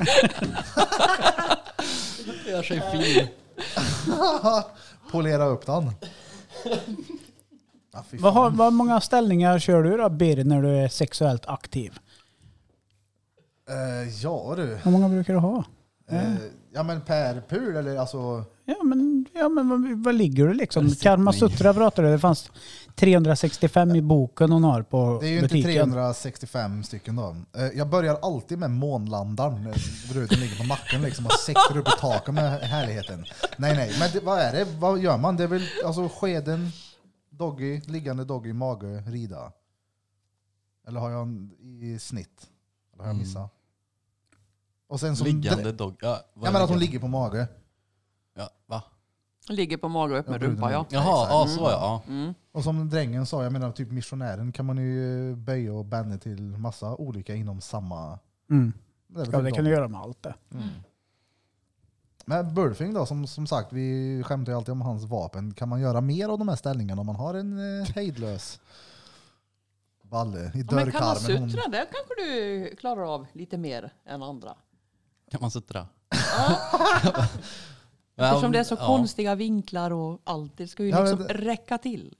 Gör sig fin. Polera upp den. Ja, fy Vad, fan. vad många ställningar kör du då, Bir, när du är sexuellt aktiv? Ja du. Hur många brukar du ha? Ja men per pul eller alltså. Ja, men Ja, men vad ligger det liksom? Karma Sutra pratade det fanns 365 i boken hon har på butiken. Det är ju inte 365 stycken då. Jag börjar alltid med månlandaren. Bruden ligger på nacken liksom och siktar upp i taket med härligheten. Nej. Men vad är det? Vad gör man? Det är väl alltså skeden, doggy, liggande doggy, mage, rida. Eller har jag en i snitt? Eller har jag missat? Och sen som liggande dogg. Ja, men att hon ligger på mage. Ja, va? Ligger på mage och öppnar rumpa, ja. Jaha, så ja. Och som drängen sa, jag menar typ missionären kan man ju böja och bända till massa olika inom samma... Det kan du göra med allt det. Men Burfing då, som sagt, vi skämtar ju alltid om hans vapen. Kan man göra mer av de här ställningarna om man har en hejdlös balle i dörrkarmen? Men kan man sutra? Det kanske du klarar av lite mer än andra. Kan man sutra? Eftersom det är så konstiga vinklar och allt. Det ska ju liksom räcka till.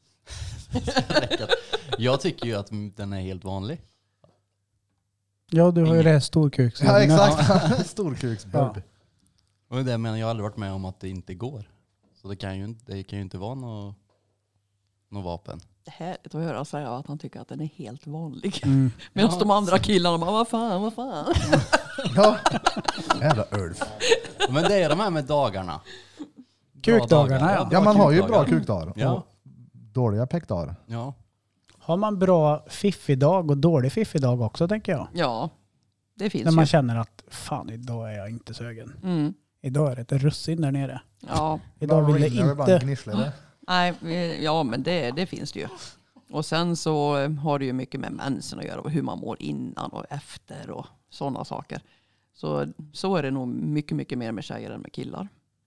Jag tycker ju att den är helt vanlig. Ja, du har ju det storkuks. Ja, exakt. Storkuksbörd. Ja. Och det menar jag har aldrig varit med om att det inte går. Så det kan ju inte vara något vapen. Det här är att höra säga att han tycker att den är helt vanlig. Medan de andra killarna bara, vad fan. Ja, jävla Ulf. Men det är de här med dagarna. Kukdagarna, ja. Man har ju bra kukdagar. Ja. Och dåliga peckdagar. Ja. Har man bra fiffig dag och dålig fiffig dag också, tänker jag. Ja, det finns när man känner att fan, idag är jag inte sögen. Idag är det ett russin där nere. Ja. Idag vill det inte... Nej, ja men det finns det ju. Och sen så har det ju mycket med mensen att göra och hur man mår innan och efter och sådana saker. Så är det nog mycket, mycket mer med tjejer än med killar.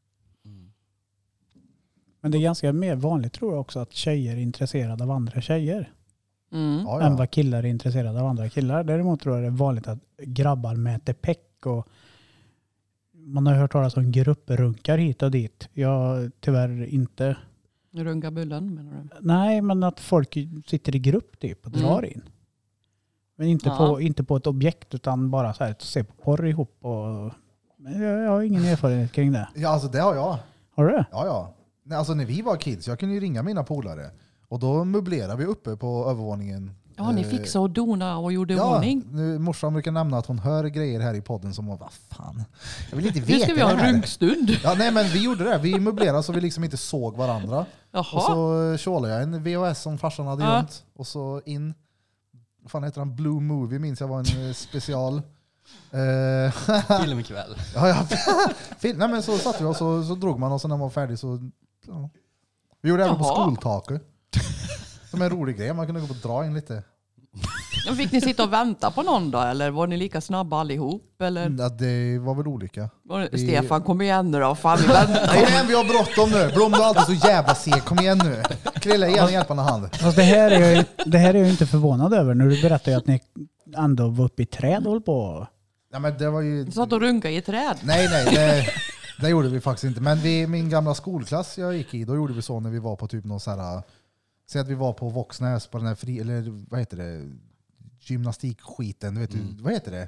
Men det är ganska mer vanligt, tror jag också, att tjejer är intresserade av andra tjejer. Än vad killar är intresserade av andra killar. Däremot tror jag det är vanligt att grabbar mäter peck och man har hört talas om grupprunkar hit och dit. Jag tyvärr inte... Runka bullen, menar du? Nej, men att folk sitter i grupp typ och drar in. Men inte på ett objekt, utan bara så här att se på porr ihop. Men jag har ingen erfarenhet kring det. Ja, alltså det har jag. Har du det? Ja. Alltså när vi var kids, jag kunde ju ringa mina polare. Och då möblerade vi uppe på övervåningen. Ja, ni fixade och dona och gjorde ordning. Ja, morsan brukar nämna att hon hör grejer här i podden som vad fan. Jag vill inte veta. Nu ska vi ha en runkstund. Ja, nej men vi gjorde det. Vi möblerade så vi liksom inte såg varandra. Jaha. Och så tjålade jag en VHS som farsan hade gömt. Och så vad fan heter han? Blue Movie minns jag var en special. Filmkväll. Ja. Nej men så satt vi och så drog man och så när man var färdig så... Ja. Vi gjorde det även på skoltaket. Som en rolig grej, man kunde gå och dra in lite. Fick ni sitta och vänta på någon då? Eller var ni lika snabba allihop? Eller? Ja, det var väl olika. Stefan, kom igen nu då. Fan, vi väntar. Kom igen, vi har bråttom nu. Blom, du är alltid så jävla seg. Kom igen nu. Krilla igen, hjälpande hand. Alltså, det här är jag inte förvånad över när du berättar att ni ändå var uppe i träd och höll på. Ja, men det var ju... Satt och runka i ett träd? Nej. Det gjorde vi faktiskt inte. Men min gamla skolklass jag gick i, då gjorde vi så när vi var på typ någon så här... Säg att vi var på Våxnäs på den här eller vad heter det? Gymnastikskiten, du vet vad heter det?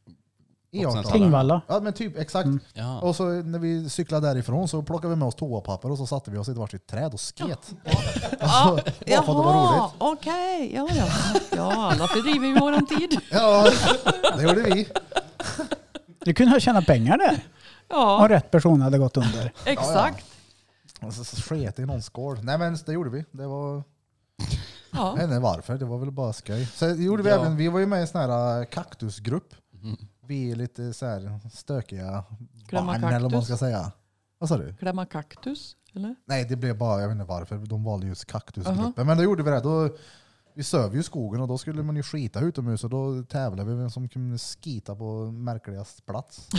Tingvalla. Ja men typ, exakt. Ja. Och så när vi cyklade därifrån så plockade vi med oss toapapper och så satte vi oss i ett varsitt träd och sket. Alltså, jaha, det var roligt. Okej. Ja, alla fördriver vi våran tid. Ja, det gjorde vi. Du kunde tjäna pengar där. Ja. Om rätt person hade gått under. Exakt. Och så sket i någon skål. Nej men det gjorde vi. Det var... Ja. Jag vet inte varför, det var väl bara skoj. Så gjorde vi även, vi var ju med i en sån här kaktusgrupp. Vi är lite så här stökiga barn, eller vad man ska säga. Vad sa du? Klämma kaktus, eller? Nej, det blev bara, jag vet inte varför, de valde just kaktusgruppen. Men då gjorde vi det, vi söv ju skogen och då skulle man ju skita utomhus och då tävlade vi vem som kunde skita på märkligast plats.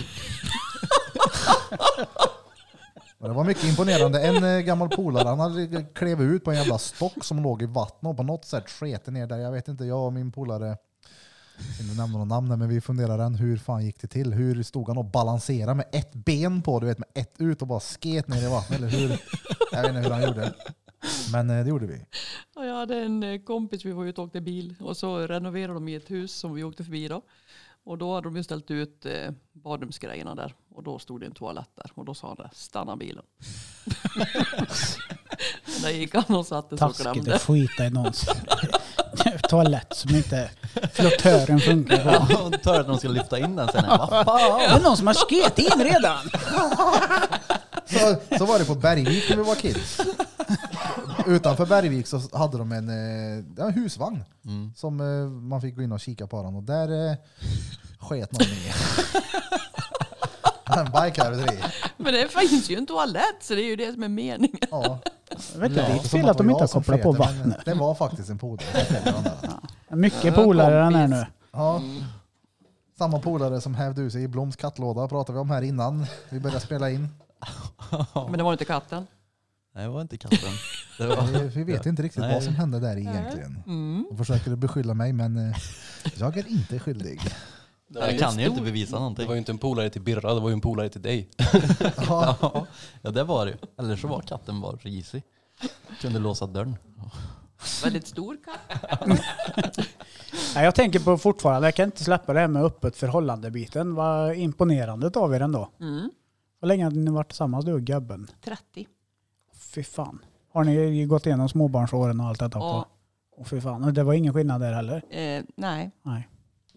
Det var mycket imponerande. En gammal polare, han hade klev ut på en jävla stock som låg i vattnet och på något sätt skete ner där. Jag vet inte, jag och min polare, inte nämna någon namn, men vi funderade hur fan gick det till? Hur stod han och balanserade med ett ben på, du vet, med ett ut och bara sket ner i vattnet? Eller hur? Jag vet inte hur han gjorde. Men det gjorde vi. Ja, jag hade en kompis, vi var ute och åkte bil och så renoverade de i ett hus som vi åkte förbi då. Och då hade de ju ställt ut badrumsgrejerna där. Och då stod det en toalett där. Och då sa han det, stanna bilen. Där gick han och satte sig och Taskigt klämde. att skita i någons toalett som inte flottören funkar på. Och tar att de ska lyfta in den sen. Vad Det fan? är någon som har sket in redan. Så var det på Bergvik när vi var kids. Utanför Bergvik så hade de en husvagn som man fick gå in och kika på den. Och där sket någon i. En bajkarveri. Men det finns ju en toalett så det är ju det som är meningen. Ja. Jag vet inte, det är Som fel att de var inte har jag som kopplat på sket, men vattnet. Det var faktiskt en polare. Mycket polare den här nu. Ja. Samma polare som hävde ut sig i Bloms kattlåda pratade vi om här innan vi började spela in. Men det var inte katten. Nej, det var inte katten. Det var... Vi vet inte riktigt vad som hände där egentligen. De försöker beskylla mig men jag är inte skyldig. Jag kan ju inte bevisa Det någonting. var ju inte en polare till Birra, det var ju en polare till dig. Ja. Ja, det var det. Eller så var katten bara risig. Kunde låsa dörren. Väldigt stor katt. Nej, jag tänker på fortfarande, jag kan inte släppa det här med öppet förhållande-biten. Vad imponerande av er ändå. Hur länge har ni varit tillsammans du och gubben? 30. Fy fan. Har ni gått igenom småbarnsåren och allt detta Ja. också? Och fy fan, och det var ingen skillnad där heller? Nej. Nej.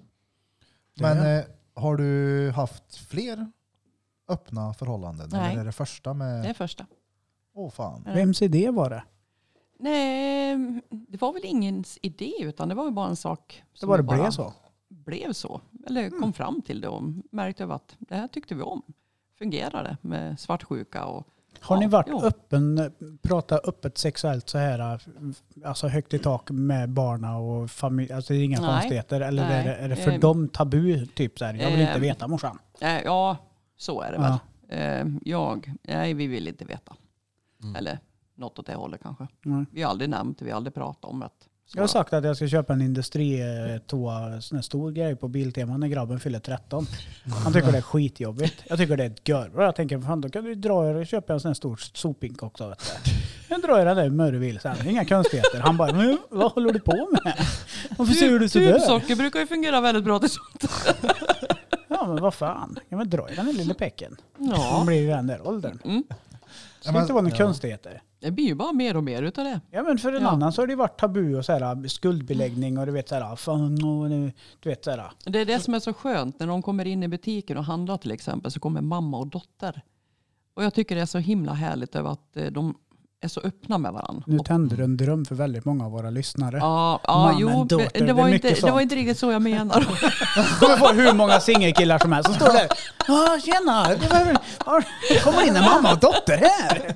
Men har du haft fler öppna förhållanden? Nej. Eller är det första med... Det är första. Åh fan. Vems idé var det? Nej, det var väl ingens idé utan det var ju bara en sak. Det som var det bara blev så? Blev så. Eller kom fram till det och märkte att det här tyckte vi om. Fungerade med svartsjuka och... Har ni varit jo. prata öppet sexuellt så här, alltså högt i tak med barna och familj, alltså det är inga Nej. konstigheter? Eller Nej. är det för dem tabu, typ så här, jag vill inte veta morsan? Ja, så är det väl. Nej, vi vill inte veta. Eller något åt det hållet kanske. Mm. Vi har aldrig nämnt, vi har aldrig pratat om det. Jag har sagt att jag ska köpa en industritoa, sån här stor grej på Biltema när grabben fyller 13. Han tycker det är skitjobbigt. Jag tycker det är ett görr. Jag tänker, fan då kan du dra och köpa en sån här stor sopink också. Vet du. Jag drar den där Mörrevil sen. Inga konstigheter. Han bara, men vad håller du på med? Varför ser du sådär? Tubsocker brukar ju fungera väldigt bra till sånt. Ja men vad fan. Jag vill dra i den här lilla pecken. Ja. Han blir i den där åldern. Det ska inte vara några konstigheter. Det blir ju bara mer och mer utav det. Ja men för en annan så har det varit tabu och så här, skuldbeläggning och du vet så här, fan och du vet så här. Det är det som är så skönt när de kommer in i butiken och handlar till exempel så kommer mamma och dotter. Och jag tycker det är så himla härligt över att de är så öppna med varandra. Nu tänder en dröm för väldigt många av våra lyssnare. Ja, Mamma, jo, dotter, det var mycket inte riktigt så jag menar. kommer få hur många singelkillar som helst som står där. Ja, tjena, det kommer in en mamma och dotter här.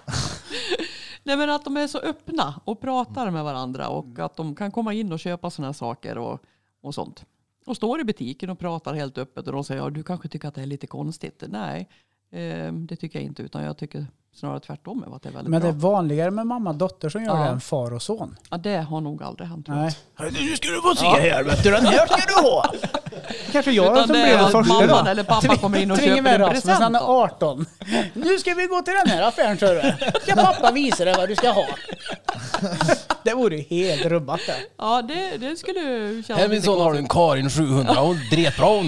Nej, men att de är så öppna och pratar med varandra och att de kan komma in och köpa såna här saker och sånt. Och står i butiken och pratar helt öppet och de säger, ja, du kanske tycker att det är lite konstigt. Nej, det tycker jag inte, utan jag tycker snarare tvärtom att det är väldigt Men bra. det är vanligare med mamma och dotter som gör Ja. det än far och son. Ja, det har nog aldrig hänt. tror jag. Nej. Nu ska du få se här, vet du, den här ska du ha. Kanske jag Utan som det blir är den att första mamman då. eller pappa kommer in och Tvingar köper med en Rasmus, present. han är då. 18. Nu ska vi gå till den här affären, så du. Ska pappa visa dig vad du ska ha. Det vore ju helt rubbat där. Ja, det skulle kännas Här min lite son har du konstigt. en Karin 700 och dretbra hon.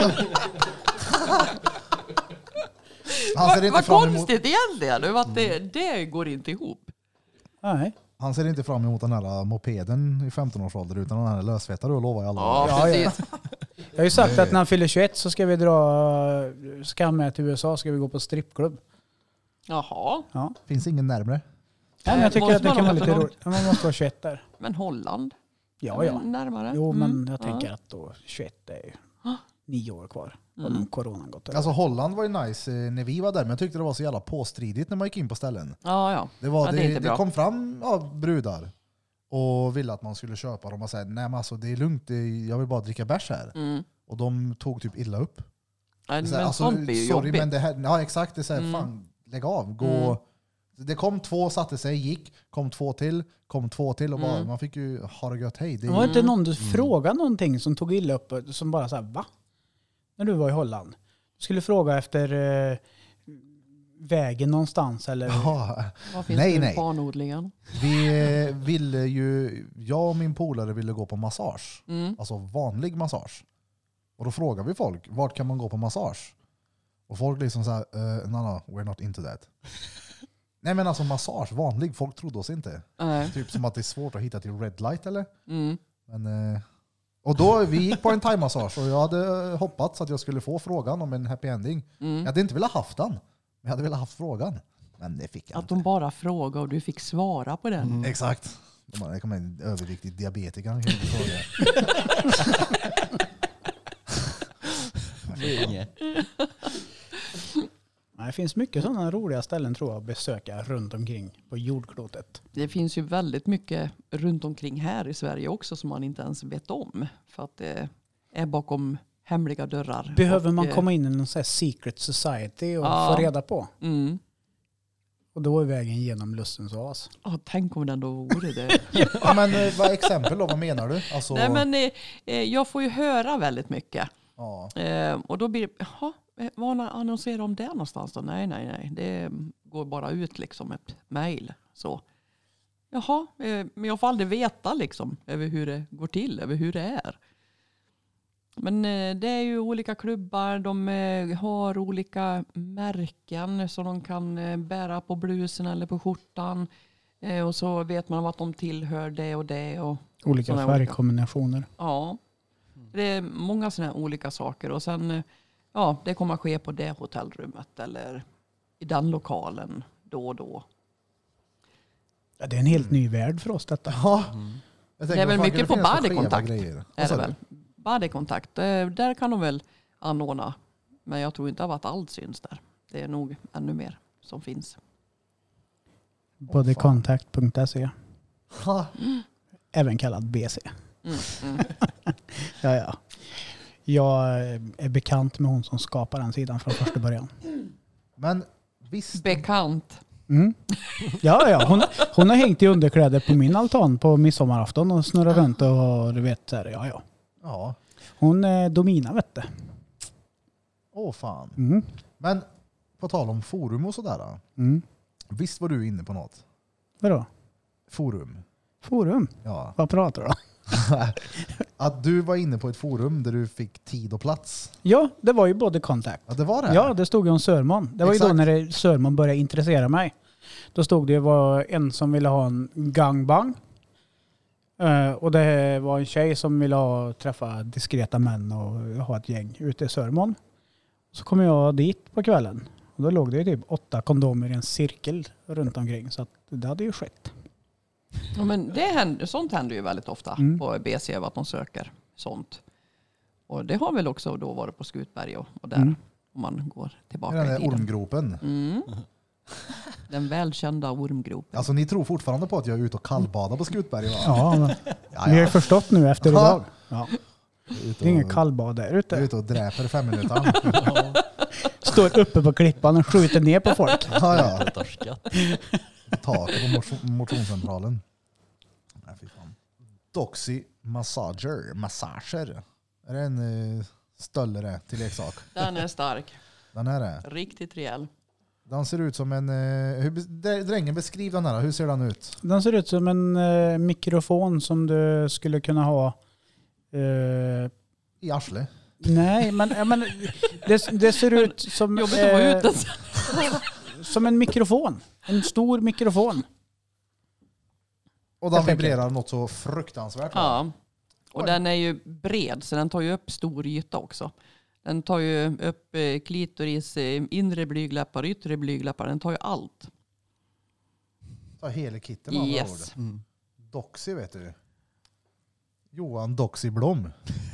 Han ser inte Vad fram emot, konstigt egentligen, nu, att det går inte ihop. Nej. han ser inte fram emot den här mopeden i 15-årsåldern utan den här lösvetare och lovar i alla Ja, fall. precis. Jag har ju sagt att när han fyller 21 så ska vi ska han med till USA, ska vi gå på strippklubb. Jaha, Ja. Finns ingen närmare. Nej, men jag tycker Måste att det man kan vara åka lite långt? roligt. Man måste vara 21 där. men Holland? Ja, ja. Närmare? Jo, men jag ja. tänker att då 21 är ju 9 år kvar. Om coronan gått över. Alltså Holland var ju nice när vi var där, men jag tyckte det var så jävla påstridigt när man gick in på ställen. Ja. Det, var, Ja, det är inte det bra. kom fram brudar och ville att man skulle köpa dem och säga nej men alltså det är lugnt, jag vill bara dricka bärs här. Och de tog typ illa upp. Nej, Det är så här, men alltså, sånt blir ju sorry, jobbigt. men det här, ja exakt, det är så här, fan lägg av, gå. Det kom 2, satte sig, gick, kom 2 till och bara, man fick ju ha det gött, hej. Det var inte någon du frågade någonting som tog illa upp, som bara så här, va? När du var i Holland. Du skulle fråga efter vägen någonstans eller? Ja, Vad finns nej, det nej. i barnodlingen? vi ville ju, jag och min polare ville gå på massage. Alltså vanlig massage. Och då frågar vi folk, vart kan man gå på massage? Och folk liksom så här, no, we're not into that. Nej men alltså massage, vanlig, folk trodde oss inte. Typ som att det är svårt att hitta till red light eller? Men, och då, vi gick på en thai-massage och jag hade hoppats att jag skulle få frågan om en happy ending. Jag hade inte velat haft den, men jag hade velat haft frågan. Men det fick jag Att inte. de bara frågade och du fick svara på den. Exakt. Det kommer en överviktig diabetiker. Han kan inte fråga. Det finns mycket sådana roliga ställen tror jag att besöka runt omkring på jordklotet. Det finns ju väldigt mycket runt omkring här i Sverige också som man inte ens vet om. För att det är bakom hemliga dörrar. Behöver man komma in i någon sån här secret society och få reda på? Och då är vägen genom lustens oas. Tänk om den då vore det. Ja, men vad exempel då? Vad menar du? Alltså... Nej, men, jag får ju höra väldigt mycket. Ja. Och då blir det, vad annonserar om det någonstans då? Nej. Det går bara ut liksom ett mejl. Så. Jaha, men jag får aldrig veta liksom över hur det går till, över hur det är. Men det är ju olika klubbar, de har olika märken som de kan bära på blusen eller på skjortan. Och så vet man att de tillhör det och det. Och olika färgkombinationer. Ja, det är många sådana olika saker. Och sen, det kommer att ske på det hotellrummet eller i den lokalen då och då. Ja, det är en helt ny värld för oss detta. Ja. Det är väl mycket på bodykontakt. Är det väl? Bodykontakt, där kan de väl anordna. Men jag tror inte att allt syns där. Det är nog ännu mer som finns. Bodycontact.se. Även kallad BC. Ja. Jag är bekant med hon som skapar den sidan från första början. Men visst... Bekant. Ja. Hon har hängt i underkläder på min altan på midsommarafton och snurrar runt och du vet så här, ja. Hon är domina, vet du. Fan. Men på tal om forum och sådär. Visst var du inne på något? Vadå? Forum? Ja. Vad pratar du om? Att du var inne på ett forum där du fick tid och plats. Ja, det var ju Bodycontact. Ja, det var det. Ja, det stod ju om Sörmån. Det var ju då när Sörmån började intressera mig. Då stod det var en som ville ha en gangbang. Och det var en tjej som ville träffa diskreta män och ha ett gäng ute i Sörmån. Så kom jag dit på kvällen. Och då låg det typ 8 kondomer i en cirkel runt omkring. Så att det hade ju skett. Ja, men sånt händer ju väldigt ofta på BC att de söker sånt. Och det har väl också då varit på Skutberg och där om man går tillbaka i tiden. Den där ormgropen. Den välkända ormgropen. Alltså ni tror fortfarande på att jag är ute och kallbadar på Skutberg, va? Ja, vi har förstått nu efter idag. Ja. Det är ingen kallbad där ute. Jag är ute och dräper 5 minuter. Står uppe på klippan och skjuter ner på folk. Ja. Taket på motionscentralen. Nej, fy fan. Doxy Massager. Är det en stöllare till leksak? Den är stark. Den är det. Riktigt rejäl. Den ser ut som en... drängen, beskriv den här. Hur ser den ut? Den ser ut som en mikrofon som du skulle kunna ha... I arsle? Nej, men det ser ut som... Jobbigt att vara ute. Som en mikrofon. En stor mikrofon. Och den vibrerar något så fruktansvärt. Ja. Och den är ju bred så den tar ju upp stor yta också. Den tar ju upp klitoris, inre blygläppar, yttre blygläppar. Den tar ju allt. Ta hela kitten. Yes. Doxy, vet du. Johan Doxy Blom.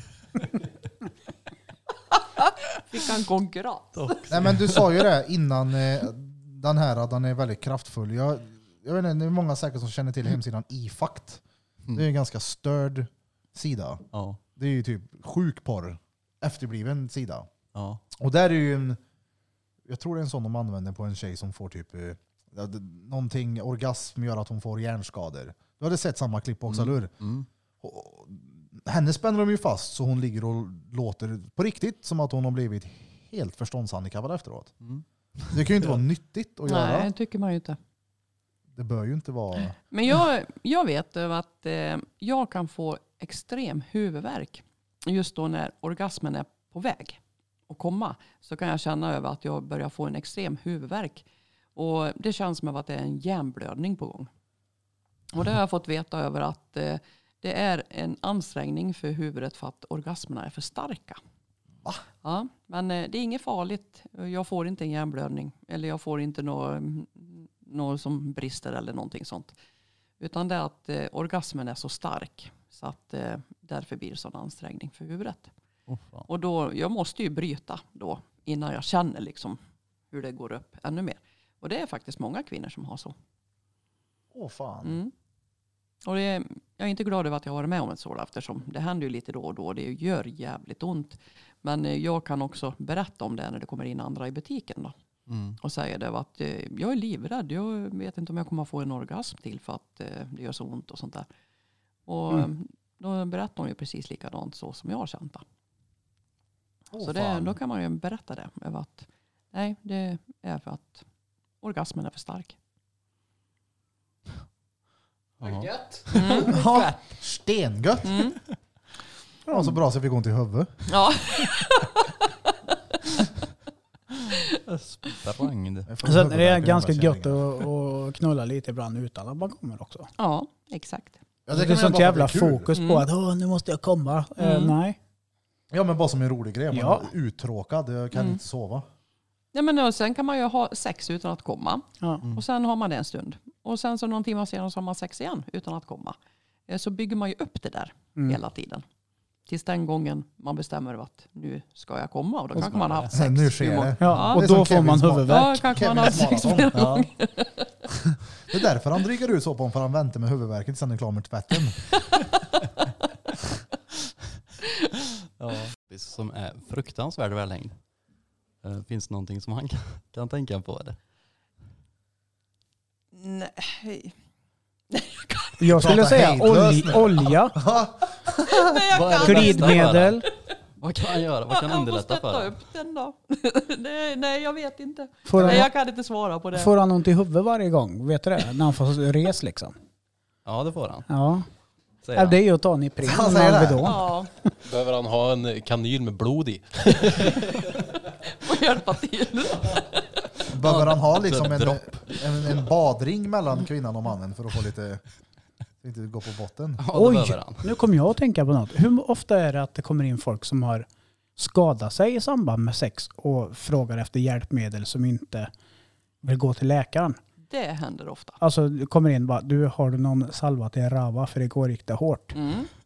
Fick han konkurrent. Nej, men du sa ju det innan den är väldigt kraftfull. Jag vet inte, det är många säkert som känner till hemsidan iFakt. Det är en ganska störd sida. Ja. Det är ju typ sjukporr, efterbliven sida. Ja. Och där är ju jag tror det är en sån de använder på en tjej som får typ någonting, orgasm gör att hon får hjärnskador. Du hade sett samma klipp också, eller hur? Och henne spänner de ju fast så hon ligger och låter på riktigt som att hon har blivit helt förståndshandikappad efteråt. Det kan ju inte vara nyttigt att göra. Nej, det tycker man ju inte. Det bör ju inte vara... Men jag vet att jag kan få extrem huvudvärk just då när orgasmen är på väg att komma så kan jag känna över att jag börjar få en extrem huvudvärk. Och det känns som att det är en hjärnblödning på gång. Och det har jag fått veta över att det är en ansträngning för huvudet för att orgasmerna är för starka. Va? Ja, men det är inget farligt. Jag får inte en hjärnblödning. Eller jag får inte något som brister eller någonting sånt. Utan det är att orgasmen är så stark. Så att därför blir det sån ansträngning för huvudet. Och då, jag måste ju bryta då. Innan jag känner liksom hur det går upp ännu mer. Och det är faktiskt många kvinnor som har så. Fan. Mm. Och jag är inte glad över att jag har varit med om ett sådant eftersom det händer ju lite då och då. Det gör jävligt ont. Men jag kan också berätta om det när det kommer in andra i butiken då. Och säger det att jag är livrädd. Jag vet inte om jag kommer få en orgasm till för att det gör så ont och sånt där. Och då berättar de ju precis likadant så som jag har känt det. Så då kan man ju berätta det. Över att nej, det är för att orgasmen är för stark. Gött. Ja, stengött. Det var så bra så jag fick ont i huvudet. Ja. Så det är ganska gött att knulla lite ibland utan att man kommer också. Ja, exakt. Ja, det är sånt jävla fokus på att nu måste jag komma. Nej. Ja, men bara som en rolig grej. Man är uttråkad, jag kan inte sova. Ja, men och sen kan man ju ha sex utan att komma. Ja. Och sen har man det en stund. Och sen så någon timme senare så har man sex igen utan att komma. Så bygger man ju upp det där hela tiden. Tills den gången man bestämmer att nu ska jag komma. Och då kanske man har haft sex. Nu sker det. Ja, och då får man huvudvärk. Ja, kanske man har haft sex flera gånger. Det är därför han dryger ut så på honom, för han väntar med huvudvärket tills han är klar med tvätten. Som är fruktansvärd välhängd. Finns det någonting som han kan tänka på? Eller? Nej. Jag skulle säga olja. Glidmedel. Vad kan han göra? Vad kan han underlätta för? Jag får stötta upp den då. Nej, jag vet inte. Nej, jag kan inte svara på det. Får han ont i huvudet varje gång? Vet du det? När han får res liksom. Ja, det får han. Ja. Det är ju att ta en Ipren. Ja. Behöver han ha en kanyl med blod i? Och hjälpa till. Behöver han ha liksom en badring mellan kvinnan och mannen för att få lite... Inte gå på botten. Ja, oj, nu kommer jag att tänka på något. Hur ofta är det att det kommer in folk som har skadat sig i samband med sex och frågar efter hjälpmedel som inte vill gå till läkaren? Det händer ofta. Alltså det kommer in bara, har du någon salva till rava för det går riktigt hårt?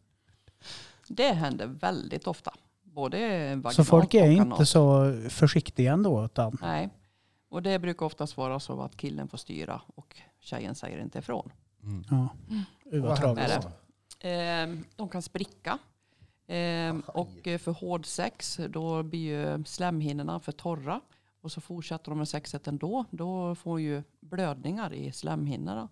Det händer väldigt ofta. Både vaginalt så folk är och inte analt. så försiktiga ändå? Utan... Nej, och det brukar oftast vara så att killen får styra och tjejen säger inte ifrån. Ja. Vad tragiskt. De kan spricka. Och för hård sex då blir ju slemhinnorna för torra. Och så fortsätter de med sexet ändå. Då får ju blödningar i slemhinnorna.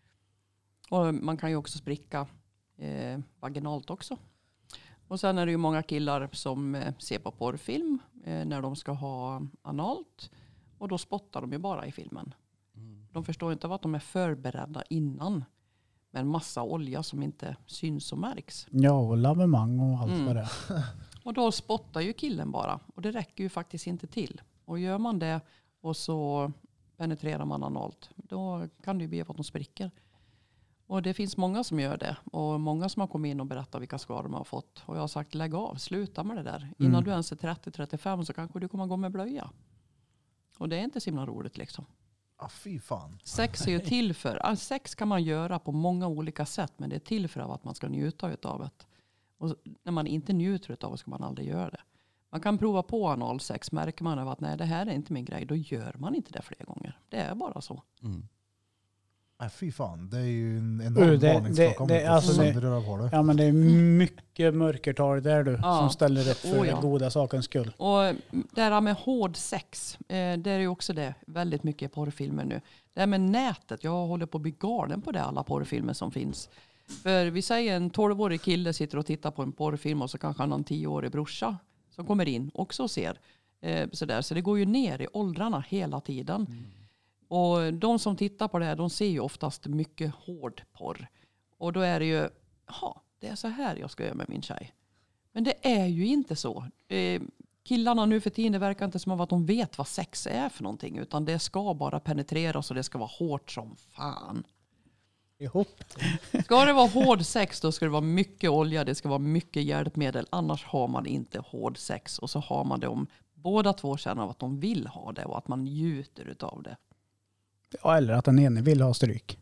Och man kan ju också spricka vaginalt också. Och sen är det ju många killar som ser på porrfilm när de ska ha analt. Och då spottar de ju bara i filmen. De förstår inte att de är förberedda innan. Med en massa olja som inte syns och märks. Ja, och lavemang och allt vad det är. Och då spottar ju killen bara. Och det räcker ju faktiskt inte till. Och gör man det och så penetrerar man analt. Då kan det ju bli att de spricker. Och det finns många som gör det. Och många som har kommit in och berättat vilka skador de har fått. Och jag har sagt lägg av, sluta med det där. Innan du ens är 30-35 så kanske du kommer gå med blöja. Och det är inte så himla roligt liksom. Fy fan. Sex är ju till för. Sex kan man göra på många olika sätt. Men det är till för att man ska njuta utav det. Och när man inte njuter utav det ska man aldrig göra det. Man kan prova på analsex. Märker man av att nej, det här är inte min grej. Då gör man inte det fler gånger. Det är bara så. Fy fan, det är ju en enorm varningsklocka om du röra på det. Ja, men det är mycket mörkertal där som ställer upp för goda sakens skull. Och det här med hård sex, det är ju också det väldigt mycket porrfilmer nu. Det här med nätet, jag håller på att bli galen på det, alla porrfilmer som finns. För vi säger en 12-årig kille sitter och tittar på en porrfilm och så kanske han har en 10-årig brorsa som kommer in också och ser. Sådär. Så det går ju ner i åldrarna hela tiden. Och de som tittar på det här, de ser ju oftast mycket hård porr. Och då är det ju, det är så här jag ska göra med min tjej. Men det är ju inte så. Killarna nu för tiden, det verkar inte som att de vet vad sex är för någonting. Utan det ska bara penetreras och det ska vara hårt som fan. Ihop. Ska det vara hård sex, då ska det vara mycket olja, det ska vara mycket hjälpmedel. Annars har man inte hård sex. Och så har man det om båda två känner av att de vill ha det och att man njuter utav det. Ja, eller att den ene vill ha stryk.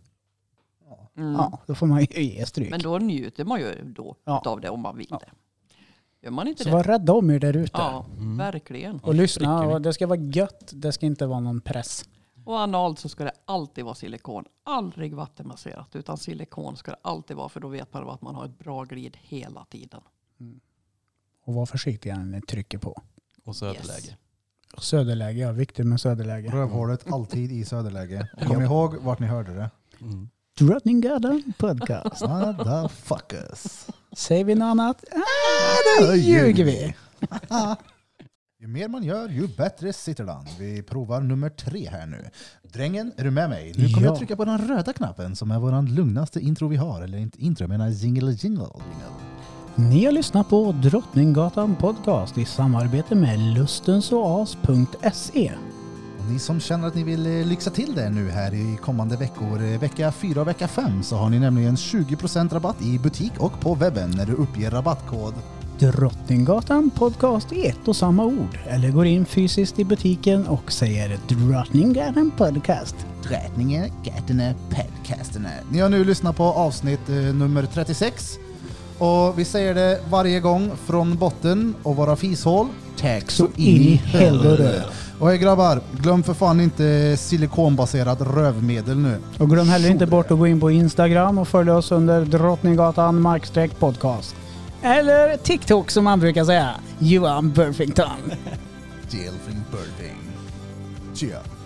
Ja, då får man ju ge stryk. Men då njuter man ju då av det om man vill det. Gör man inte så det? var rädda om er där ute. Ja, verkligen. Och lyssna, och det ska vara gött. Det ska inte vara någon press. Och analt så ska det alltid vara silikon. Aldrig vattenmasserat. Utan silikon ska det alltid vara. För då vet man att man har ett bra glid hela tiden. Och var försiktig när ni trycker på. Och söderläge. Yes. Söderläge, ja. Viktigt med söderläge. Rövhålet alltid i söderläge. Och kom ihåg vart ni hörde det. Drottninggatan podcast. Motherfuckers. Säger vi något annat? Då ljuger vi. Ju mer man gör, ju bättre sitter den. Vi provar nummer 3 här nu. Drängen, är du med mig? Nu kommer jag trycka på den röda knappen som är våran lugnaste intro vi har. Eller inte intro, jag menar jingle. Ni har lyssnat på Drottninggatan podcast i samarbete med lustensoas.se. Och ni som känner att ni vill lyxa till det nu här i kommande veckor, vecka 4 och vecka 5, så har ni nämligen 20% rabatt i butik och på webben när du uppger rabattkod Drottninggatan podcast i ett och samma ord. Eller går in fysiskt i butiken och säger Drottninggatan podcast. Drottninggatan podcasten. Ni har nu lyssnat på avsnitt nummer 36. Och vi säger det varje gång från botten och våra fishål. Tack så in i helvete. Och hej grabbar, glöm för fan inte silikonbaserat rövmedel nu. Och glöm heller inte bort att gå in på Instagram och följa oss under Drottninggatan _podcast. Eller TikTok som man brukar säga. Johan Burfington. Jailfing Burfing. Cheer.